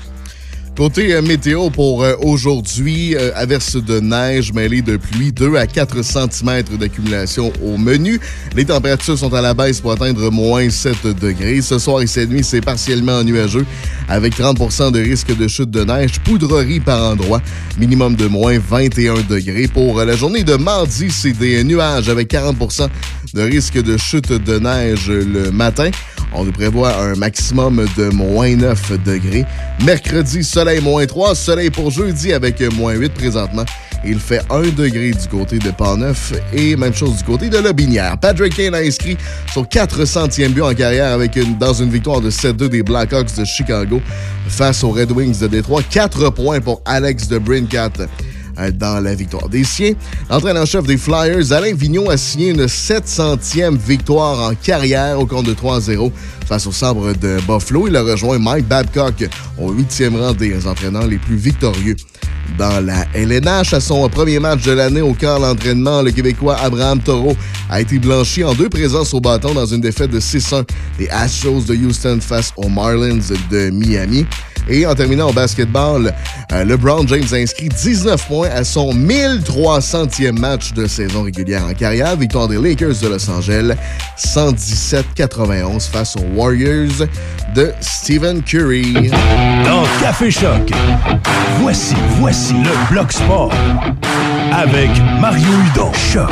Côté météo pour aujourd'hui, averse de neige mêlée de pluie, 2 à 4 cm d'accumulation au menu. Les températures sont à la baisse pour atteindre moins 7 degrés. Ce soir et cette nuit, c'est partiellement nuageux avec 30 de risque de chute de neige, poudrerie par endroit, minimum de moins 21 degrés. Pour la journée de mardi, c'est des nuages avec 40 de risque de chute de neige le matin. On nous prévoit un maximum de moins 9 degrés. Mercredi, soleil moins 3, soleil pour jeudi avec moins 8 présentement. Il fait 1 degré du côté de Port-Neuf et même chose du côté de Lotbinière. Patrick Kane a inscrit son 400e but en carrière dans une victoire de 7-2 des Blackhawks de Chicago face aux Red Wings de Détroit. 4 points pour Alex DeBrincat dans la victoire des siens. L'entraîneur-chef des Flyers, Alain Vigneault, a signé une 700e victoire en carrière au compte de 3-0 face aux Sabres de Buffalo. Il a rejoint Mike Babcock au 8e rang des entraîneurs les plus victorieux dans la LNH. À son premier match de l'année au camp d'entraînement, le Québécois Abraham Taureau a été blanchi en 2 présences au bâton dans une défaite de 6-1 des Astros de Houston face aux Marlins de Miami. Et en terminant au basketball, LeBron James a inscrit 19 points à son 1300e match de saison régulière en carrière. Victoire des Lakers de Los Angeles, 117-91 face aux Warriors de Stephen Curry. Dans Café Choc, voici le Bloc Sport avec Mario Hudon. Choc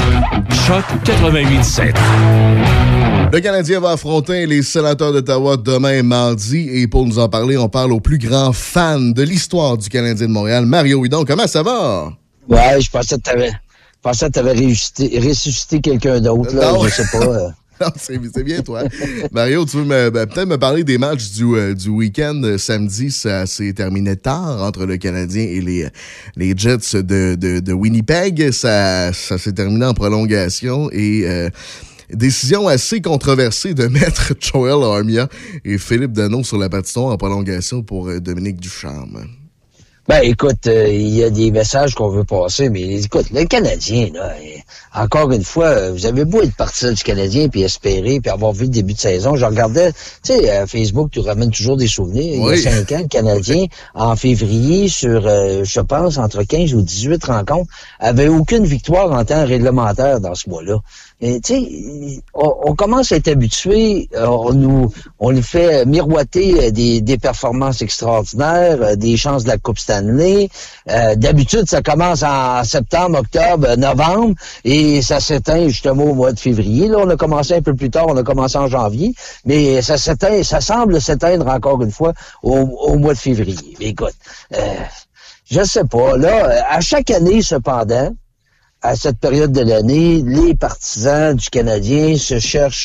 88.7. Le Canadien va affronter les Sénateurs d'Ottawa demain mardi. Et pour nous en parler, on parle au plus grand fan de l'histoire du Canadien de Montréal, Mario Hudon. Comment ça va? Ouais, je pensais que t'avais ressuscité quelqu'un d'autre. Là, je sais pas. Non, c'est bien, toi. Mario, tu veux peut-être me parler des matchs du week-end samedi? Ça s'est terminé tard entre le Canadien et les Jets de Winnipeg. Ça s'est terminé en prolongation et... décision assez controversée de mettre Joel Armia et Philippe Danault sur la patinoire en prolongation pour Dominique Ducharme. Ben, écoute, il y a des messages qu'on veut passer, mais écoute, le Canadien, là, encore une fois, vous avez beau être parti du Canadien puis espérer puis avoir vu le début de saison. Je regardais, tu sais, Facebook, tu ramènes toujours des souvenirs. Oui. Il y a 5 ans, le Canadien, en février, sur, je pense, entre 15 ou 18 rencontres, avait aucune victoire en temps réglementaire dans ce mois-là. tu sais, on commence à être habitué, on nous fait miroiter des performances extraordinaires, des chances de la Coupe Stanley. D'habitude, ça commence en septembre, octobre, novembre, et ça s'éteint justement au mois de février. Là, on a commencé un peu plus tard, on a commencé en janvier, mais ça semble s'éteindre encore une fois au mois de février. Mais écoute, je sais pas. Là, à chaque année, cependant, à cette période de l'année, les partisans du Canadien se cherchent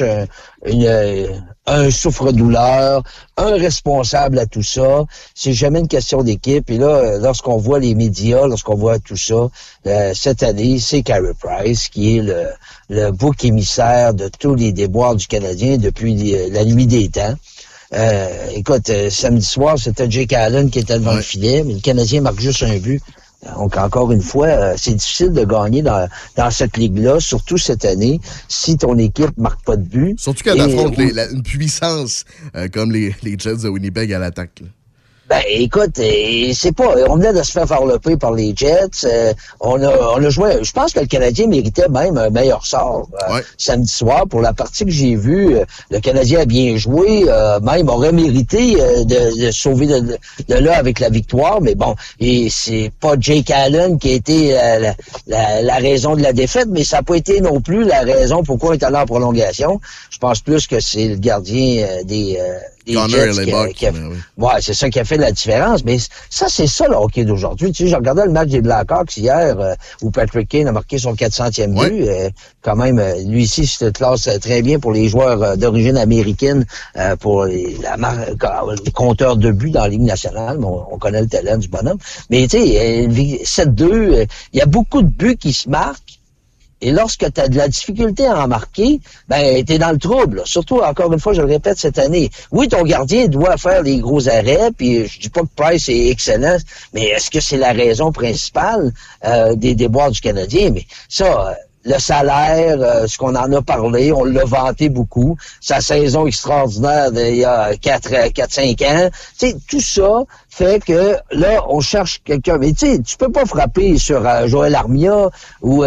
un souffre-douleur, un responsable à tout ça. C'est jamais une question d'équipe. Et là, lorsqu'on voit les médias, lorsqu'on voit tout ça, cette année, c'est Carey Price qui est le bouc émissaire de tous les déboires du Canadien depuis la nuit des temps. Écoute, samedi soir, c'était Jake Allen qui était devant le filet, mais le Canadien marque juste un but. Donc, encore une fois, c'est difficile de gagner dans cette ligue-là, surtout cette année, si ton équipe marque pas de but. Surtout quand t'affrontes une puissance comme les Jets de Winnipeg à l'attaque. Ben, écoute, c'est pas, on venait de se faire farloper par les Jets. On a joué, je pense que le Canadien méritait même un meilleur sort samedi soir. Pour la partie que j'ai vue, le Canadien a bien joué, même aurait mérité de sauver de là avec la victoire. Mais bon, et c'est pas Jake Allen qui a été la raison de la défaite, mais ça n'a pas été non plus la raison pourquoi on est allé en prolongation. Je pense plus que c'est le gardien des Jets qui a ouais, c'est ça qui a fait la différence. Mais ça, c'est ça le hockey d'aujourd'hui. Tu sais, j'ai regardé le match des Blackhawks hier où Patrick Kane a marqué son 400e but. Quand même, lui ici, se classe très bien pour les joueurs d'origine américaine, pour les compteurs de buts dans la Ligue nationale. On connaît le talent du bonhomme. Mais tu sais, 7-2, il y a beaucoup de buts qui se marquent. Et lorsque tu as de la difficulté à en marquer, ben t'es dans le trouble. Surtout, encore une fois, je le répète cette année. Oui, ton gardien doit faire les gros arrêts, puis je dis pas que Price est excellent, mais est-ce que c'est la raison principale des déboires du Canadien? Mais ça, le salaire, ce qu'on en a parlé, on l'a vanté beaucoup. Sa saison extraordinaire d'il y a 4-5 ans. Tu sais, tout ça fait que là, on cherche quelqu'un. Mais tu sais, tu peux pas frapper sur Joël Armia ou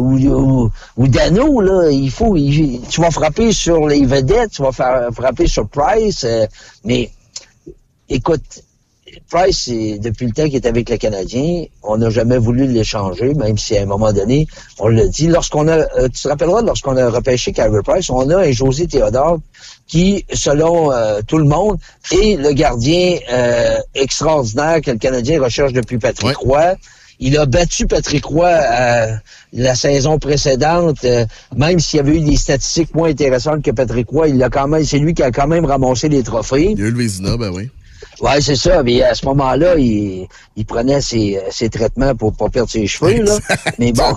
Dano, là. Tu vas frapper sur les vedettes, tu vas frapper sur Price. Mais écoute, Price, depuis le temps qu'il est avec le Canadien, on n'a jamais voulu l'échanger, même si à un moment donné, on l'a dit. Tu te rappelleras, lorsqu'on a repêché Carey Price, on a un José Théodore qui, selon tout le monde, est le gardien extraordinaire que le Canadien recherche depuis Patrick Roy. Il a battu Patrick Roy la saison précédente, même s'il y avait eu des statistiques moins intéressantes que Patrick Roy, c'est lui qui a quand même ramassé les trophées. Il y a eu le Vézina, ben oui. Ouais, c'est ça. Mais à ce moment-là, il prenait ses traitements pour pas perdre ses cheveux, là. Mais bon,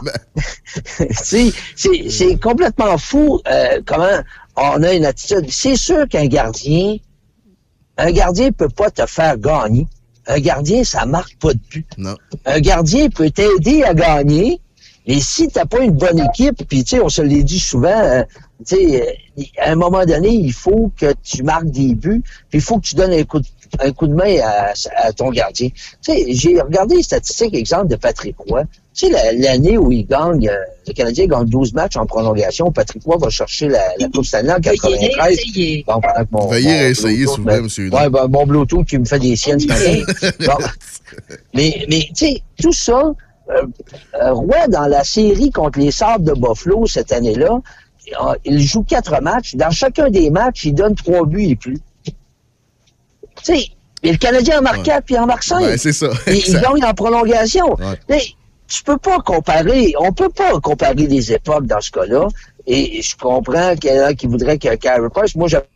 c'est complètement fou comment on a une attitude. C'est sûr qu'un gardien peut pas te faire gagner. Un gardien, ça marque pas de but. Non. Un gardien peut t'aider à gagner, mais si t'as pas une bonne équipe, puis tu sais, on se l'est dit souvent, tu sais, à un moment donné, il faut que tu marques des buts, puis il faut que tu donnes un coup de main à ton gardien. Tu sais, j'ai regardé les statistiques, exemple, de Patrick Roy. Tu sais, l'année où il gagne, le Canadien gagne 12 matchs en prolongation, Patrick Roy va chercher la Coupe Stanley en 93. Bon, pendant que mon veuillez réessayer, s'il vous plaît, monsieur. Ouais, mon Bluetooth qui me fait des siennes ce matin. Bon. Mais tu sais, tout ça, Roy, dans la série contre les Sabres de Buffalo cette année-là, il joue 4 matchs. Dans chacun des matchs, il donne 3 buts et plus. Tu sais, mais le Canadien en marque 4 puis en marque 5. Ouais, c'est ça. Et il gagne en prolongation. Ouais. Mais tu peux pas comparer, on peut pas comparer les époques dans ce cas-là. Et je comprends qu'il y en a qui voudraient que Carey Price, moi j'avais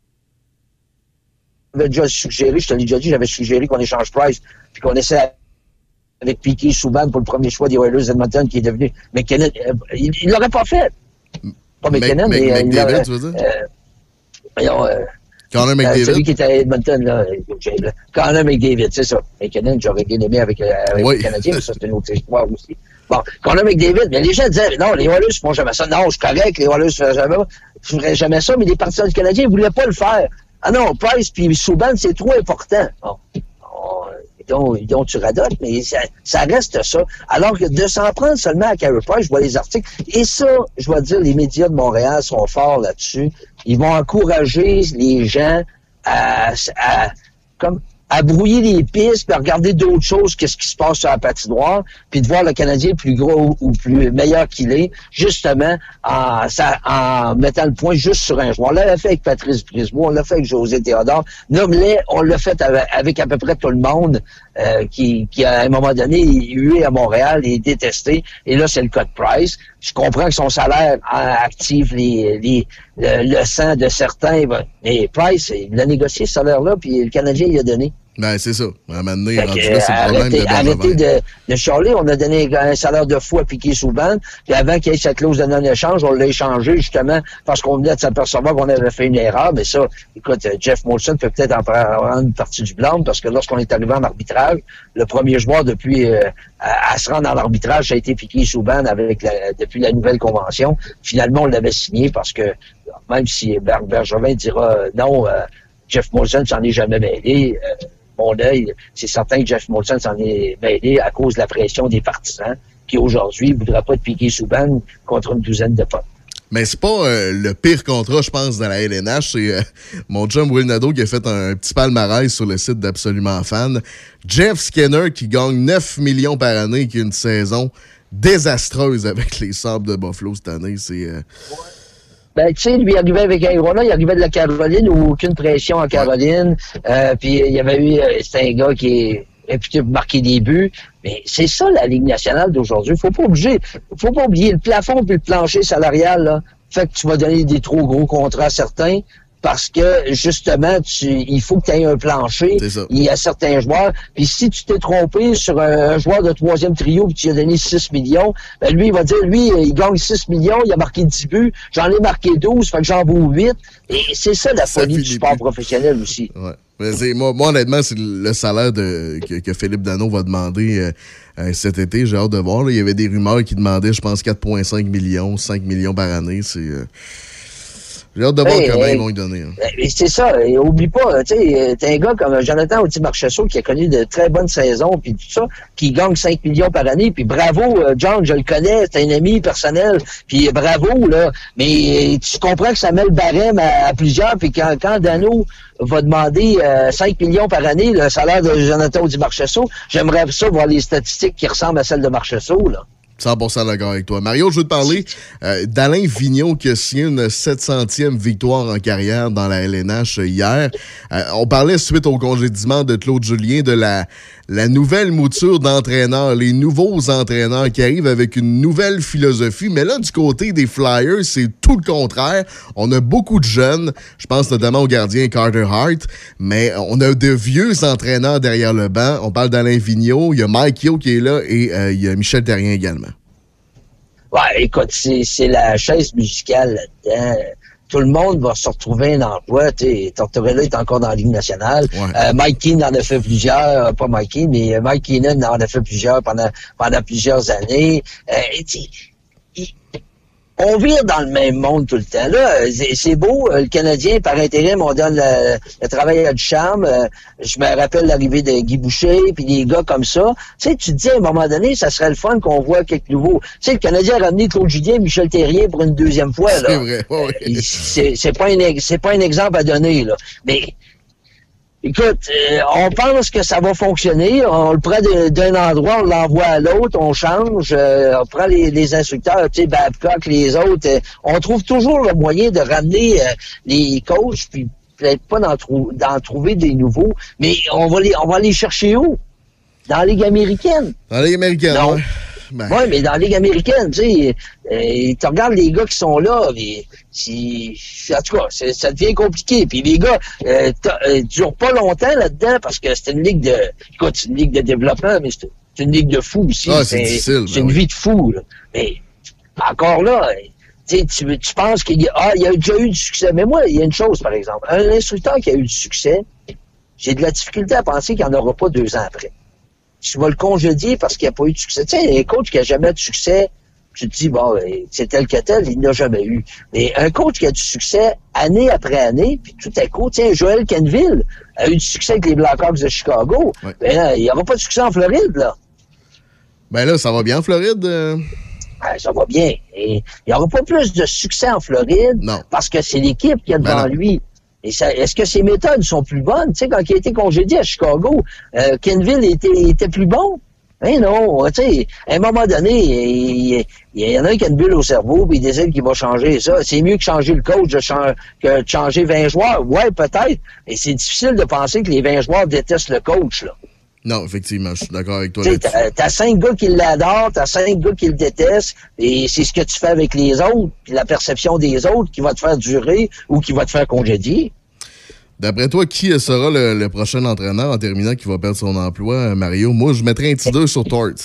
déjà suggéré, je te l'ai déjà dit, j'avais suggéré qu'on échange Price, puis qu'on essaie avec Piquet Souban pour le premier choix des Oilers Edmonton qui est devenu McKinnon. Il l'aurait pas fait. Pas McKinnon, mais McDavid, tu veux dire? Connor McDavid. Celui qui était à Edmonton, là. Connor McDavid, c'est ça. McKinnon, j'aurais bien aimé avec le Canadien, mais ça, c'est une autre histoire aussi. Bon, Connor McDavid, mais les gens disaient, non, les Oilers font jamais ça. Non, je suis correct, les Oilers ne feraient jamais ça, mais les partisans du Canadien ne voulaient pas le faire. Ah non, Price puis Souban, c'est trop important. Bon. dont tu radotes, mais ça reste ça. Alors que de s'en prendre seulement à Carey Price, je vois les articles, et ça, je dois dire, les médias de Montréal sont forts là-dessus. Ils vont encourager les gens à brouiller les pistes, puis à regarder d'autres choses que ce qui se passe sur la patinoire, puis de voir le Canadien plus gros ou plus meilleur qu'il est, justement, en mettant le point juste sur un joueur. On l'avait fait avec Patrice Brisebois, on l'a fait avec José Théodore. Nomme-les, on l'a fait avec à peu près tout le monde qui à un moment donné, hué à Montréal et détesté. Et là, c'est le cas de Price. Je comprends que son salaire active le sang de certains. Mais Price, il a négocié ce salaire-là, puis le Canadien, il a donné. Ben, c'est ça. À un moment donné, rendu là, c'est le problème arrêtez de chialer. On a donné un salaire de fou à Piquet-Souban. Puis avant qu'il y ait cette clause de non-échange, on l'a échangé justement parce qu'on venait de s'apercevoir qu'on avait fait une erreur. Mais ça, écoute, Jeff Molson peut peut-être en prendre une partie du blâme parce que lorsqu'on est arrivé en arbitrage, le premier joueur depuis à se rendre en arbitrage, ça a été Piquet-Souban depuis la nouvelle convention. Finalement, on l'avait signé parce que même si Bergevin dira non, Jeff Molson s'en est jamais mêlé. Mon œil, c'est certain que Jeff Molson s'en est mêlé à cause de la pression des partisans qui, aujourd'hui, ne voudraient pas de Piquet-Souban contre une douzaine de potes. Mais c'est pas le pire contrat, je pense, dans la LNH. C'est mon chum Will Nadeau qui a fait un petit palmarès sur le site d'Absolument Fan. Jeff Skinner qui gagne 9 millions par année, qui a une saison désastreuse avec les Sabres de Buffalo cette année. C'est... Ben, tu sais, lui, il arrivait avec un gros là, il arrivait de la Caroline, ou aucune pression en Caroline. Puis il y avait eu, c'est un gars qui est réputé pour marquer des buts. Mais c'est ça, la Ligue nationale d'aujourd'hui. Faut pas oublier le plafond puis le plancher salarial, là. Fait que tu vas donner des trop gros contrats à certains. Parce que, justement, il faut que tu aies un plancher. Il y a certains joueurs. Puis si tu t'es trompé sur un joueur de troisième trio et tu lui as donné 6 millions, ben lui, il va dire, il gagne 6 millions, il a marqué 10 buts, j'en ai marqué 12, fait que j'en vaux 8. Et c'est ça la folie du sport professionnel aussi. Ouais. Moi, honnêtement, c'est le salaire que Philippe Danault va demander cet été. J'ai hâte de voir. Là. Il y avait des rumeurs qui demandaient, je pense, 4,5 millions, 5 millions par année. J'ai hâte de voir comment ils vont y donner. C'est ça. Et oublie pas, tu sais, t'as un gars comme Jonathan Auty-Marchessault qui a connu de très bonnes saisons, puis tout ça, qui gagne 5 millions par année. Puis bravo, John, je le connais, c'est un ami personnel. Puis bravo, là. Mais tu comprends que ça met le barème à plusieurs. Puis quand Danault va demander 5 millions par année, le salaire de Jonathan Auty-Marchessault, j'aimerais ça voir les statistiques qui ressemblent à celles de Marchessault, là. 100% d'accord avec toi. Mario, je veux te parler d'Alain Vigneault qui a signé une 700e victoire en carrière dans la LNH hier. On parlait suite au congédiement de Claude Julien de la nouvelle mouture d'entraîneurs, les nouveaux entraîneurs qui arrivent avec une nouvelle philosophie. Mais là, du côté des Flyers, c'est tout le contraire. On a beaucoup de jeunes. Je pense notamment au gardien Carter Hart. Mais on a de vieux entraîneurs derrière le banc. On parle d'Alain Vigneault. Il y a Mike Yeo qui est là et il y a Michel Therrien également. Ouais, écoute, c'est la chaise musicale là-dedans. Tout le monde va se retrouver un emploi. Tortorella est encore dans la Ligue nationale. Ouais. Mike Keane en a fait plusieurs, pas Mike Keane, mais Mike Keenan en a fait plusieurs pendant plusieurs années. On vire dans le même monde tout le temps. Là, c'est beau, le Canadien, par intérim, on donne le travail à Ducharme. Je me rappelle l'arrivée de Guy Boucher, puis des gars comme ça. Tu sais, tu te dis, à un moment donné, ça serait le fun qu'on voit quelques nouveaux. Tu sais, le Canadien a ramené Claude Julien, Michel Therrien pour une deuxième fois, là. C'est vrai, ouais. C'est pas un exemple à donner, là. Mais, écoute, on pense que ça va fonctionner. On le prend d'un endroit, on l'envoie à l'autre, on change, on prend les instructeurs, tu sais, Babcock, les autres. On trouve toujours le moyen de ramener les coachs, puis peut-être pas d'en trouver des nouveaux, mais on va les chercher où? Dans la Ligue américaine. Dans la Ligue américaine, oui. Oui, mais dans la Ligue américaine, tu sais, tu regardes les gars qui sont là, mais en tout cas, ça devient compliqué. Puis les gars durent pas longtemps là-dedans parce que c'est une ligue de développement, mais c'est une ligue de fous aussi. Ah, c'est difficile. C'est une vie de fou, là. Mais encore là, tu penses qu'il y a déjà eu du succès. Mais moi, il y a une chose, par exemple. Un instructeur qui a eu du succès, j'ai de la difficulté à penser qu'il n'y en aura pas 2 ans après. Tu vas le congédier parce qu'il n'y a pas eu de succès. Tu sais, un coach qui n'a jamais eu de succès, tu te dis, bon, c'est tel que tel, il n'a jamais eu. Mais un coach qui a du succès année après année, puis tout à coup, tiens, Joel Kenville a eu du succès avec les Blackhawks de Chicago. Ouais. Ben là, il n'y aura pas de succès en Floride, là. Ben là, ça va bien en Floride? Ça va bien. Et il n'y aura pas plus de succès en Floride parce que c'est l'équipe qui est devant lui. Et est-ce que ses méthodes sont plus bonnes? Tu sais, quand il a été congédié à Chicago, Kenville était plus bon? Ben non, tu sais, à un moment donné, il y en a un qui a une bulle au cerveau puis il décide qu'il va changer ça. C'est mieux que changer le coach que de changer 20 joueurs. Ouais, peut-être. Mais c'est difficile de penser que les 20 joueurs détestent le coach, là. Non, effectivement, je suis d'accord avec toi là-dessus. T'as 5 gars qui l'adorent, t'as 5 gars qui le détestent, et c'est ce que tu fais avec les autres, puis la perception des autres qui va te faire durer ou qui va te faire congédier. D'après toi, qui sera le prochain entraîneur en terminant qui va perdre son emploi, Mario? Moi, je mettrais un petit 2 sur Torts.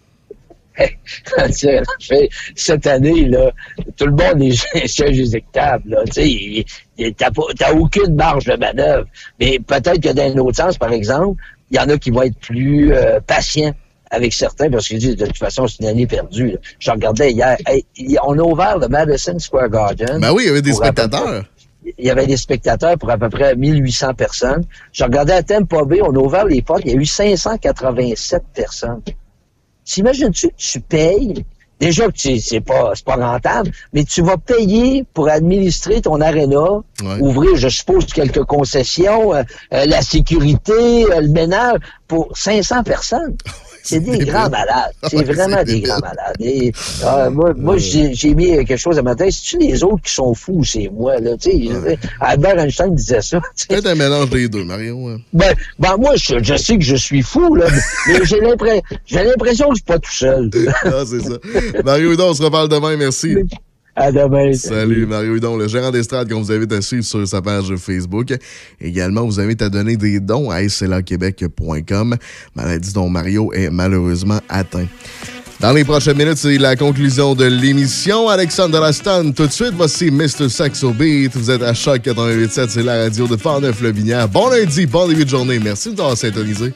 Cette année, là, tout le monde est siège exécutable, là. Tu sais, t'as aucune marge de manœuvre. Mais peut-être que dans un autre sens, par exemple, il y en a qui vont être plus patients avec certains, parce qu'ils disent, de toute façon, c'est une année perdue. Là. Je regardais hier, on a ouvert le Madison Square Garden. Ben oui, il y avait des spectateurs. Il y avait des spectateurs pour à peu près 1800 personnes. Je regardais à Tampa Bay, on a ouvert les portes, il y a eu 587 personnes. T'imagines-tu que tu payes? Déjà que c'est pas rentable, mais tu vas payer pour administrer ton aréna, ouvrir, je suppose, quelques concessions, la sécurité, le ménage, pour 500 personnes. C'est des grands malades. C'est vraiment des grands malades. Et, moi, j'ai mis quelque chose à ma tête. C'est-tu les autres qui sont fous, c'est moi, là? Albert Einstein disait ça. Peut-être un mélange des deux, Mario. Ben, moi, je sais que je suis fou, là, mais j'ai l'impression que je suis pas tout seul. Non, c'est ça. Mario Hudon, on se reparle demain. Merci. À demain. Salut, Mario Hudon, le gérant d'estrade qu'on vous invite à suivre sur sa page Facebook. Également, vous invite à donner des dons à sclaquebec.com, maladie dont Mario est malheureusement atteint. Dans les prochaines minutes, c'est la conclusion de l'émission. Alexandre Rastan, tout de suite, voici Mr. Saxo Beat. Vous êtes à Choc 88.7, c'est la radio de Portneuf-Lobinière. Bon lundi, bon début de journée. Merci de t'avoir syntonisé.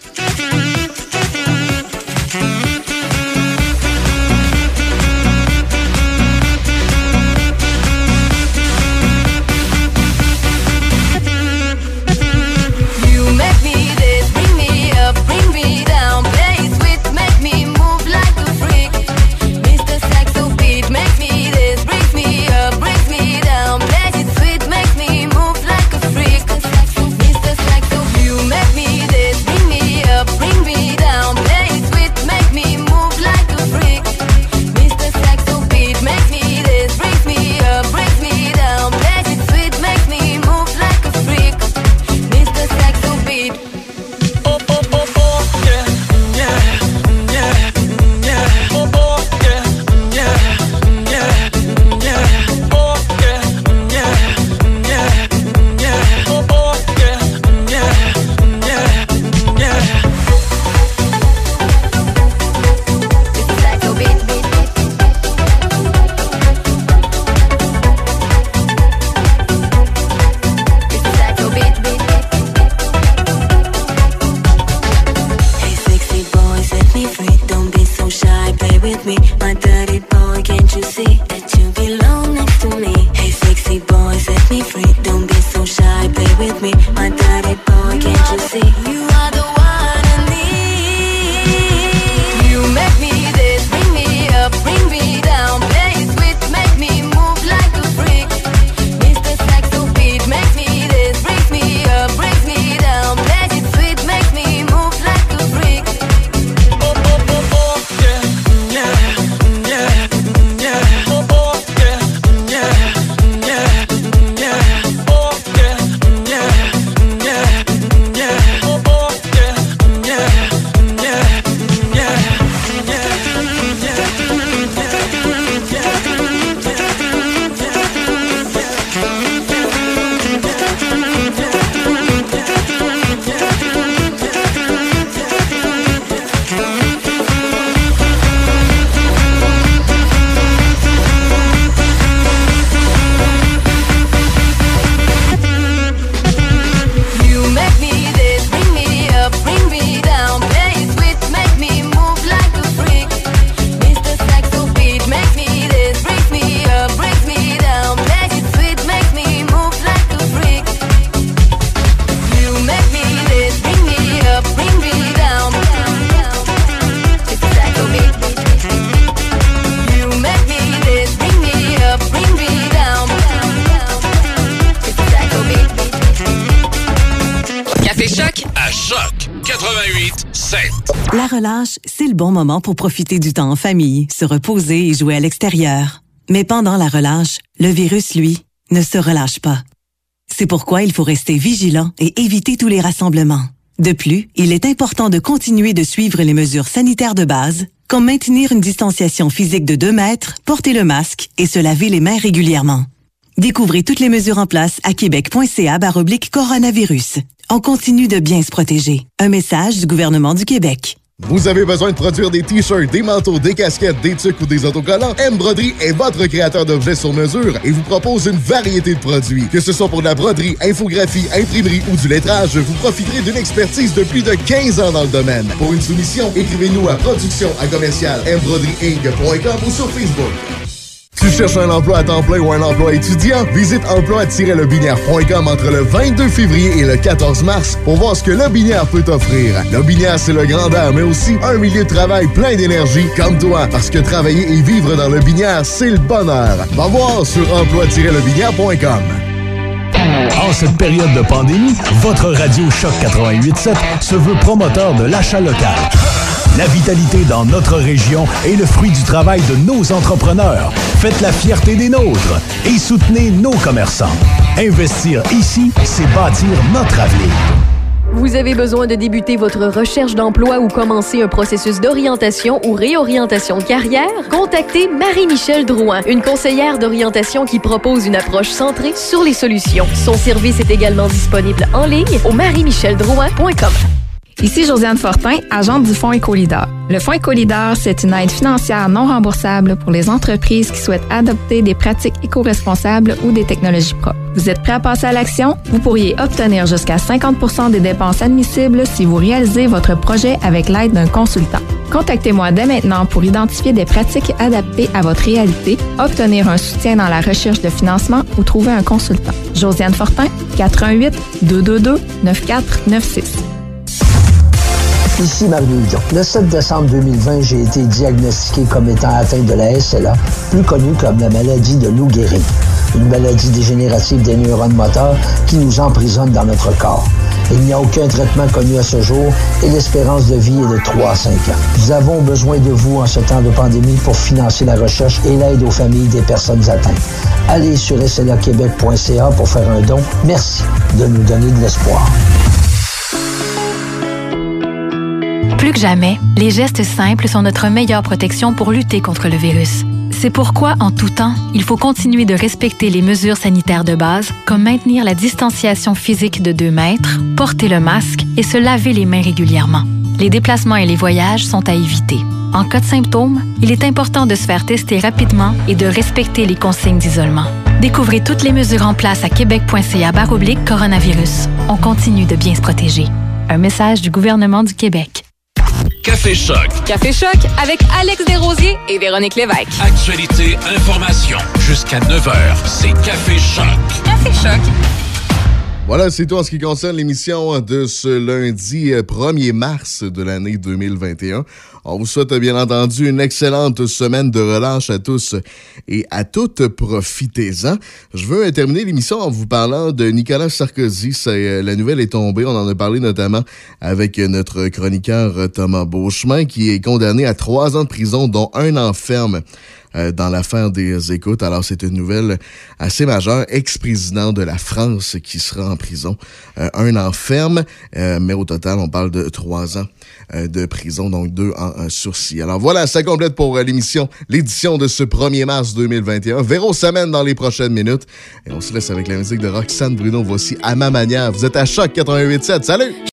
Café Choc à Choc 88.7. La relâche, c'est le bon moment pour profiter du temps en famille, se reposer et jouer à l'extérieur. Mais pendant la relâche, le virus, lui, ne se relâche pas. C'est pourquoi il faut rester vigilant et éviter tous les rassemblements. De plus, il est important de continuer de suivre les mesures sanitaires de base, comme maintenir une distanciation physique de 2 mètres, porter le masque et se laver les mains régulièrement. Découvrez toutes les mesures en place à québec.ca/coronavirus. On continue de bien se protéger. Un message du gouvernement du Québec. Vous avez besoin de produire des t-shirts, des manteaux, des casquettes, des tucs ou des autocollants? M-Broderie est votre créateur d'objets sur mesure et vous propose une variété de produits. Que ce soit pour de la broderie, infographie, imprimerie ou du lettrage, vous profiterez d'une expertise de plus de 15 ans dans le domaine. Pour une soumission, écrivez-nous à production@mbroderieinc.com ou sur Facebook. Tu cherches un emploi à temps plein ou un emploi étudiant? Visite emploi-lobinière.com entre le 22 février et le 14 mars pour voir ce que Lobinière peut t'offrir. Lobinière, c'est le grand air, mais aussi un milieu de travail plein d'énergie comme toi. Parce que travailler et vivre dans Lobinière, c'est le bonheur. Va voir sur emploi-lobinière.com. En cette période de pandémie, votre radio Choc 88.7 se veut promoteur de l'achat local. La vitalité dans notre région est le fruit du travail de nos entrepreneurs. Faites la fierté des nôtres et soutenez nos commerçants. Investir ici, c'est bâtir notre avenir. Vous avez besoin de débuter votre recherche d'emploi ou commencer un processus d'orientation ou réorientation de carrière? Contactez Marie-Michel Drouin, une conseillère d'orientation qui propose une approche centrée sur les solutions. Son service est également disponible en ligne au mariemicheldrouin.com. Ici Josiane Fortin, agente du Fonds Écolidar. Le Fonds Écolidar, c'est une aide financière non remboursable pour les entreprises qui souhaitent adopter des pratiques éco-responsables ou des technologies propres. Vous êtes prêt à passer à l'action? Vous pourriez obtenir jusqu'à 50% des dépenses admissibles si vous réalisez votre projet avec l'aide d'un consultant. Contactez-moi dès maintenant pour identifier des pratiques adaptées à votre réalité, obtenir un soutien dans la recherche de financement ou trouver un consultant. Josiane Fortin, 418-222-9496. Ici Mario Dion. Le 7 décembre 2020, j'ai été diagnostiqué comme étant atteint de la SLA, plus connue comme la maladie de Lou Gehrig, une maladie dégénérative des neurones moteurs qui nous emprisonne dans notre corps. Il n'y a aucun traitement connu à ce jour et l'espérance de vie est de 3 à 5 ans. Nous avons besoin de vous en ce temps de pandémie pour financer la recherche et l'aide aux familles des personnes atteintes. Allez sur slaquebec.ca pour faire un don. Merci de nous donner de l'espoir. Plus que jamais, les gestes simples sont notre meilleure protection pour lutter contre le virus. C'est pourquoi, en tout temps, il faut continuer de respecter les mesures sanitaires de base, comme maintenir la distanciation physique de 2 mètres, porter le masque et se laver les mains régulièrement. Les déplacements et les voyages sont à éviter. En cas de symptômes, il est important de se faire tester rapidement et de respecter les consignes d'isolement. Découvrez toutes les mesures en place à québec.ca/coronavirus. On continue de bien se protéger. Un message du gouvernement du Québec. Café Choc. Café Choc avec Alex Desrosiers et Véronique Lévesque. Actualité, information. Jusqu'à 9h, c'est Café Choc. Café Choc. Voilà, c'est tout en ce qui concerne l'émission de ce lundi 1er mars de l'année 2021. On vous souhaite bien entendu une excellente semaine de relâche à tous et à toutes. Profitez-en. Je veux terminer l'émission en vous parlant de Nicolas Sarkozy. La nouvelle est tombée. On en a parlé notamment avec notre chroniqueur Thomas Beauchemin qui est condamné à 3 ans de prison, dont 1 an ferme. Dans l'affaire des écoutes. Alors, c'est une nouvelle assez majeure. Ex-président de la France qui sera en prison. 1 an ferme, mais au total, on parle de 3 ans de prison, donc 2 en sursis. Alors voilà, ça complète pour l'édition de ce 1er mars 2021. Véro s'amène dans les prochaines minutes. Et on se laisse avec la musique de Roxane Bruno. Voici À ma manière. Vous êtes à Choc 88.7. Salut!